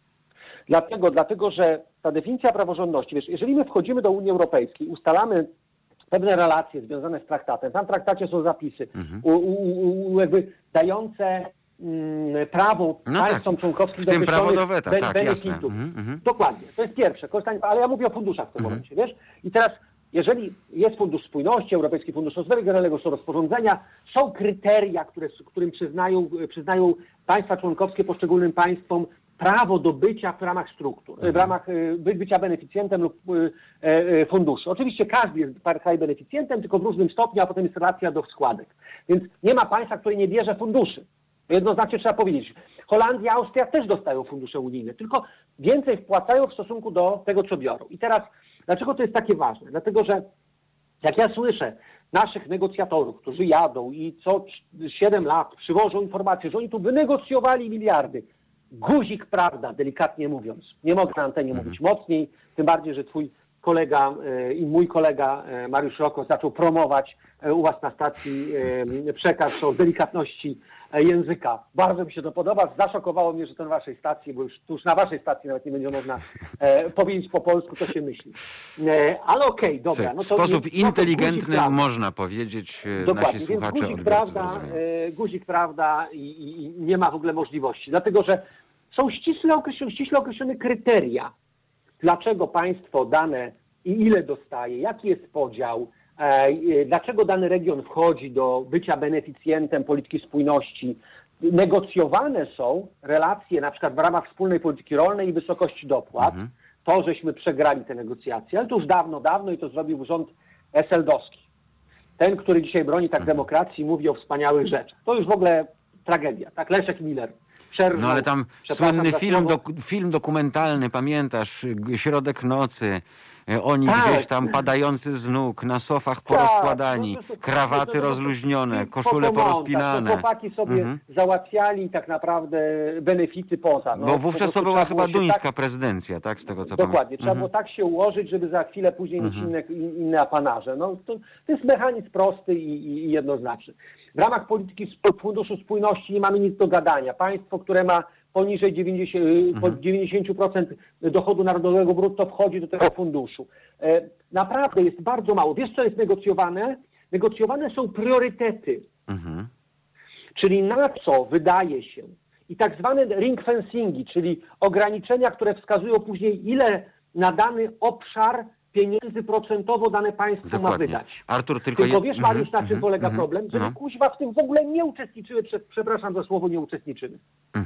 Dlatego, dlatego, że ta definicja praworządności, wiesz, jeżeli my wchodzimy do Unii Europejskiej, ustalamy pewne relacje związane z traktatem, tam w traktacie są zapisy u, u, u, jakby dające mm, prawo No państwom tak, członkowskim w tym prawo określonych do weta, ben- tak, jasne. benefitów. Mhm, mhm. Dokładnie, to jest pierwsze, korzystanie, ale ja mówię o funduszach w tym momencie, wiesz? I teraz, jeżeli jest Fundusz Spójności, Europejski Fundusz Rozwoju Regionalnego, są rozporządzenia, są kryteria, które, którym przyznają, przyznają państwa członkowskie poszczególnym państwom prawo do bycia w ramach struktur, w ramach y, by- bycia beneficjentem lub y, y, funduszy. Oczywiście każdy jest kraj beneficjentem, tylko w różnym stopniu, a potem jest relacja do składek. Więc nie ma państwa, które nie bierze funduszy. Jednoznacznie trzeba powiedzieć. Holandia, Austria też dostają fundusze unijne, tylko więcej wpłacają w stosunku do tego, co biorą. I teraz, dlaczego to jest takie ważne? Dlatego, że jak ja słyszę naszych negocjatorów, którzy jadą i co siedem lat przywożą informacje, że oni tu wynegocjowali miliardy, guzik prawda, delikatnie mówiąc. Nie mogę na antenie mówić mocniej, tym bardziej, że twój kolega e, i mój kolega e, Mariusz Roko zaczął promować e, u was na stacji e, przekaz o delikatności e, języka. Bardzo mi się to podoba. Zaszokowało mnie, że to na waszej stacji, bo już, to już na waszej stacji nawet nie będzie można e, powiedzieć po polsku, co się myśli. E, ale okej, dobra. W No to sposób nie- no to inteligentny guzik prawda. można powiedzieć, e, Dokładnie, nasi więc słuchacze, guzik odbiorcy prawda, zrozumieją. e, guzik prawda i, i, i nie ma w ogóle możliwości. Dlatego, że są ściśle określone, ściśle określone kryteria, dlaczego państwo dane i ile dostaje, jaki jest podział, e, e, dlaczego dany region wchodzi do bycia beneficjentem polityki spójności. Negocjowane są relacje na przykład w ramach wspólnej polityki rolnej i wysokości dopłat. Mhm. To, żeśmy przegrali te negocjacje, ale to już dawno, dawno i to zrobił rząd eseldowski. Ten, który dzisiaj broni tak demokracji, mówi o wspaniałych rzeczach. To już w ogóle tragedia, tak? Leszek Miller. Przerwał, No ale tam przepraszam słynny za film, słowo. doku, film dokumentalny, pamiętasz, G- Środek nocy, e, oni Tak. gdzieś tam padający z nóg, na sofach Tak, porozkładani, no to- to- krawaty to- to- to- rozluźnione, po- koszule po- po- porozpinane. Tak, to chłopaki sobie Mhm. załatwiali tak naprawdę benefity poza. No, Bo po wówczas prostu to była trzeba chyba było się duńska tak- prezydencja, tak? Z tego co Dokładnie. pamiętam. Trzeba było tak się ułożyć, żeby za chwilę później mieć inne, in- inne apanarze. No, to, to jest mechanizm prosty i, i, i jednoznaczny. W ramach polityki sp- Funduszu Spójności nie mamy nic do gadania. Państwo, które ma poniżej dziewięćdziesiąt, po dziewięćdziesiąt procent dochodu narodowego brutto wchodzi do tego funduszu. E, naprawdę jest bardzo mało. Wiesz, co jest negocjowane? Negocjowane są priorytety. Mhm. Czyli na co wydaje się i tak zwane ring fencingi, czyli ograniczenia, które wskazują później, ile na dany obszar pieniędzy procentowo dane państwo ma Dokładnie. wydać. Artur, tylko... Tylko je- wiesz, Mariusz, na czym mhm, polega mhm, problem? Że no. my kuźwa w tym w ogóle nie uczestniczymy, prze, przepraszam za słowo, nie uczestniczymy.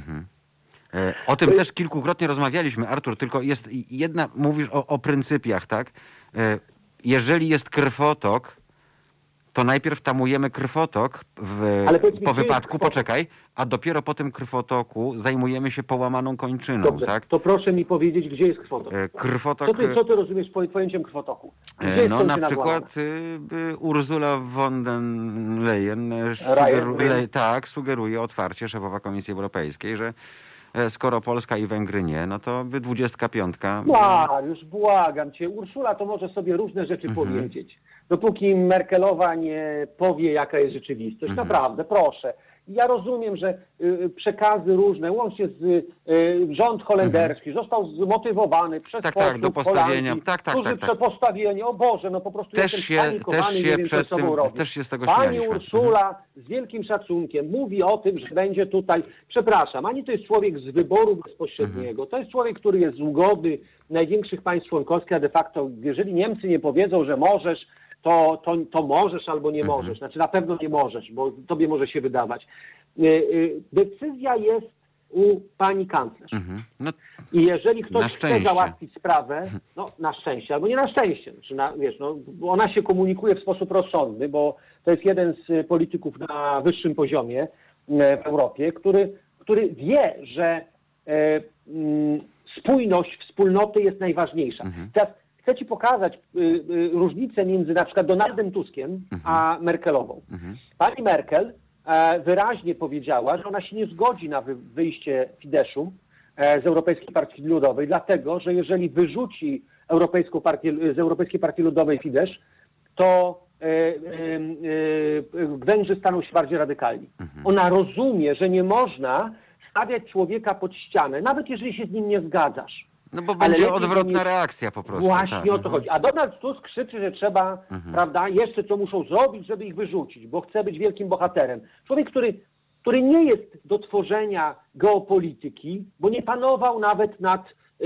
E, O tym też kilkukrotnie rozmawialiśmy, Artur, tylko jest jedna, mówisz o, o pryncypiach, tak? E, Jeżeli jest krwotok, to najpierw tamujemy krwotok w, Ale powiedz mi, po gdzie jest wypadku, krwotok? poczekaj, a dopiero po tym krwotoku zajmujemy się połamaną kończyną, Dobrze, tak? to proszę mi powiedzieć, gdzie jest krwotok. E, Krwotok... Co ty, co ty rozumiesz pod pojęciem krwotoku? Gdzie E, jest No na kończyna przykład złamana? y, y, Ursula von der Leyen e, sugeru, Ryan. le, tak, sugeruje otwarcie szefowa Komisji Europejskiej, że e, skoro Polska i Węgry nie, no to by dwudziestka piątka... Mariusz, błagam cię, Urszula to może sobie różne rzeczy Mhm. powiedzieć. Dopóki Merkelowa nie powie, jaka jest rzeczywistość. Mhm. Naprawdę, proszę. Ja rozumiem, że y, przekazy różne, łącznie z y, rząd holenderski, został zmotywowany przez Tak, tak, posłów do postawienia. Holandii, Tak, tak, którzy tak, tak. postawienie, o Boże, no po prostu Też jestem się- spanikowany, też nie się wiem, co przed z sobą tym- robić. też się z tego Pani śmialiśmy. Urszula z wielkim szacunkiem mówi o tym, że będzie tutaj, przepraszam, ani to jest człowiek z wyboru bezpośredniego, to jest człowiek, który jest z ugody największych państw członkowskich, a de facto, jeżeli Niemcy nie powiedzą, że możesz, to, to, to możesz albo nie możesz. Znaczy na pewno nie możesz, bo tobie może się wydawać. Y, y, Decyzja jest u pani kanclerz. Mhm. No, I jeżeli ktoś Na chce szczęście. załatwić sprawę, no na szczęście, albo nie na szczęście, znaczy na, wiesz, no, bo ona się komunikuje w sposób rozsądny, bo to jest jeden z y, polityków na wyższym poziomie y, w Europie, który, który wie, że y, y, spójność wspólnoty jest najważniejsza. Teraz chcę ci pokazać y, y, różnicę między na przykład Donaldem Tuskiem a Merkelową. Pani Merkel e, wyraźnie powiedziała, że ona się nie zgodzi na wy, wyjście Fideszu e, z Europejskiej Partii Ludowej, dlatego, że jeżeli wyrzuci Europejską Partię, z Europejskiej Partii Ludowej Fidesz, to e, e, e, Węgrzy staną się bardziej radykalni. Ona rozumie, że nie można stawiać człowieka pod ścianę, nawet jeżeli się z nim nie zgadzasz. no bo Ale będzie lepiej odwrotna mieć- reakcja po prostu. Właśnie tak. o to chodzi. A Donald Tusk krzyczy, że trzeba, prawda, jeszcze co muszą zrobić, żeby ich wyrzucić, bo chce być wielkim bohaterem. Człowiek, który, który nie jest do tworzenia geopolityki, bo nie panował nawet nad y,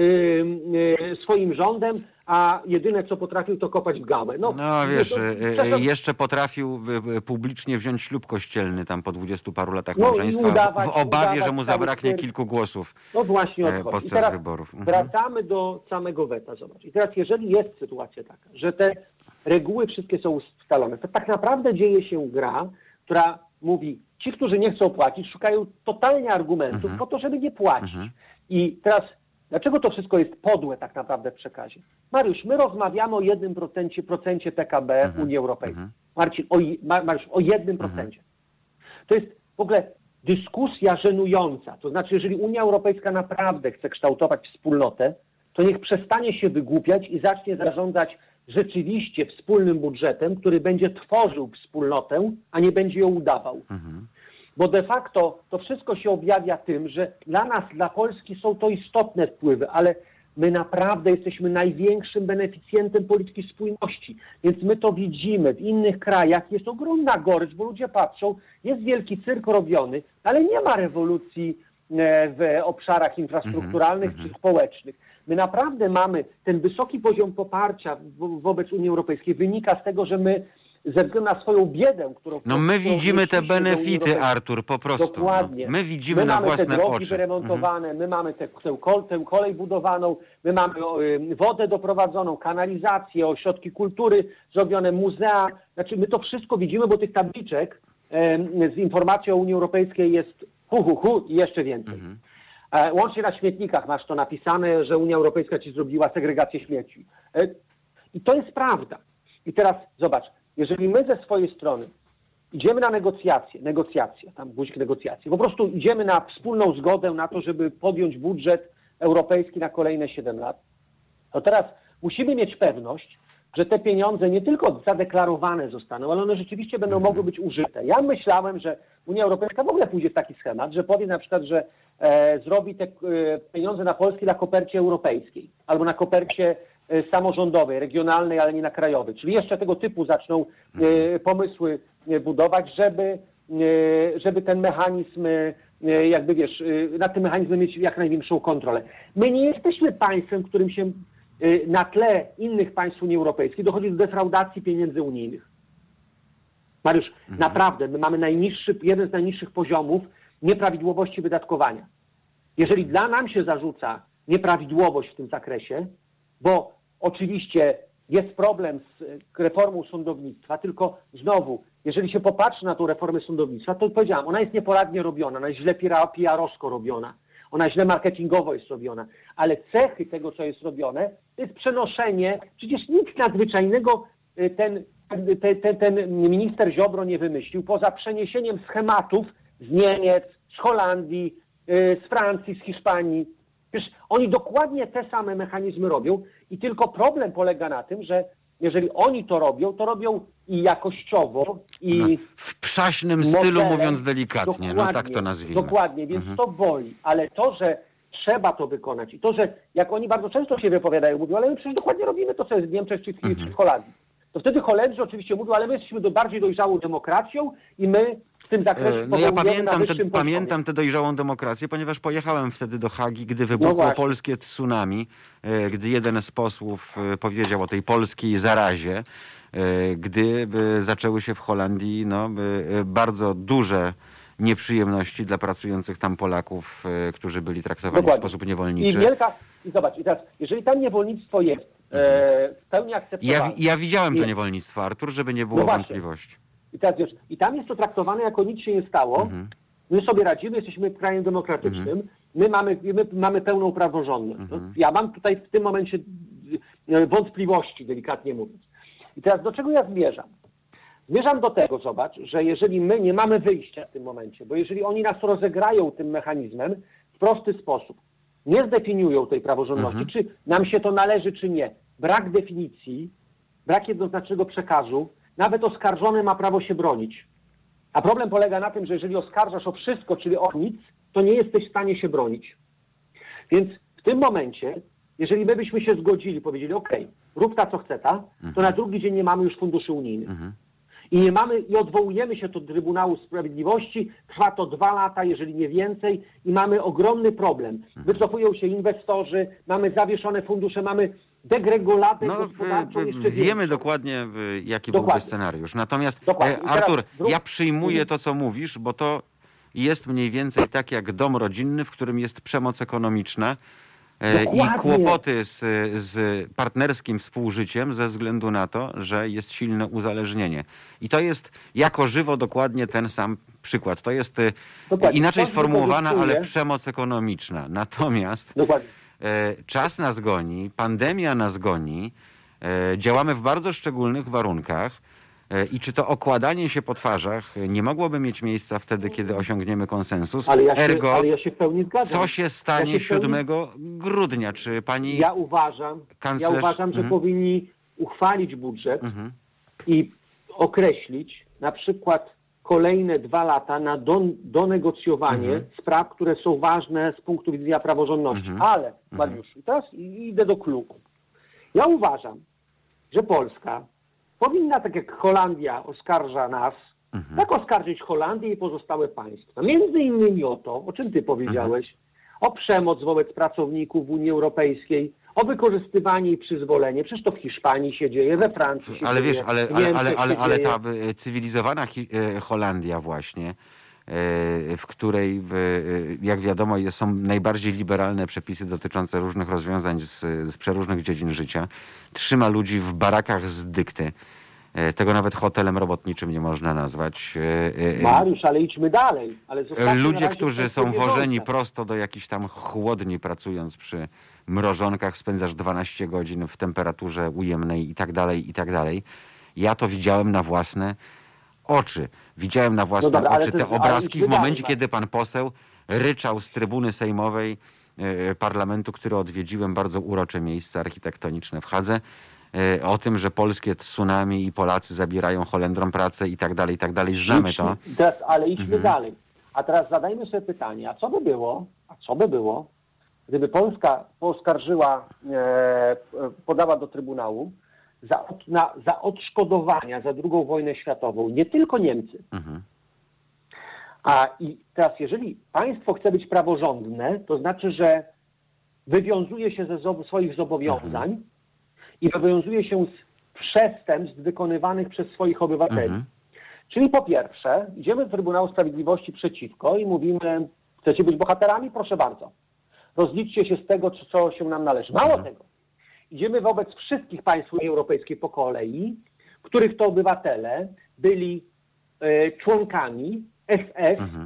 y, swoim rządem, a jedyne co potrafił to kopać w gałę. No nie, wiesz, to- e, e, przepraszam, jeszcze potrafił e, e, publicznie wziąć ślub kościelny tam po dwudziestu paru latach No i małżeństwa w- udawać- w obawie, że udawać mu cały zabraknie cyrk. kilku głosów No właśnie o e, to chodzi. I podczas teraz wyborów. Mhm. wracamy do samego weta, zobacz. I teraz jeżeli jest sytuacja taka, że te reguły wszystkie są ustalone, to tak naprawdę dzieje się gra, która mówi, ci, którzy nie chcą płacić, szukają totalnie argumentów po to, żeby nie płacić. I teraz, dlaczego to wszystko jest podłe tak naprawdę w przekazie? Mariusz, my rozmawiamy o jednym procencie, procencie P K B Unii Europejskiej. Marcin, o, je- Ma- Mariusz, o jednym procencie. To jest w ogóle dyskusja żenująca. To znaczy, jeżeli Unia Europejska naprawdę chce kształtować wspólnotę, to niech przestanie się wygłupiać i zacznie zarządzać rzeczywiście wspólnym budżetem, który będzie tworzył wspólnotę, a nie będzie ją udawał. Bo de facto to wszystko się objawia tym, że dla nas, dla Polski są to istotne wpływy, ale my naprawdę jesteśmy największym beneficjentem polityki spójności. Więc my to widzimy w innych krajach. Jest ogromna gorycz, bo ludzie patrzą, jest wielki cyrk robiony, ale nie ma rewolucji e, w obszarach infrastrukturalnych czy społecznych. My naprawdę mamy ten wysoki poziom poparcia wo- wobec Unii Europejskiej. Wynika z tego, że my ze względu na swoją biedę, którą... No my którą widzimy te wnieśliśmy do Unii benefity, Europejskiej. Artur, po prostu. Dokładnie. No. My widzimy my na mamy własne te drogi oczy. wyremontowane, my mamy tę tę kol, tę kolej budowaną, my mamy o, y, wodę doprowadzoną, kanalizację, ośrodki kultury zrobione, muzea. Znaczy my to wszystko widzimy, bo tych tabliczek em, z informacją o Unii Europejskiej jest hu, hu, hu i jeszcze więcej. E, łącznie na śmietnikach masz to napisane, że Unia Europejska ci zrobiła segregację śmieci. E, I to jest prawda. I teraz zobacz, jeżeli my ze swojej strony idziemy na negocjacje, negocjacje, tam guzik negocjacje, po prostu idziemy na wspólną zgodę na to, żeby podjąć budżet europejski na kolejne siedem lat, to teraz musimy mieć pewność, że te pieniądze nie tylko zadeklarowane zostaną, ale one rzeczywiście będą mogły być użyte. Ja myślałem, że Unia Europejska w ogóle pójdzie w taki schemat, że powie na przykład, że e, zrobi te e, pieniądze na Polski na kopercie europejskiej albo na kopercie e, samorządowej, regionalnej, ale nie na krajowej. Czyli jeszcze tego typu zaczną e, pomysły e, budować, żeby, e, żeby ten mechanizm, e, jakby wiesz, e, nad tym mechanizmem mieć jak największą kontrolę. My nie jesteśmy państwem, którym się na tle innych państw Unii Europejskiej dochodzi do defraudacji pieniędzy unijnych. Mariusz, mhm. naprawdę, my mamy najniższy, jeden z najniższych poziomów nieprawidłowości wydatkowania. Jeżeli dla nam się zarzuca nieprawidłowość w tym zakresie, bo oczywiście jest problem z reformą sądownictwa, tylko znowu, jeżeli się popatrzy na tą reformę sądownictwa, to powiedziałam, ona jest nieporadnie robiona, ona jest źle P R-owsko robiona. Ona źle marketingowo jest robiona, ale cechy tego, co jest robione, to jest przenoszenie, przecież nic nadzwyczajnego ten, ten, ten, ten minister Ziobro nie wymyślił, poza przeniesieniem schematów z Niemiec, z Holandii, z Francji, z Hiszpanii. Przecież oni dokładnie te same mechanizmy robią i tylko problem polega na tym, że jeżeli oni to robią, to robią i jakościowo, i no, w przaśnym stylu, modelem, mówiąc delikatnie, no tak to nazwijmy. Dokładnie, więc mhm. to boli, ale to, że trzeba to wykonać i to, że jak oni bardzo często się wypowiadają, mówią, ale my przecież dokładnie robimy to, co jest w Niemczech czy w, mhm. czy w Holandii. To wtedy Holendrzy oczywiście mówią, ale my jesteśmy do bardziej dojrzałą demokracją i my w tym zakresie no ja pamiętam, te, poziomie. pamiętam tę dojrzałą demokrację, ponieważ pojechałem wtedy do Hagi, gdy wybuchło no polskie tsunami, gdy jeden z posłów powiedział o tej polskiej zarazie, gdy zaczęły się w Holandii no, bardzo duże nieprzyjemności dla pracujących tam Polaków, którzy byli traktowani Dokładnie. w sposób niewolniczy. I wielka, i zobacz, i teraz, jeżeli tam niewolnictwo jest e, w pełni akceptowane. Ja, ja widziałem i... to niewolnictwo, Artur, żeby nie było no wątpliwości. I teraz wiesz, i tam jest to traktowane jako nic się nie stało. Mhm. My sobie radzimy, jesteśmy krajem demokratycznym. Mhm. My, mamy, my mamy pełną praworządność. Mhm. Ja mam tutaj w tym momencie wątpliwości, delikatnie mówiąc. I teraz do czego ja zmierzam? Zmierzam do tego, zobacz, że jeżeli my nie mamy wyjścia w tym momencie, bo jeżeli oni nas rozegrają tym mechanizmem w prosty sposób, nie zdefiniują tej praworządności, mhm. czy nam się to należy, czy nie, brak definicji, brak jednoznacznego przekazu, nawet oskarżony ma prawo się bronić. A problem polega na tym, że jeżeli oskarżasz o wszystko, czyli o nic, to nie jesteś w stanie się bronić. Więc w tym momencie, jeżeli my byśmy się zgodzili, powiedzieli, ok, rób ta co chce ta, mhm. to na drugi dzień nie mamy już funduszy unijnych. Mhm. I nie mamy, i odwołujemy się do Trybunału Sprawiedliwości, trwa to dwa lata, jeżeli nie więcej, i mamy ogromny problem. Wycofują się inwestorzy, mamy zawieszone fundusze, mamy degreguladę no, gospodarczą. w, w, jeszcze wiemy większą. dokładnie, jaki dokładnie. byłby scenariusz. Natomiast dokładnie. Artur, teraz... ja przyjmuję to, co mówisz, bo to jest mniej więcej tak jak dom rodzinny, w którym jest przemoc ekonomiczna. Dokładnie. I kłopoty z, z partnerskim współżyciem ze względu na to, że jest silne uzależnienie. I to jest jako żywo dokładnie ten sam przykład. To jest dokładnie. inaczej sformułowana, ale przemoc ekonomiczna. Natomiast dokładnie. czas nas goni, pandemia nas goni, działamy w bardzo szczególnych warunkach. I czy to okładanie się po twarzach nie mogłoby mieć miejsca wtedy, kiedy osiągniemy konsensus? Ale ja się, Ergo, ale ja się w pełni zgadzam. co się stanie ja się siódmego grudnia? Czy pani Ja uważam, kanclerz... ja uważam że mhm. powinni uchwalić budżet mhm. i określić na przykład kolejne dwa lata na don, donegocjowanie mhm. spraw, które są ważne z punktu widzenia praworządności. Mhm. Ale, Mariusz, i teraz idę do klubu. Ja uważam, że Polska powinna, tak jak Holandia oskarża nas, mhm. tak oskarżyć Holandię i pozostałe państwa. Między innymi o to, o czym ty powiedziałeś, mhm. o przemoc wobec pracowników w Unii Europejskiej, o wykorzystywanie i przyzwolenie. Przecież to w Hiszpanii się dzieje, we Francji się ale dzieje. Wiesz, ale, ale, ale, ale, ale ta cywilizowana Holandia właśnie, w której, jak wiadomo, są najbardziej liberalne przepisy dotyczące różnych rozwiązań z, z przeróżnych dziedzin życia, trzyma ludzi w barakach z dykty. Tego nawet hotelem robotniczym nie można nazwać. Mariusz, ale idźmy dalej. Ale zostawmy na Ludzie, razie którzy kwestię są wożeni bieżące. prosto do jakichś tam chłodni, pracując przy mrożonkach, spędzasz dwanaście godzin w temperaturze ujemnej i tak dalej, i tak dalej. Ja to widziałem na własne oczy. Widziałem na własne No dobra, ale oczy to te jest- ale obrazki idźmy w momencie, dalej, kiedy pan poseł ryczał z trybuny sejmowej e, parlamentu, który odwiedziłem, bardzo urocze miejsce architektoniczne w Hadze, e, o tym, że polskie tsunami i Polacy zabierają Holendrom pracę i tak dalej, i tak dalej. Znamy to. Idźmy- Teraz, ale idźmy Mhm. dalej. A teraz zadajmy sobie pytanie, a co by było, a co by było, gdyby Polska poskarżyła, e, podała do Trybunału za, od, na, za odszkodowania za drugą wojnę światową, nie tylko Niemcy. Mhm. A i teraz, jeżeli państwo chce być praworządne, to znaczy, że wywiązuje się ze zob- swoich zobowiązań Mhm. i wywiązuje się z przestępstw wykonywanych przez swoich obywateli. Mhm. Czyli po pierwsze, idziemy do Trybunału Sprawiedliwości przeciwko i mówimy, chcecie być bohaterami? Proszę bardzo. Rozliczcie się z tego, co- co się nam należy. Mało tego. Idziemy wobec wszystkich państw Unii Europejskiej po kolei, których to obywatele byli e, członkami S S Mhm.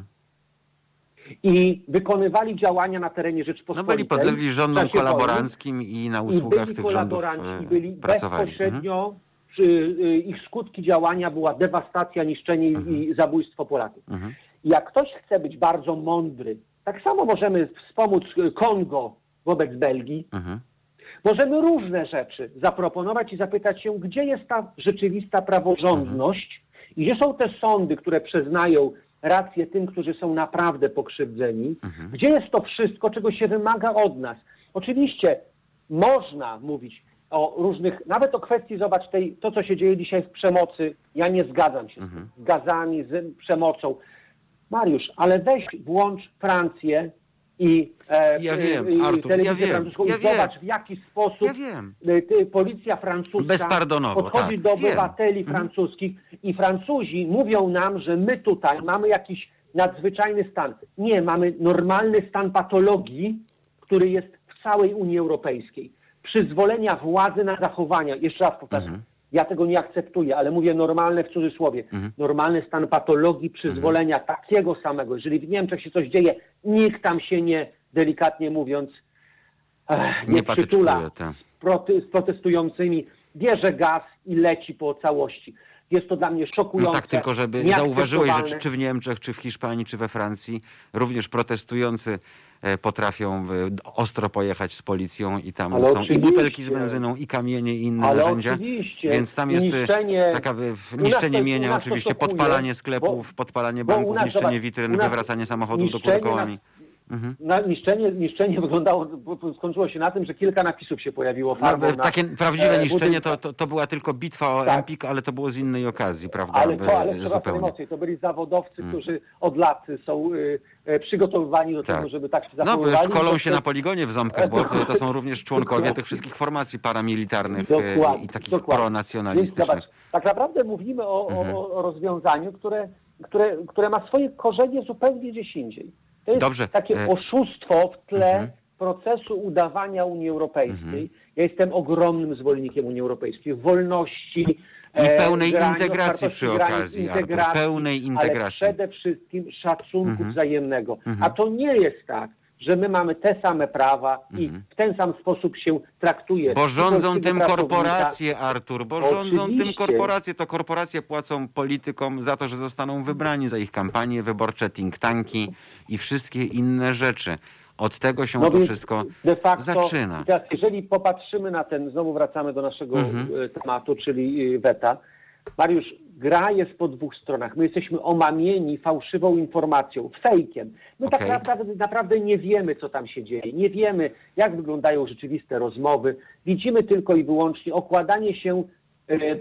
i wykonywali działania na terenie No Rzeczpospolitej. byli podlegli w rządom czasie wojny. kolaboranckim i na I usługach byli tych rządów kolaboranci, e, byli pracowali. Mhm. bezpośrednio, przy, y, ich skutki działania była dewastacja, niszczenie i zabójstwo Polaków. Mhm. I jak ktoś chce być bardzo mądry, tak samo możemy wspomóc y, Kongo wobec Belgii, Mhm. możemy różne rzeczy zaproponować i zapytać się, gdzie jest ta rzeczywista praworządność i gdzie są te sądy, które przyznają rację tym, którzy są naprawdę pokrzywdzeni, gdzie jest to wszystko, czego się wymaga od nas. Oczywiście można mówić o różnych, nawet o kwestii, zobacz, tej, to co się dzieje dzisiaj w przemocy, ja nie zgadzam się Mhm. z gazami, z przemocą. Mariusz, ale weź włącz Francję i, e, Ja wiem, i Artur, telewizję ja wiem, francuską ja i zobacz wiem. w jaki sposób Ja wiem. y, ty, policja francuska Bezpardonowo, podchodzi tak, do wiem. obywateli Mhm. francuskich i Francuzi mówią nam, że my tutaj mamy jakiś nadzwyczajny stan. Nie, mamy normalny stan patologii, który jest w całej Unii Europejskiej. Przyzwolenia władzy na zachowania, jeszcze raz powtarzam, Mhm. ja tego nie akceptuję, ale mówię normalne w cudzysłowie. Mhm. Normalny stan patologii, przyzwolenia takiego samego. Jeżeli w Niemczech się coś dzieje, nikt tam się nie, delikatnie mówiąc, ech, nie, Nie przytula patyczkuje, tak. z, proty, z protestującymi, bierze gaz i leci po całości. Jest to dla mnie szokujące. No tak, tylko żeby zauważyłeś, że czy, czy w Niemczech, czy w Hiszpanii, czy we Francji również protestujący e, potrafią e, ostro pojechać z policją i tam Ale są i oczywiście. butelki z benzyną, i kamienie, i inne Ale narzędzia. oczywiście. Więc tam jest e, Niszczenie- taka e, U nas niszczenie to- u mienia nas to oczywiście, szokuje, podpalanie sklepów, bo- podpalanie bo u banków, nas, niszczenie zobacz, witryn, u nas wywracanie samochodów do niszczenie góry kołami. nas- Mhm. Na, niszczenie, niszczenie wyglądało, bo skończyło się na tym, że kilka napisów się pojawiło No, farbą na, takie prawdziwe e, niszczenie to, budynkach. to, to była tylko bitwa o Tak. Empik, ale to było z innej okazji, prawda? Ale to, ale E, przepraszam, zupełnie. emocje. To byli zawodowcy, którzy od lat są y, y, przygotowywani do Tak. tego, żeby tak się No, zachowywali. szkolą To- się na poligonie w Ząbkach, bo to, to są również członkowie Dokładnie. tych wszystkich formacji paramilitarnych e, Dokładnie, i takich dokładnie. Więc pronacjonalistycznych. zobacz, tak naprawdę mówimy o, Mhm. o, o rozwiązaniu, które, które, które ma swoje korzenie zupełnie gdzieś indziej. To jest Dobrze, takie e- oszustwo w tle Mhm. procesu udawania Unii Europejskiej. Ja jestem ogromnym zwolennikiem Unii Europejskiej, wolności. I pełnej granic, integracji otwartości przy granic, okazji, Artur, integracji, pełnej integracji. Ale przede wszystkim szacunku Mhm. wzajemnego. Mhm. A to nie jest tak, że my mamy te same prawa i Mhm. w ten sam sposób się traktuje. Bo rządzą polskiego tym pracownika. korporacje, Artur, bo rządzą tym Oczywiście. korporacje. To korporacje płacą politykom za to, że zostaną wybrani, za ich kampanie wyborcze, think tanki i wszystkie inne rzeczy. Od tego się No to więc wszystko de facto, zaczyna. Teraz jeżeli popatrzymy na ten, znowu wracamy do naszego Mhm. e, tematu, czyli e, weta. Mariusz, gra jest po dwóch stronach. My jesteśmy omamieni fałszywą informacją, fejkiem. My tak Okej. naprawdę, naprawdę nie wiemy, co tam się dzieje. Nie wiemy, jak wyglądają rzeczywiste rozmowy. Widzimy tylko i wyłącznie okładanie się e, e,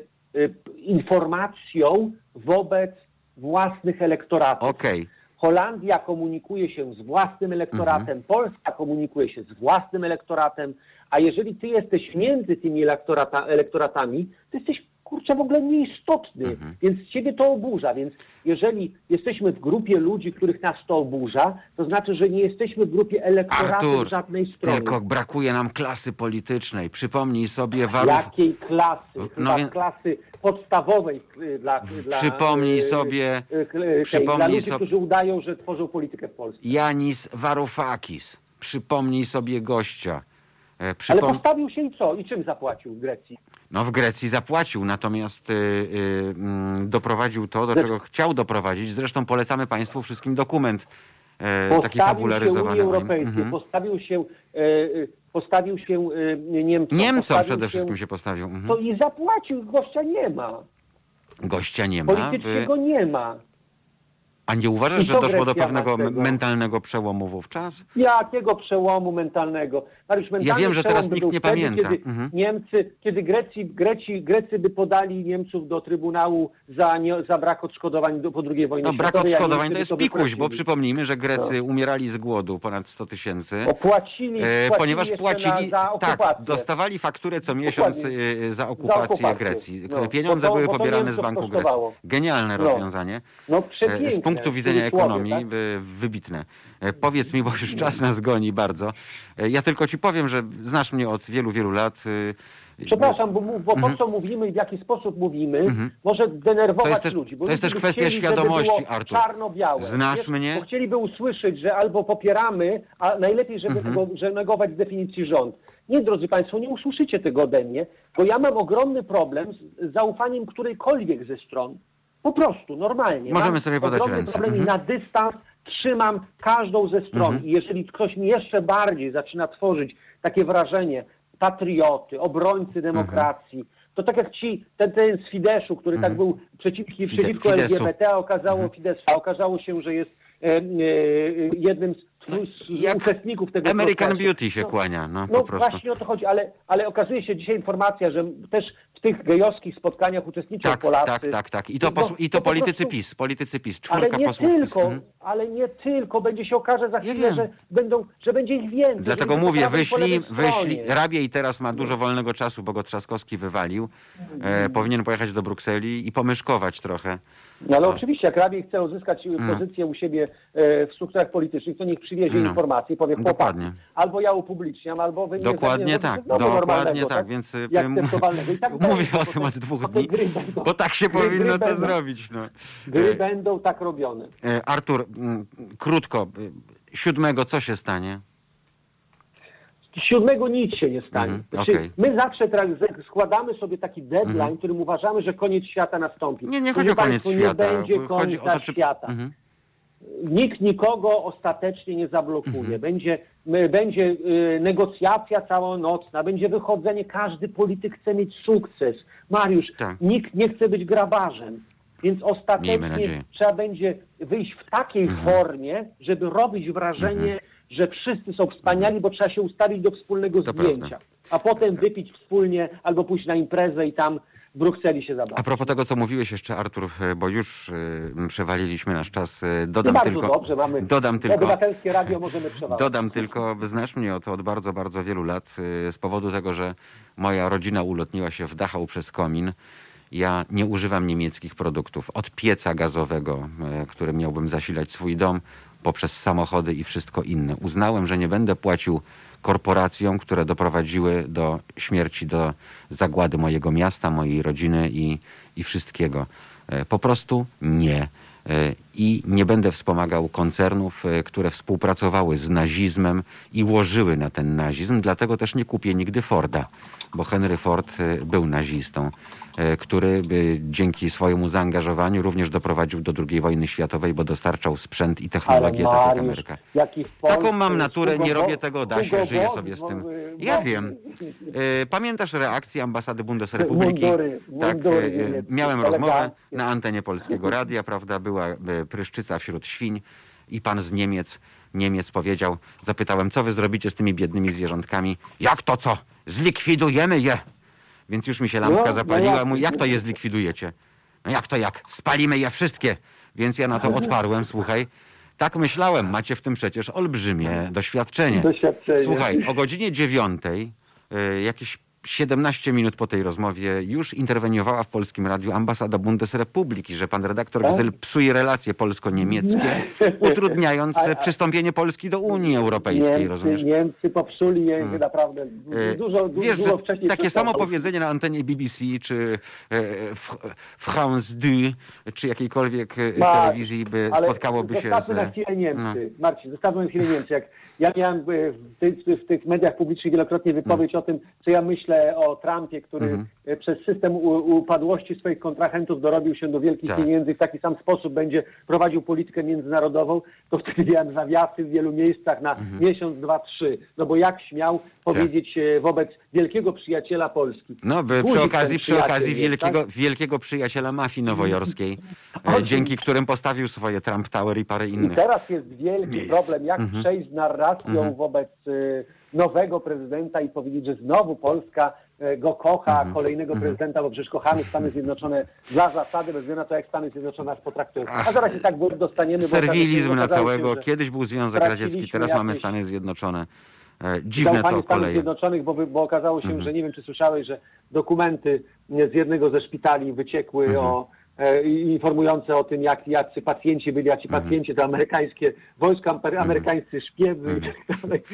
informacją wobec własnych elektoratów. Okej. Holandia komunikuje się z własnym elektoratem, Polska komunikuje się z własnym elektoratem, a jeżeli ty jesteś między tymi elektorata, elektoratami, to jesteś kurczę, w ogóle nieistotny, Mhm. więc ciebie to oburza. Więc jeżeli jesteśmy w grupie ludzi, których nas to oburza, to znaczy, że nie jesteśmy w grupie elektoratu Artur, żadnej strony. tylko brakuje nam klasy politycznej. Przypomnij sobie warów... Jakiej klasy? No Chyba więc- klasy podstawowej y, dla, dla Przypomnij y, sobie- y, y, tej, przypomnij dla ludzi, sobie- którzy udają, że tworzą politykę w Polsce. Janis Varoufakis. Przypomnij sobie gościa. E, Ale Przypom... postawił się i co? I czym zapłacił w Grecji? No w Grecji zapłacił, natomiast y, y, mm, doprowadził to, do Zresztą- czego chciał doprowadzić. Zresztą polecamy Państwu wszystkim dokument e, taki Postawił się fabularyzowany. Unii o nim. Europejskiej, Mhm. postawił się, e, e, postawił się e, Niemcom. Niemcom postawił przede się, wszystkim się postawił. Mhm. To i zapłacił, gościa nie ma. Gościa nie ma. By... Politycznego nie ma. A nie uważasz, I że to doszło do Grecja pewnego ma tego. mentalnego przełomu wówczas? Jakiego przełomu mentalnego? Mariusz, mentalny wiem, że przełom teraz by nikt był nie wtedy, pamięta. Kiedy Mhm. Niemcy, kiedy Grecji, Greci, Grecy by podali Niemców do Trybunału za, nie, za brak odszkodowań do, po drugiej wojnie No brak światowej, a odszkodowań Niemcy to by jest pikuś, bo wypłacili. przypomnijmy, że Grecy umierali z głodu ponad sto tysięcy. Opłacili, E, płacili ponieważ jeszcze płacili, na, za okupację. tak, dostawali fakturę co miesiąc Dokładnie. e, za okupację okupację. Grecji. No, Pieniądze bo to- były bo to pobierane z Niemców Banku kosztowało. Grecji. Genialne No. rozwiązanie. No E, przepiękne. Z punktu w widzenia cudzysłowie, ekonomii tak? by- wybitne. E, Powiedz mi, bo już czas nas goni bardzo. E, Ja tylko ci powiem, że znasz mnie od wielu, wielu lat. e, Przepraszam, bo, mów- bo Mhm. to, co mówimy i w jaki sposób mówimy, Mhm. może denerwować To jest też- ludzi. Bo to jest ludzie też by kwestia chcieli, żeby świadomości, było Artur. czarno-białe. Znasz Wiesz, mnie? Bo chcieliby usłyszeć, że albo popieramy, a najlepiej, żeby Mhm. tego, że negować z definicji rząd. Nie, drodzy Państwo, nie usłyszycie tego ode mnie, bo ja mam ogromny problem z zaufaniem którejkolwiek ze stron. Po prostu, normalnie. Możemy Mam sobie podać ogromny ręce. problem i Mhm. na dystans trzymam każdą ze stron. Mhm. I jeżeli ktoś mi jeszcze bardziej zaczyna tworzyć takie wrażenie patrioty, obrońcy demokracji, to tak jak ci, ten, ten z Fideszu, który tak był przeciw, Fide- przeciwko Fidesu. L G B T, a okazało, Fideszu, a okazało się, że jest e, e, jednym z, z Jak uczestników tego American procesu. Beauty się No, kłania, no, No po prostu. właśnie o to chodzi, ale, ale okazuje się dzisiaj informacja, że też w tych gejowskich spotkaniach uczestniczą Tak, Polacy. tak, tak, tak. I to, No, pos- i to po politycy prostu- PiS, politycy PiS, Ale czwórka nie posłów PiS. tylko, Mhm. ale nie tylko. Będzie się okaże za Ja chwilę, wiem. że, będą, że będzie ich więcej. Dlatego że będzie mówię, po prawej i po wyślij, lewej wyślij. stronie. Rabiej teraz ma dużo wolnego czasu, bo go Trzaskowski wywalił. E, powinien pojechać do Brukseli i pomyszkować trochę. No ale No. oczywiście, jak Rabiej chce uzyskać No. pozycję u siebie e, w strukturach politycznych, to niech przywiezie No. informacje i powie, Dokładnie. chłopaki, albo ja upubliczniam, albo wy nie Dokładnie nie tak, zrobicie znowu dokładnie normalnego, tak, więc y, I y, akceptowalnego. I tak mówię dalej, o bo tym te- od dwóch bo te dni, gry będą- bo tak się gry powinno to będą. zrobić. No. Gry E, będą tak robione. e, Artur, mm, krótko, y, siódmego co się stanie? Siódmego nic się nie stanie. Mhm, Znaczy, okej. My zawsze tra- składamy sobie taki deadline, Mhm. którym uważamy, że koniec świata nastąpi. Nie, nie Proszę chodzi o koniec Państwa, świata. Nie będzie Chodzi końca o to, czy... świata. Mhm. Nikt nikogo ostatecznie nie zablokuje. Mhm. Będzie, my, będzie y, negocjacja całonocna, będzie wychodzenie, każdy polityk chce mieć sukces. Mariusz, Tak. nikt nie chce być grabarzem. Więc Miejmy ostatecznie nadzieję. trzeba będzie wyjść w takiej Mhm. formie, żeby robić wrażenie, że wszyscy są wspaniali, bo trzeba się ustawić do wspólnego To zdjęcia. prawda. A potem wypić wspólnie albo pójść na imprezę i tam w Brukseli się zabawić. A propos tego, co mówiłeś jeszcze, Artur, e, bo już y, przewaliliśmy nasz czas, e, I dodam bardzo tylko... dobrze, mamy Dodam tylko... obywatelskie radio, możemy przewalać. Dodam tylko, znasz mnie od, od bardzo, bardzo wielu lat y, z powodu tego, że moja rodzina ulotniła się w Dachau przez komin. Ja nie używam niemieckich produktów. Od pieca gazowego, y, którym miałbym zasilać swój dom, poprzez samochody i wszystko inne. Uznałem, że nie będę płacił korporacjom, które doprowadziły do śmierci, do zagłady mojego miasta, mojej rodziny i, i wszystkiego. Y, Po prostu nie. I nie będę wspomagał koncernów, e, które współpracowały z nazizmem i łożyły na ten nazizm. Dlatego też nie kupię nigdy Forda, bo Henry Ford e, był nazistą, e, który e, dzięki swojemu zaangażowaniu również doprowadził do drugiej wojny światowej, bo dostarczał sprzęt i technologię, tak jak Mariusz, Ameryka. jaki w Polsce Taką mam jest naturę, nie Hugo robię Boss- tego, da się, Hugo żyję Boss, sobie z tym. bo- Ja bo- wiem. E, Pamiętasz reakcję ambasady Bundesrepubliki? Mundury, Tak, mundury e, niemieckie, miałem rozmowę eleganckie. na antenie Polskiego Radia, prawda, była e, pryszczyca wśród świń i pan z Niemiec, Niemiec powiedział, zapytałem, co wy zrobicie z tymi biednymi zwierzątkami? Jak to co? Zlikwidujemy je! Więc już mi się lampka No, no zapaliła, jak? mówi, jak to je zlikwidujecie? No jak to jak? Spalimy je wszystkie! Więc ja na to odparłem, słuchaj, tak myślałem, macie w tym przecież olbrzymie doświadczenie. Doświadczenie. Słuchaj, o godzinie dziewiątej y, jakieś siedemnaście minut po tej rozmowie już interweniowała w Polskim Radiu ambasada Bundesrepubliki, że pan redaktor Tak? Gzyl psuje relacje polsko-niemieckie, utrudniając A- a- przystąpienie Polski do Unii Europejskiej, Niemcy, rozumiesz? Niemcy popsuli je naprawdę E, dużo, du- Wiesz, dużo że wcześniej. takie przestał. samo powiedzenie na antenie B B C, czy e, w- France deux, czy jakiejkolwiek e, Ma- telewizji by ale spotkałoby się zostawmy z... na chwilę Niemcy. no. Marcin, zostawmy na chwilę Niemcy. Jak ja miałem e, w tych, w tych mediach publicznych wielokrotnie wypowiedź o tym, co ja myślę o Trumpie, który Mhm. e, przez system u- upadłości swoich kontrahentów dorobił się do wielkich Tak. pieniędzy i w taki sam sposób będzie prowadził politykę międzynarodową, to wtedy miałem zawiasy w wielu miejscach na Mhm. miesiąc, dwa, trzy. No bo jak śmiał powiedzieć e, wobec wielkiego przyjaciela Polski. No, by, przy Guzik okazji, ten przy przyjaciel okazji jest, wielkiego, tak? wielkiego przyjaciela mafii nowojorskiej, e, Oczywiście. dzięki którym postawił swoje Trump Tower i parę I innych. teraz jest wielki miejsc. problem, jak Mhm. przejść z narracją Mhm. wobec y, nowego prezydenta i powiedzieć, że znowu Polska y, go kocha, Mhm. kolejnego Mhm. prezydenta, bo przecież kochamy Stany Zjednoczone dla zasady, bez względu na to, jak Stany Zjednoczone nas potraktują. A zaraz i tak dostaniemy... bo Serwilizm okazało na się, całego. że Kiedyś był Związek straciliśmy Radziecki, teraz mamy jakieś- Stany Zjednoczone. E, Dziwne Zaufanie to Stanów koleje. Zjednoczonych, bo, wy- bo okazało się, Mhm. że nie wiem, czy słyszałeś, że dokumenty z jednego ze szpitali wyciekły Mhm. o e, informujące o tym, jak jacy pacjenci byli, a ci Mhm. pacjenci to amerykańskie wojska, amer- amerykańscy szpiewy Mhm. i tak dalej.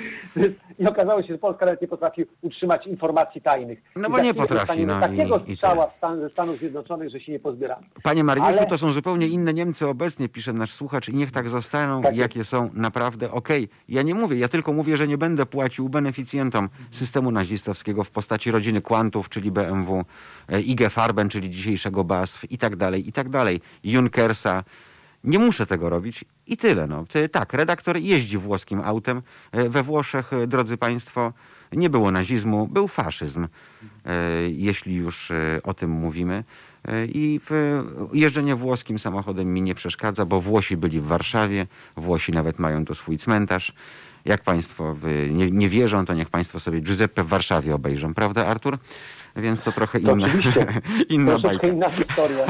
I okazało się, że Polska nawet nie potrafi utrzymać informacji tajnych. No I bo za nie chwilę potrafi, dostaniemy no takiego i- i strzała tyle. w Stan- ze Stanów Zjednoczonych, że się nie pozbieramy. Panie Mariuszu, Ale- to są zupełnie inne Niemcy obecnie, pisze nasz słuchacz i niech tak zostaną, Tak jest. jakie są naprawdę okej. Ja nie mówię, ja tylko mówię, że nie będę płacił beneficjentom systemu nazistowskiego w postaci rodziny Quantów, czyli B M W, e, I G Farben, czyli dzisiejszego B A S F i tak dalej, i tak dalej, Junkersa. Nie muszę tego robić i tyle. No. Ty- Tak, redaktor jeździ włoskim autem. E, We Włoszech, e, drodzy Państwo, nie było nazizmu, był faszyzm, e, jeśli już e, o tym mówimy. E, I w, jeżdżenie włoskim samochodem mi nie przeszkadza, bo Włosi byli w Warszawie, Włosi nawet mają tu swój cmentarz. Jak Państwo w, nie, nie wierzą, to niech Państwo sobie Giuseppe w Warszawie obejrzą, prawda Artur? Więc to trochę inna, Oczywiście. inna Troszeczkę bajka. inna historia.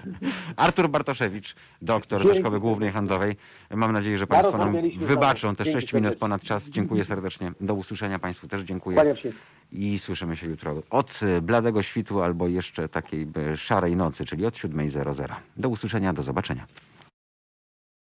Artur Bartoszewicz, doktor ze Dzięki. Szkoły Głównej Handlowej. Mam nadzieję, że Państwo nam rozmawialiśmy wybaczą te sobie. sześć Dzięki minut serdecznie. ponad czas. Dziękuję serdecznie. Do usłyszenia Państwu też dziękuję. Kłaniam się. I słyszymy się jutro od y, bladego świtu albo jeszcze takiej y, szarej nocy, czyli od siódmej zero zero. Do usłyszenia, do zobaczenia.